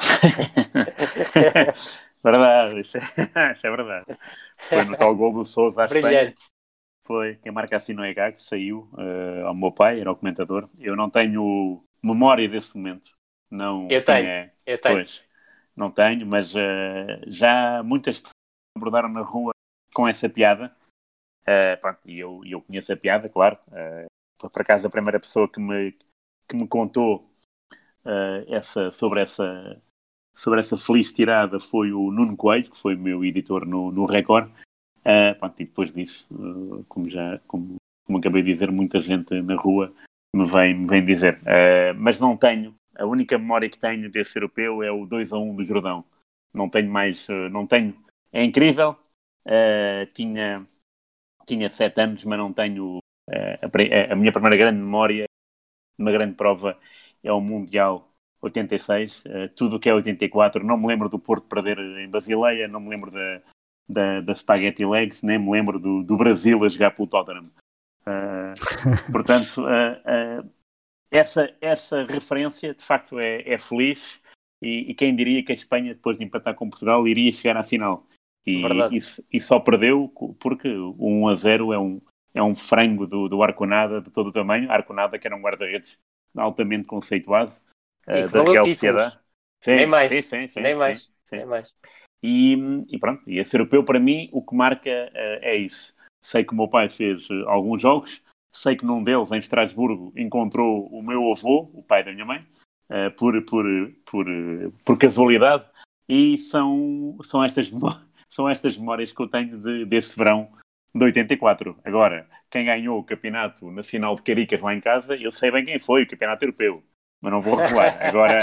Verdade, isso é, isso é verdade. Foi no tal gol do Sousa à Espanha. Foi quem marca assim não é gago, que saiu uh, ao meu pai, era o comentador. Eu não tenho memória desse momento. Não eu tenho, tinha, eu tenho. Pois, não tenho, mas uh, já muitas pessoas me abordaram na rua com essa piada. Uh, pronto, e eu, eu conheço a piada, claro. Uh, por acaso, a primeira pessoa que me, que me contou uh, essa, sobre, essa, sobre essa feliz tirada foi o Nuno Coelho, que foi meu editor no, no Record. Uh, pronto, e depois disso, uh, como, já, como, como acabei de dizer, muita gente na rua me vem, me vem dizer. Uh, mas não tenho. A única memória que tenho desse europeu é o dois a um do Jordão. Não tenho mais, não tenho. É incrível. Uh, tinha, tinha sete anos, mas não tenho. Uh, a, a minha primeira grande memória, uma grande prova, é o Mundial oitenta e seis. Uh, tudo o que é oitenta e quatro. Não me lembro do Porto perder em Basileia, não me lembro da, da, da Spaghetti Legs, nem me lembro do, do Brasil a jogar pelo Tottenham. Uh, portanto, uh, uh, essa, essa referência, de facto, é, é feliz. E, e quem diria que a Espanha, depois de empatar com Portugal, iria chegar à final. E, e, e só perdeu porque o um a zero é um, é um frango do, do Arconada de todo o tamanho. Arconada, que era um guarda-redes altamente conceituado, uh, da Real Sociedade. Sim, nem mais, sim, sim, sim, nem, sim, mais. sim. nem mais. E, e pronto, e esse europeu, para mim, o que marca uh, é isso. Sei que o meu pai fez uh, alguns jogos, sei que num deles, em Estrasburgo, encontrou o meu avô, o pai da minha mãe, uh, por, por, por, por casualidade, e são, são, estas, são estas memórias que eu tenho de, desse verão de oitenta e quatro. Agora, quem ganhou o campeonato nacional de Caricas lá em casa, eu sei bem quem foi, o campeonato europeu, mas não vou revelar. Agora,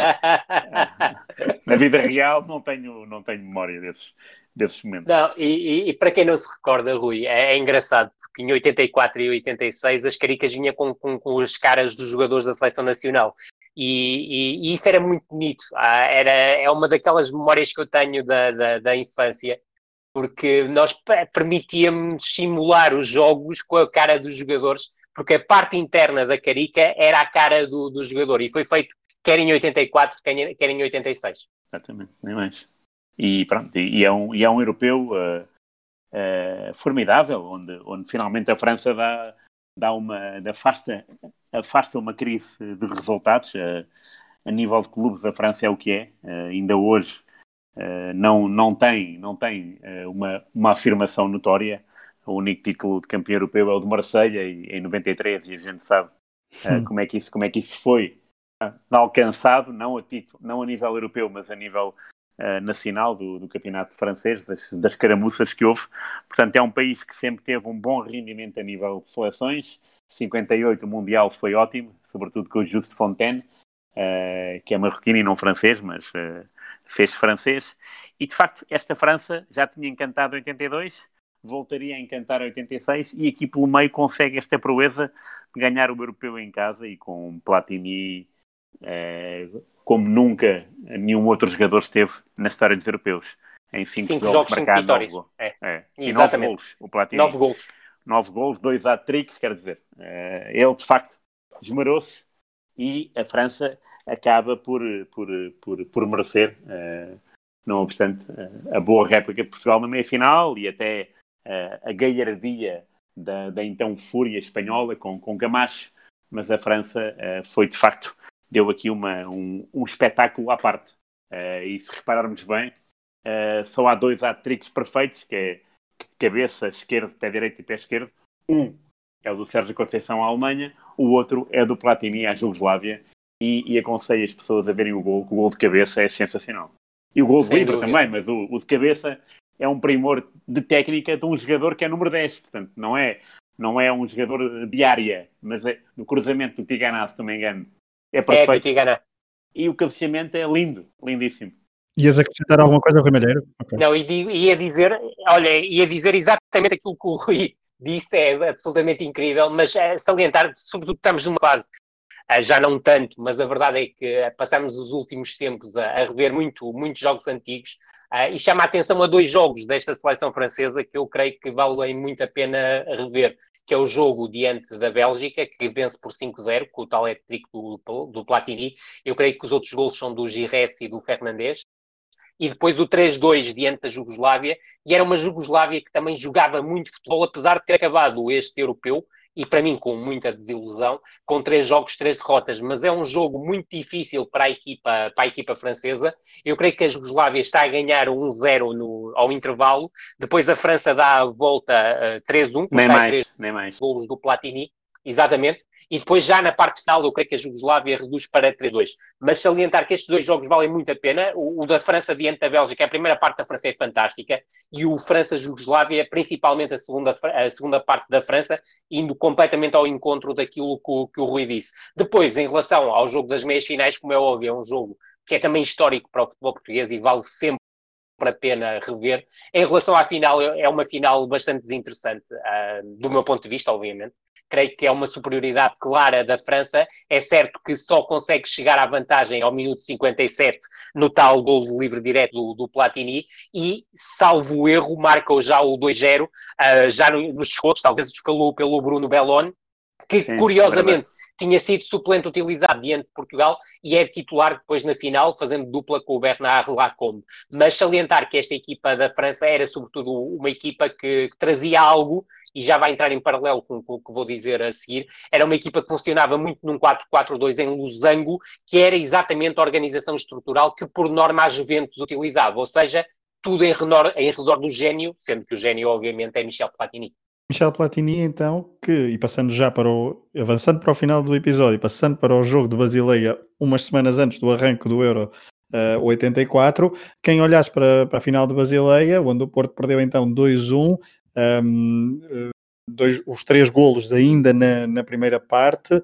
na vida real, não tenho, não tenho memória desses, desses momentos. Não, e, e, e para quem não se recorda, Rui, é, é engraçado, porque em oitenta e quatro e oitenta e seis as Caricas vinham com, com, com as caras dos jogadores da Seleção Nacional. E, e, e isso era muito bonito. Ah, era, é uma daquelas memórias que eu tenho da, da, da infância, porque nós permitíamos simular os jogos com a cara dos jogadores, porque a parte interna da Carica era a cara do, do jogador, e foi feito quer em oitenta e quatro, quer em oitenta e seis. Exatamente, nem mais. E pronto, e, e, é, um, e é um europeu uh, uh, formidável, onde, onde finalmente a França dá, dá uma, afasta, afasta uma crise de resultados. Uh, a nível de clubes, a França é o que é. Uh, ainda hoje uh, não, não tem, não tem uh, uma, uma afirmação notória. O único título de campeão europeu é o de Marselha, e, em noventa e três, e a gente sabe uh, como, é que isso, como é que isso foi uh, alcançado, não a, título, não a nível europeu, mas a nível uh, nacional do, do campeonato francês, das, das caramuças que houve. Portanto, é um país que sempre teve um bom rendimento a nível de seleções. cinquenta e oito, o Mundial foi ótimo, sobretudo com o Just Fontaine, uh, que é marroquino e não francês, mas uh, fez francês. E, de facto, esta França já tinha encantado em oitenta e dois, voltaria a encantar em oitenta e seis, e aqui pelo meio consegue esta proeza de ganhar o europeu em casa, e com Platini eh, como nunca nenhum outro jogador esteve na história dos europeus. Em cinco, cinco jogos, jogos marcado nove gols. É. É. E nove gols. O Platini. Nove gols. Nove gols, dois hat-tricks, quer dizer. Eh, ele, de facto, esmerou-se, e a França acaba por, por, por, por merecer, eh, não obstante a boa réplica de Portugal na meia-final, e até Uh, a galhardia da, da então fúria espanhola com, com Camacho, mas a França uh, foi, de facto, deu aqui uma, um, um espetáculo à parte. Uh, e se repararmos bem, uh, só há dois hat-tricks perfeitos, que é cabeça, esquerdo, pé direito e pé esquerdo. Um é o do Sérgio Conceição à Alemanha, o outro é do Platini à Jugoslávia, e, e aconselho as pessoas a verem o gol, que o gol de cabeça é sensacional. E o gol de livre também, mas o, o de cabeça é um primor de técnica de um jogador que é número dez. Portanto, não é, não é um jogador de área, mas é do cruzamento do Tigana, se não me engano. É perfeito. É do Tigana. E o cabeceamento é lindo, lindíssimo. Ias acrescentar alguma coisa, Rui Malheiro? Okay. Não, ia dizer, olha, ia dizer exatamente aquilo que o Rui disse, é absolutamente incrível, mas é salientar, sobretudo estamos numa fase, já não tanto, mas a verdade é que passamos os últimos tempos a, a rever muito, muitos jogos antigos, uh, e chama a atenção a dois jogos desta seleção francesa que eu creio que valem muito a pena rever, que é o jogo diante da Bélgica, que vence por cinco a zero, com o tal hat-trick do, do Platini. Eu creio que os outros golos são do Giresse e do Fernandes. E depois o três a dois diante da Jugoslávia, e era uma Jugoslávia que também jogava muito futebol, apesar de ter acabado este europeu, e para mim com muita desilusão, com três jogos, três derrotas, mas é um jogo muito difícil para a equipa, para a equipa francesa. Eu creio que a Jugoslávia está a ganhar um zero no, ao intervalo, depois a França dá a volta uh, três a um, com nem os mais, três nem mais. golos do Platini, exatamente. E depois já na parte final eu creio que a Jugoslávia reduz para três a dois. Mas salientar que estes dois jogos valem muito a pena. O, o da França diante da Bélgica, a primeira parte da França é fantástica, e o França-Jugoslávia, principalmente a segunda, a segunda parte da França, indo completamente ao encontro daquilo que o, que o Rui disse. Depois, em relação ao jogo das meias finais, como é óbvio, é um jogo que é também histórico para o futebol português e vale sempre a pena rever. Em relação à final, é uma final bastante desinteressante, uh, do meu ponto de vista, obviamente. creio que é uma superioridade clara da França. É certo que só consegue chegar à vantagem ao minuto cinquenta e sete no tal gol de livre direto do, do Platini e, salvo erro, marcam já o dois zero, uh, já no, nos descontos, talvez pelo, pelo Bruno Bellone, que Sim, curiosamente tinha sido suplente utilizado diante de Portugal e é titular depois na final, fazendo dupla com o Bernard Lacombe. Mas salientar que esta equipa da França era sobretudo uma equipa que, que trazia algo, e já vai entrar em paralelo com, com o que vou dizer a seguir, era uma equipa que funcionava muito num quatro quatro dois em losango, que era exatamente a organização estrutural que por norma a Juventus utilizava, ou seja, tudo em redor, em redor do gênio, sendo que o gênio obviamente é Michel Platini. Michel Platini, então, que, e passando já para o, avançando para o final do episódio, passando para o jogo de Basileia, umas semanas antes do arranque do Euro uh, oitenta e quatro, quem olhasse para, para a final de Basileia, onde o Porto perdeu então dois a um, um, dois, os três golos ainda na, na primeira parte,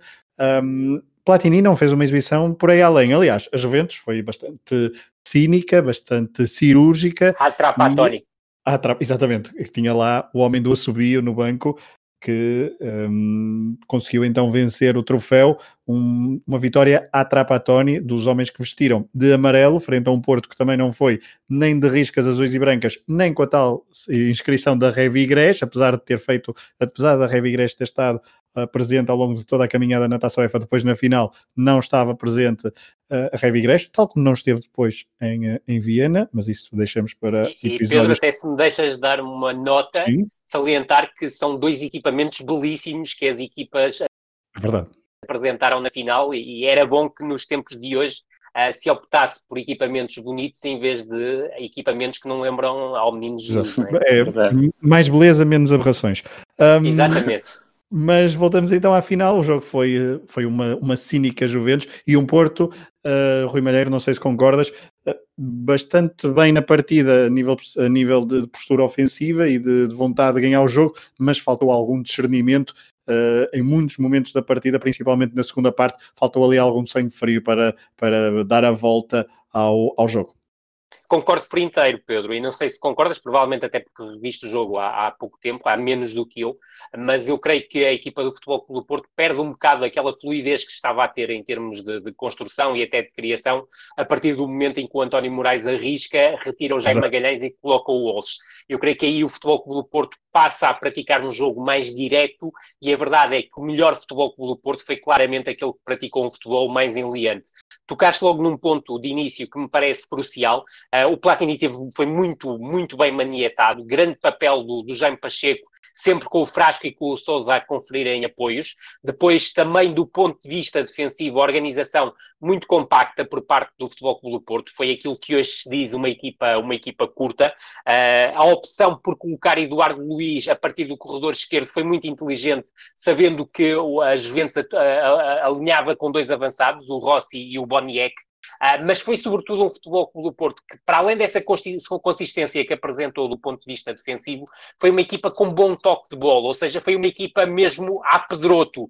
um, Platini não fez uma exibição por aí além. Aliás, a Juventus foi bastante cínica, bastante cirúrgica. Atrapatónica. Ah, tra... Exatamente, tinha lá o homem do assobio no banco que um, conseguiu então vencer o troféu, um, uma vitória à Trapattoni dos homens que vestiram de amarelo, frente a um Porto que também não foi nem de riscas azuis e brancas, nem com a tal inscrição da Revigres, apesar de ter feito, apesar da Revigres ter estado uh, presente ao longo de toda a caminhada na Taça UEFA, depois na final não estava presente uh, a Revigres, tal como não esteve depois em, uh, em Viena, mas isso deixamos para e, episódios... E Pedro, até se me deixas dar uma nota... Sim. Salientar que são dois equipamentos belíssimos que as equipas é verdade. apresentaram na final e, e era bom que nos tempos de hoje uh, se optasse por equipamentos bonitos em vez de equipamentos que não lembram ao menino Jesus. Não é? É, mais beleza, menos aberrações. Um, Exatamente. Mas voltamos então à final. O jogo foi, foi uma, uma cínica Juventus e um Porto, uh, Rui Malheiro, não sei se concordas, uh, bastante bem na partida a nível, a nível de postura ofensiva e de, de vontade de ganhar o jogo, mas faltou algum discernimento uh, em muitos momentos da partida, principalmente na segunda parte, faltou ali algum sangue frio para, para dar a volta ao, ao jogo. Concordo por inteiro, Pedro, e não sei se concordas, provavelmente até porque reviste o jogo há, há pouco tempo, há menos do que eu, mas eu creio que a equipa do Futebol Clube do Porto perde um bocado aquela fluidez que estava a ter em termos de, de construção e até de criação, a partir do momento em que o António Moraes arrisca, retira o Jaime Magalhães e coloca o Walsh. Eu creio que aí o Futebol Clube do Porto passa a praticar um jogo mais direto e a verdade é que o melhor Futebol Clube do Porto foi claramente aquele que praticou um futebol mais enleante. Tocaste logo num ponto de início que me parece crucial. Uh, o Platini teve, foi muito, muito bem maniatado. Grande papel do, do Jaime Pacheco, sempre com o Frasco e com o Sousa a conferirem apoios. Depois, também do ponto de vista defensivo, a organização muito compacta por parte do Futebol Clube do Porto. Foi aquilo que hoje se diz uma equipa, uma equipa curta. Uh, a opção por colocar Eduardo Luiz a partir do corredor esquerdo foi muito inteligente, sabendo que a Juventus a, a, a, alinhava com dois avançados, o Rossi e o Boniek. Uh, mas foi sobretudo um Futebol Clube do Porto que, para além dessa consistência que apresentou do ponto de vista defensivo, foi uma equipa com bom toque de bola, ou seja, foi uma equipa mesmo à pedroto.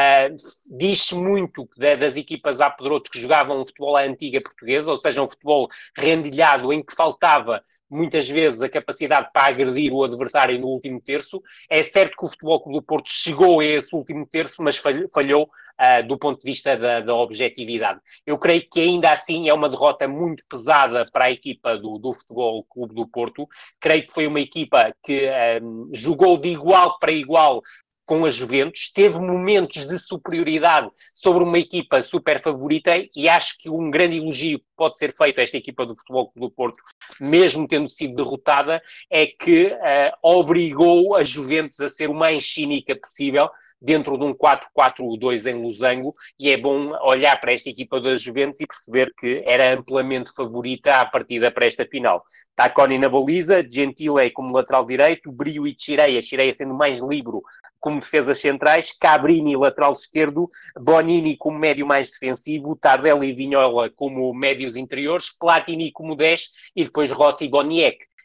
Uh, diz-se muito das equipas à pedroto que jogavam um futebol à antiga portuguesa, ou seja, um futebol rendilhado em que faltava muitas vezes a capacidade para agredir o adversário no último terço. É certo que o Futebol Clube do Porto chegou a esse último terço, mas falhou uh, do ponto de vista da, da objetividade. Eu creio que ainda assim é uma derrota muito pesada para a equipa do, do Futebol Clube do Porto. Creio que foi uma equipa que um, jogou de igual para igual com a Juventus, teve momentos de superioridade sobre uma equipa super favorita e acho que um grande elogio que pode ser feito a esta equipa do Futebol Clube do Porto, mesmo tendo sido derrotada, é que uh, obrigou a Juventus a ser o mais cínica possível dentro de um quatro quatro dois em losango, e é bom olhar para esta equipa da Juventus e perceber que era amplamente favorita à partida para esta final. Tacconi na baliza, Gentile como lateral direito, Brio e Chireia, Chireia sendo mais livre como defesas centrais, Cabrini lateral esquerdo, Bonini como médio mais defensivo, Tardelli e Vignola como médios interiores, Platini como dez e depois Rossi e Boniek.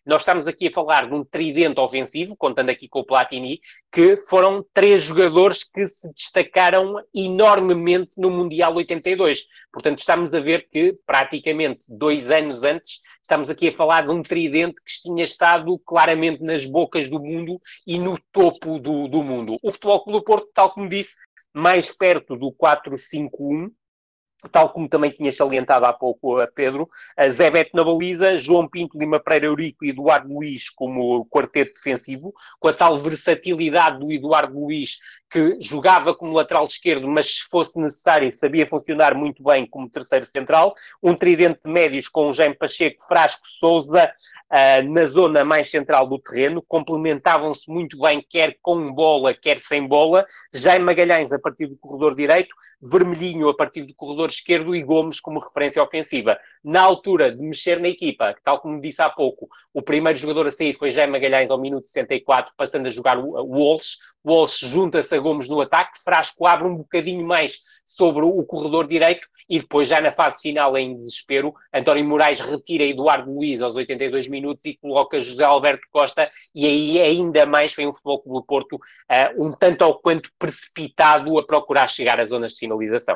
Nós estamos aqui a falar de um tridente ofensivo, contando aqui com o Platini, que foram três jogadores que se destacaram enormemente no Mundial oitenta e dois. Portanto, estamos a ver que, praticamente dois anos antes, estamos aqui a falar de um tridente que tinha estado claramente nas bocas do mundo e no topo do, do mundo. O Futebol Clube do Porto, tal como disse, mais perto do quatro cinco um, tal como também tinha salientado há pouco a Pedro, a Zé Beto na baliza, João Pinto, Lima Pereira, Eurico e Eduardo Luiz como quarteto defensivo, com a tal versatilidade do Eduardo Luiz, que jogava como lateral esquerdo, mas se fosse necessário sabia funcionar muito bem como terceiro central, um tridente de médios com o Jaime Pacheco, Frasco, Sousa uh, na zona mais central do terreno, complementavam-se muito bem, quer com bola, quer sem bola, Jaime Magalhães a partir do corredor direito, Vermelhinho a partir do corredor esquerdo e Gomes como referência ofensiva. Na altura de mexer na equipa, tal como disse há pouco, o primeiro jogador a sair foi Jaime Magalhães ao minuto sessenta e quatro, passando a jogar o Walsh. Walsh junta-se a Gomes no ataque, Frasco abre um bocadinho mais sobre o corredor direito e depois já na fase final em desespero, António Moraes retira Eduardo Luiz aos oitenta e dois minutos e coloca José Alberto Costa e aí ainda mais foi um Futebol Clube do Porto uh, um tanto ao quanto precipitado a procurar chegar às zonas de finalização.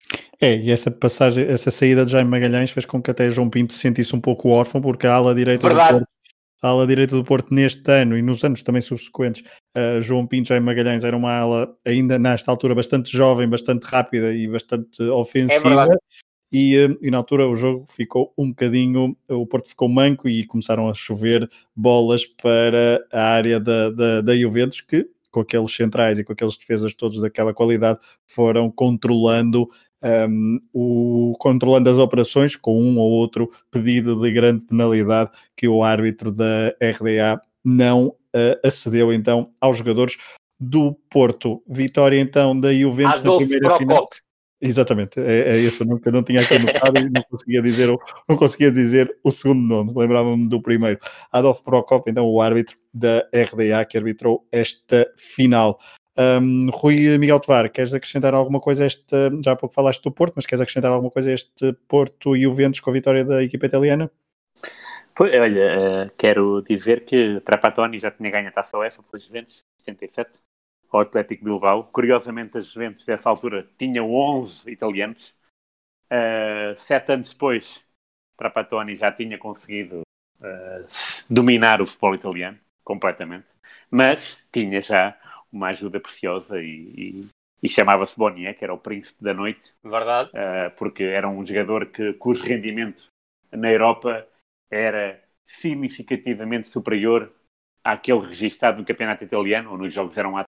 É, e essa passagem, essa saída de Jaime Magalhães fez com que até João Pinto se sentisse um pouco órfão, porque a ala direita do Porto, a ala direita do Porto neste ano e nos anos também subsequentes, uh, João Pinto e Jaime Magalhães era uma ala ainda nesta altura bastante jovem, bastante rápida e bastante ofensiva. É e, uh, e na altura o jogo ficou um bocadinho, o Porto ficou manco e começaram a chover bolas para a área da, da, da Juventus, que com aqueles centrais e com aqueles defesas todos daquela qualidade foram controlando Um, o, controlando as operações com um ou outro pedido de grande penalidade que o árbitro da R D A não uh, acedeu então aos jogadores do Porto. Vitória então da Juventus Adolfo na primeira Procop. final. Exatamente, é, é isso, eu nunca não tinha aqui anotado e não conseguia dizer, o, não conseguia dizer o segundo nome, lembrava-me do primeiro. Adolfo Procop, então o árbitro da R D A que arbitrou esta final. Um, Rui Miguel Tovar, queres acrescentar alguma coisa a este, já há pouco falaste do Porto, mas queres acrescentar alguma coisa a este Porto e Juventus com a vitória da equipa italiana? Foi, olha, uh, quero dizer que Trapattoni já tinha ganho a Taça UEFA pelas Juventus, em sessenta e sete, ao Atlético Bilbao. Curiosamente, as Juventus dessa altura tinham onze italianos. Uh, sete anos depois, Trapattoni já tinha conseguido uh, dominar o futebol italiano completamente, mas tinha já uma ajuda preciosa e, e, e chamava-se Boniek, que era o príncipe da noite. Verdade. Uh, porque era um jogador que, cujo rendimento na Europa era significativamente superior àquele registado no campeonato italiano, onde os jogos eram à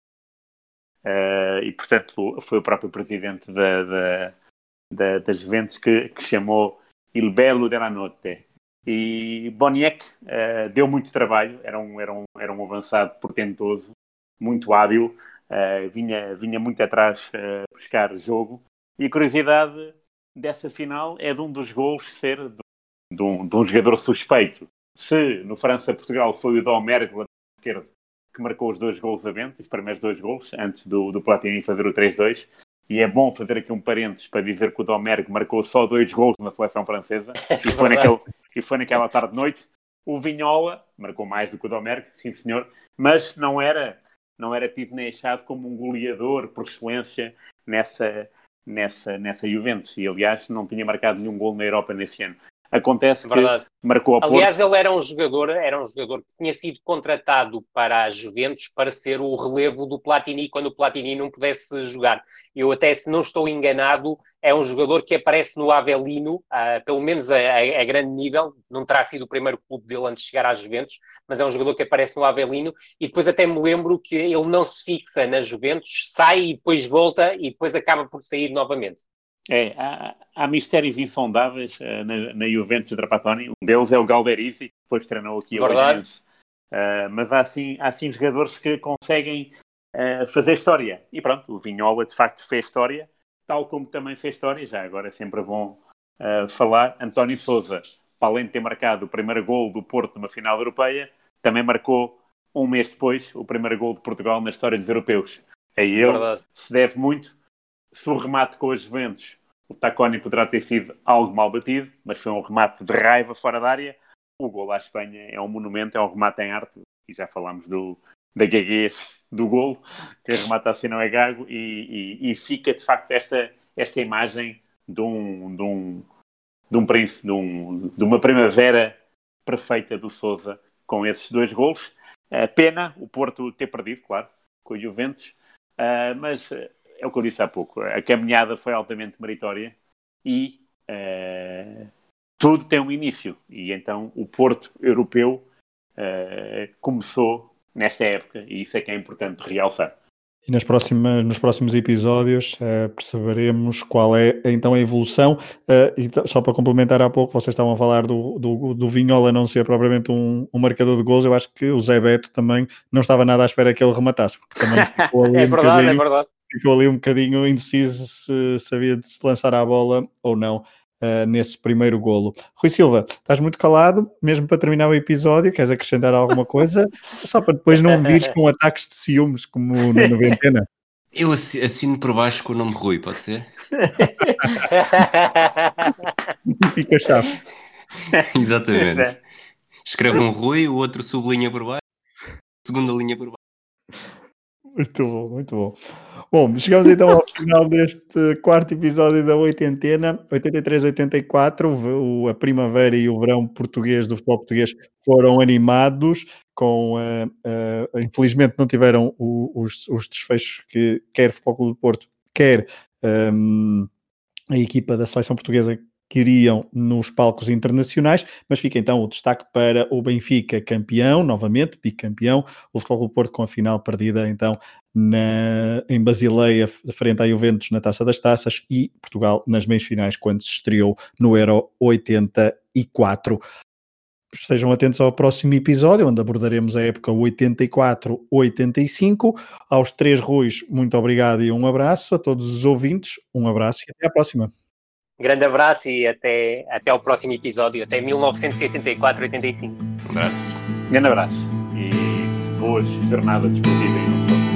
uh, e, portanto, foi o próprio presidente da, da, da, das Juventus que, que chamou Il Bello della Notte. E Boniek uh, deu muito trabalho, era um, era, um, era um avançado portentoso, muito hábil, uh, vinha, vinha muito atrás uh, buscar jogo. E a curiosidade dessa final é de um dos gols ser de, de, um, de um jogador suspeito. Se no França-Portugal foi o Domergue, lateral esquerdo, que marcou os dois gols a vento, os primeiros dois gols, antes do, do Platini fazer o três dois. E é bom fazer aqui um parênteses para dizer que o Domergue marcou só dois gols na seleção francesa. E foi, naquele, e foi naquela tarde-noite. O Vignola marcou mais do que o Domergue, sim senhor, mas não era... não era tido nem achado como um goleador por excelência nessa, nessa, nessa Juventus. E, aliás, não tinha marcado nenhum gol na Europa nesse ano. Acontece Verdade. que marcou a Porto. Aliás, ele era um jogador, era um jogador que tinha sido contratado para a Juventus para ser o relevo do Platini quando o Platini não pudesse jogar. Eu até, se não estou enganado, é um jogador que aparece no Avellino, uh, pelo menos a, a, a grande nível, não terá sido o primeiro clube dele antes de chegar à Juventus, mas é um jogador que aparece no Avellino e depois até me lembro que ele não se fixa na Juventus, sai e depois volta e depois acaba por sair novamente. É, há, há mistérios insondáveis uh, na, na Juventus de Trapattoni. Um deles é o Galderisi, que depois treinou aqui a Olhanense. Uh, mas há sim, há sim jogadores que conseguem uh, fazer história. E pronto, o Vignola de facto fez história, tal como também fez história, já agora é sempre bom uh, falar, António Sousa, para além de ter marcado o primeiro gol do Porto numa final europeia, também marcou um mês depois o primeiro gol de Portugal na história dos europeus. A ele Verdade. Se deve muito. Se o remate com as Juventus, o Tacconi poderá ter sido algo mal batido, mas foi um remate de raiva fora da área. o gol à Espanha é um monumento, é um remate em arte, e já falámos do, da gaguez do gol, que remata assim não é gago, e, e, e fica de facto esta, esta imagem de um, de um, de um príncipe, de, um, de uma primavera perfeita do Sousa, com esses dois golos. Uh, pena o Porto ter perdido, claro, com o Juventus, uh, mas uh, é o que eu disse há pouco, a caminhada foi altamente meritória e uh, tudo tem um início, e então o Porto europeu uh, começou nesta época, e isso é que é importante realçar. E nas próximas, nos próximos episódios uh, perceberemos qual é então a evolução. Uh, e t- só para complementar há pouco, vocês estavam a falar do, do, do Vinhola não ser propriamente um, um marcador de gols. Eu acho que o Zé Beto também não estava nada à espera que ele rematasse, porque também ficou ali, É um, verdade, é bocadinho, verdade. ficou ali um bocadinho indeciso se sabia de se lançar à bola ou não. Uh, nesse primeiro golo. Rui Silva, estás muito calado, mesmo para terminar o episódio, queres acrescentar alguma coisa? Só para depois não me vires com ataques de ciúmes, como na noventena. Eu assi- assino por baixo com o nome Rui, pode ser? E fica chave. Exatamente. Escreve um Rui, o outro sublinha por baixo, segunda linha por baixo. Muito bom, muito bom. Bom, chegamos então ao final deste quarto episódio da Oitentena, oitenta e três oitenta e quatro, o- a primavera e o verão português do futebol português foram animados, com, uh, uh, infelizmente não tiveram o- os, os desfechos que quer o Futebol Clube do Porto, quer um, a equipa da seleção portuguesa queriam nos palcos internacionais, mas fica então o destaque para o Benfica campeão, novamente, bicampeão, o Futebol Clube do Porto com a final perdida então na, em Basileia, frente à Juventus na Taça das Taças, e Portugal nas meias finais quando se estreou no Euro oitenta e quatro. Estejam atentos ao próximo episódio, onde abordaremos a época oitenta e quatro oitenta e cinco. Aos três Ruis, muito obrigado e um abraço. A todos os ouvintes, um abraço e até à próxima. Grande abraço e até, até ao próximo episódio, até mil novecentos e oitenta e quatro oitenta e cinco. Um abraço. Grande abraço e boas jornadas desportivas e não só.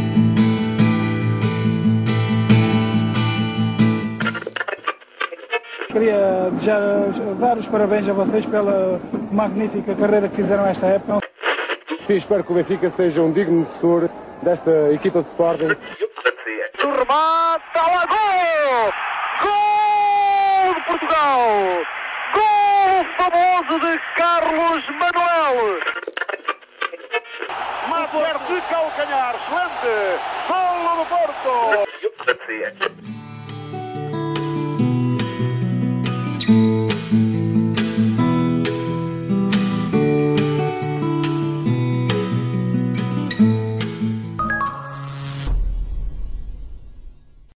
Queria desejar, dar os parabéns a vocês pela magnífica carreira que fizeram esta época. E espero que o Benfica seja um digno sucessor desta equipa de Sporting. O remate ao gol! Gol de Portugal! Gol famoso de Carlos Manuel! Mata de calcanhar, excelente! Gol do Porto!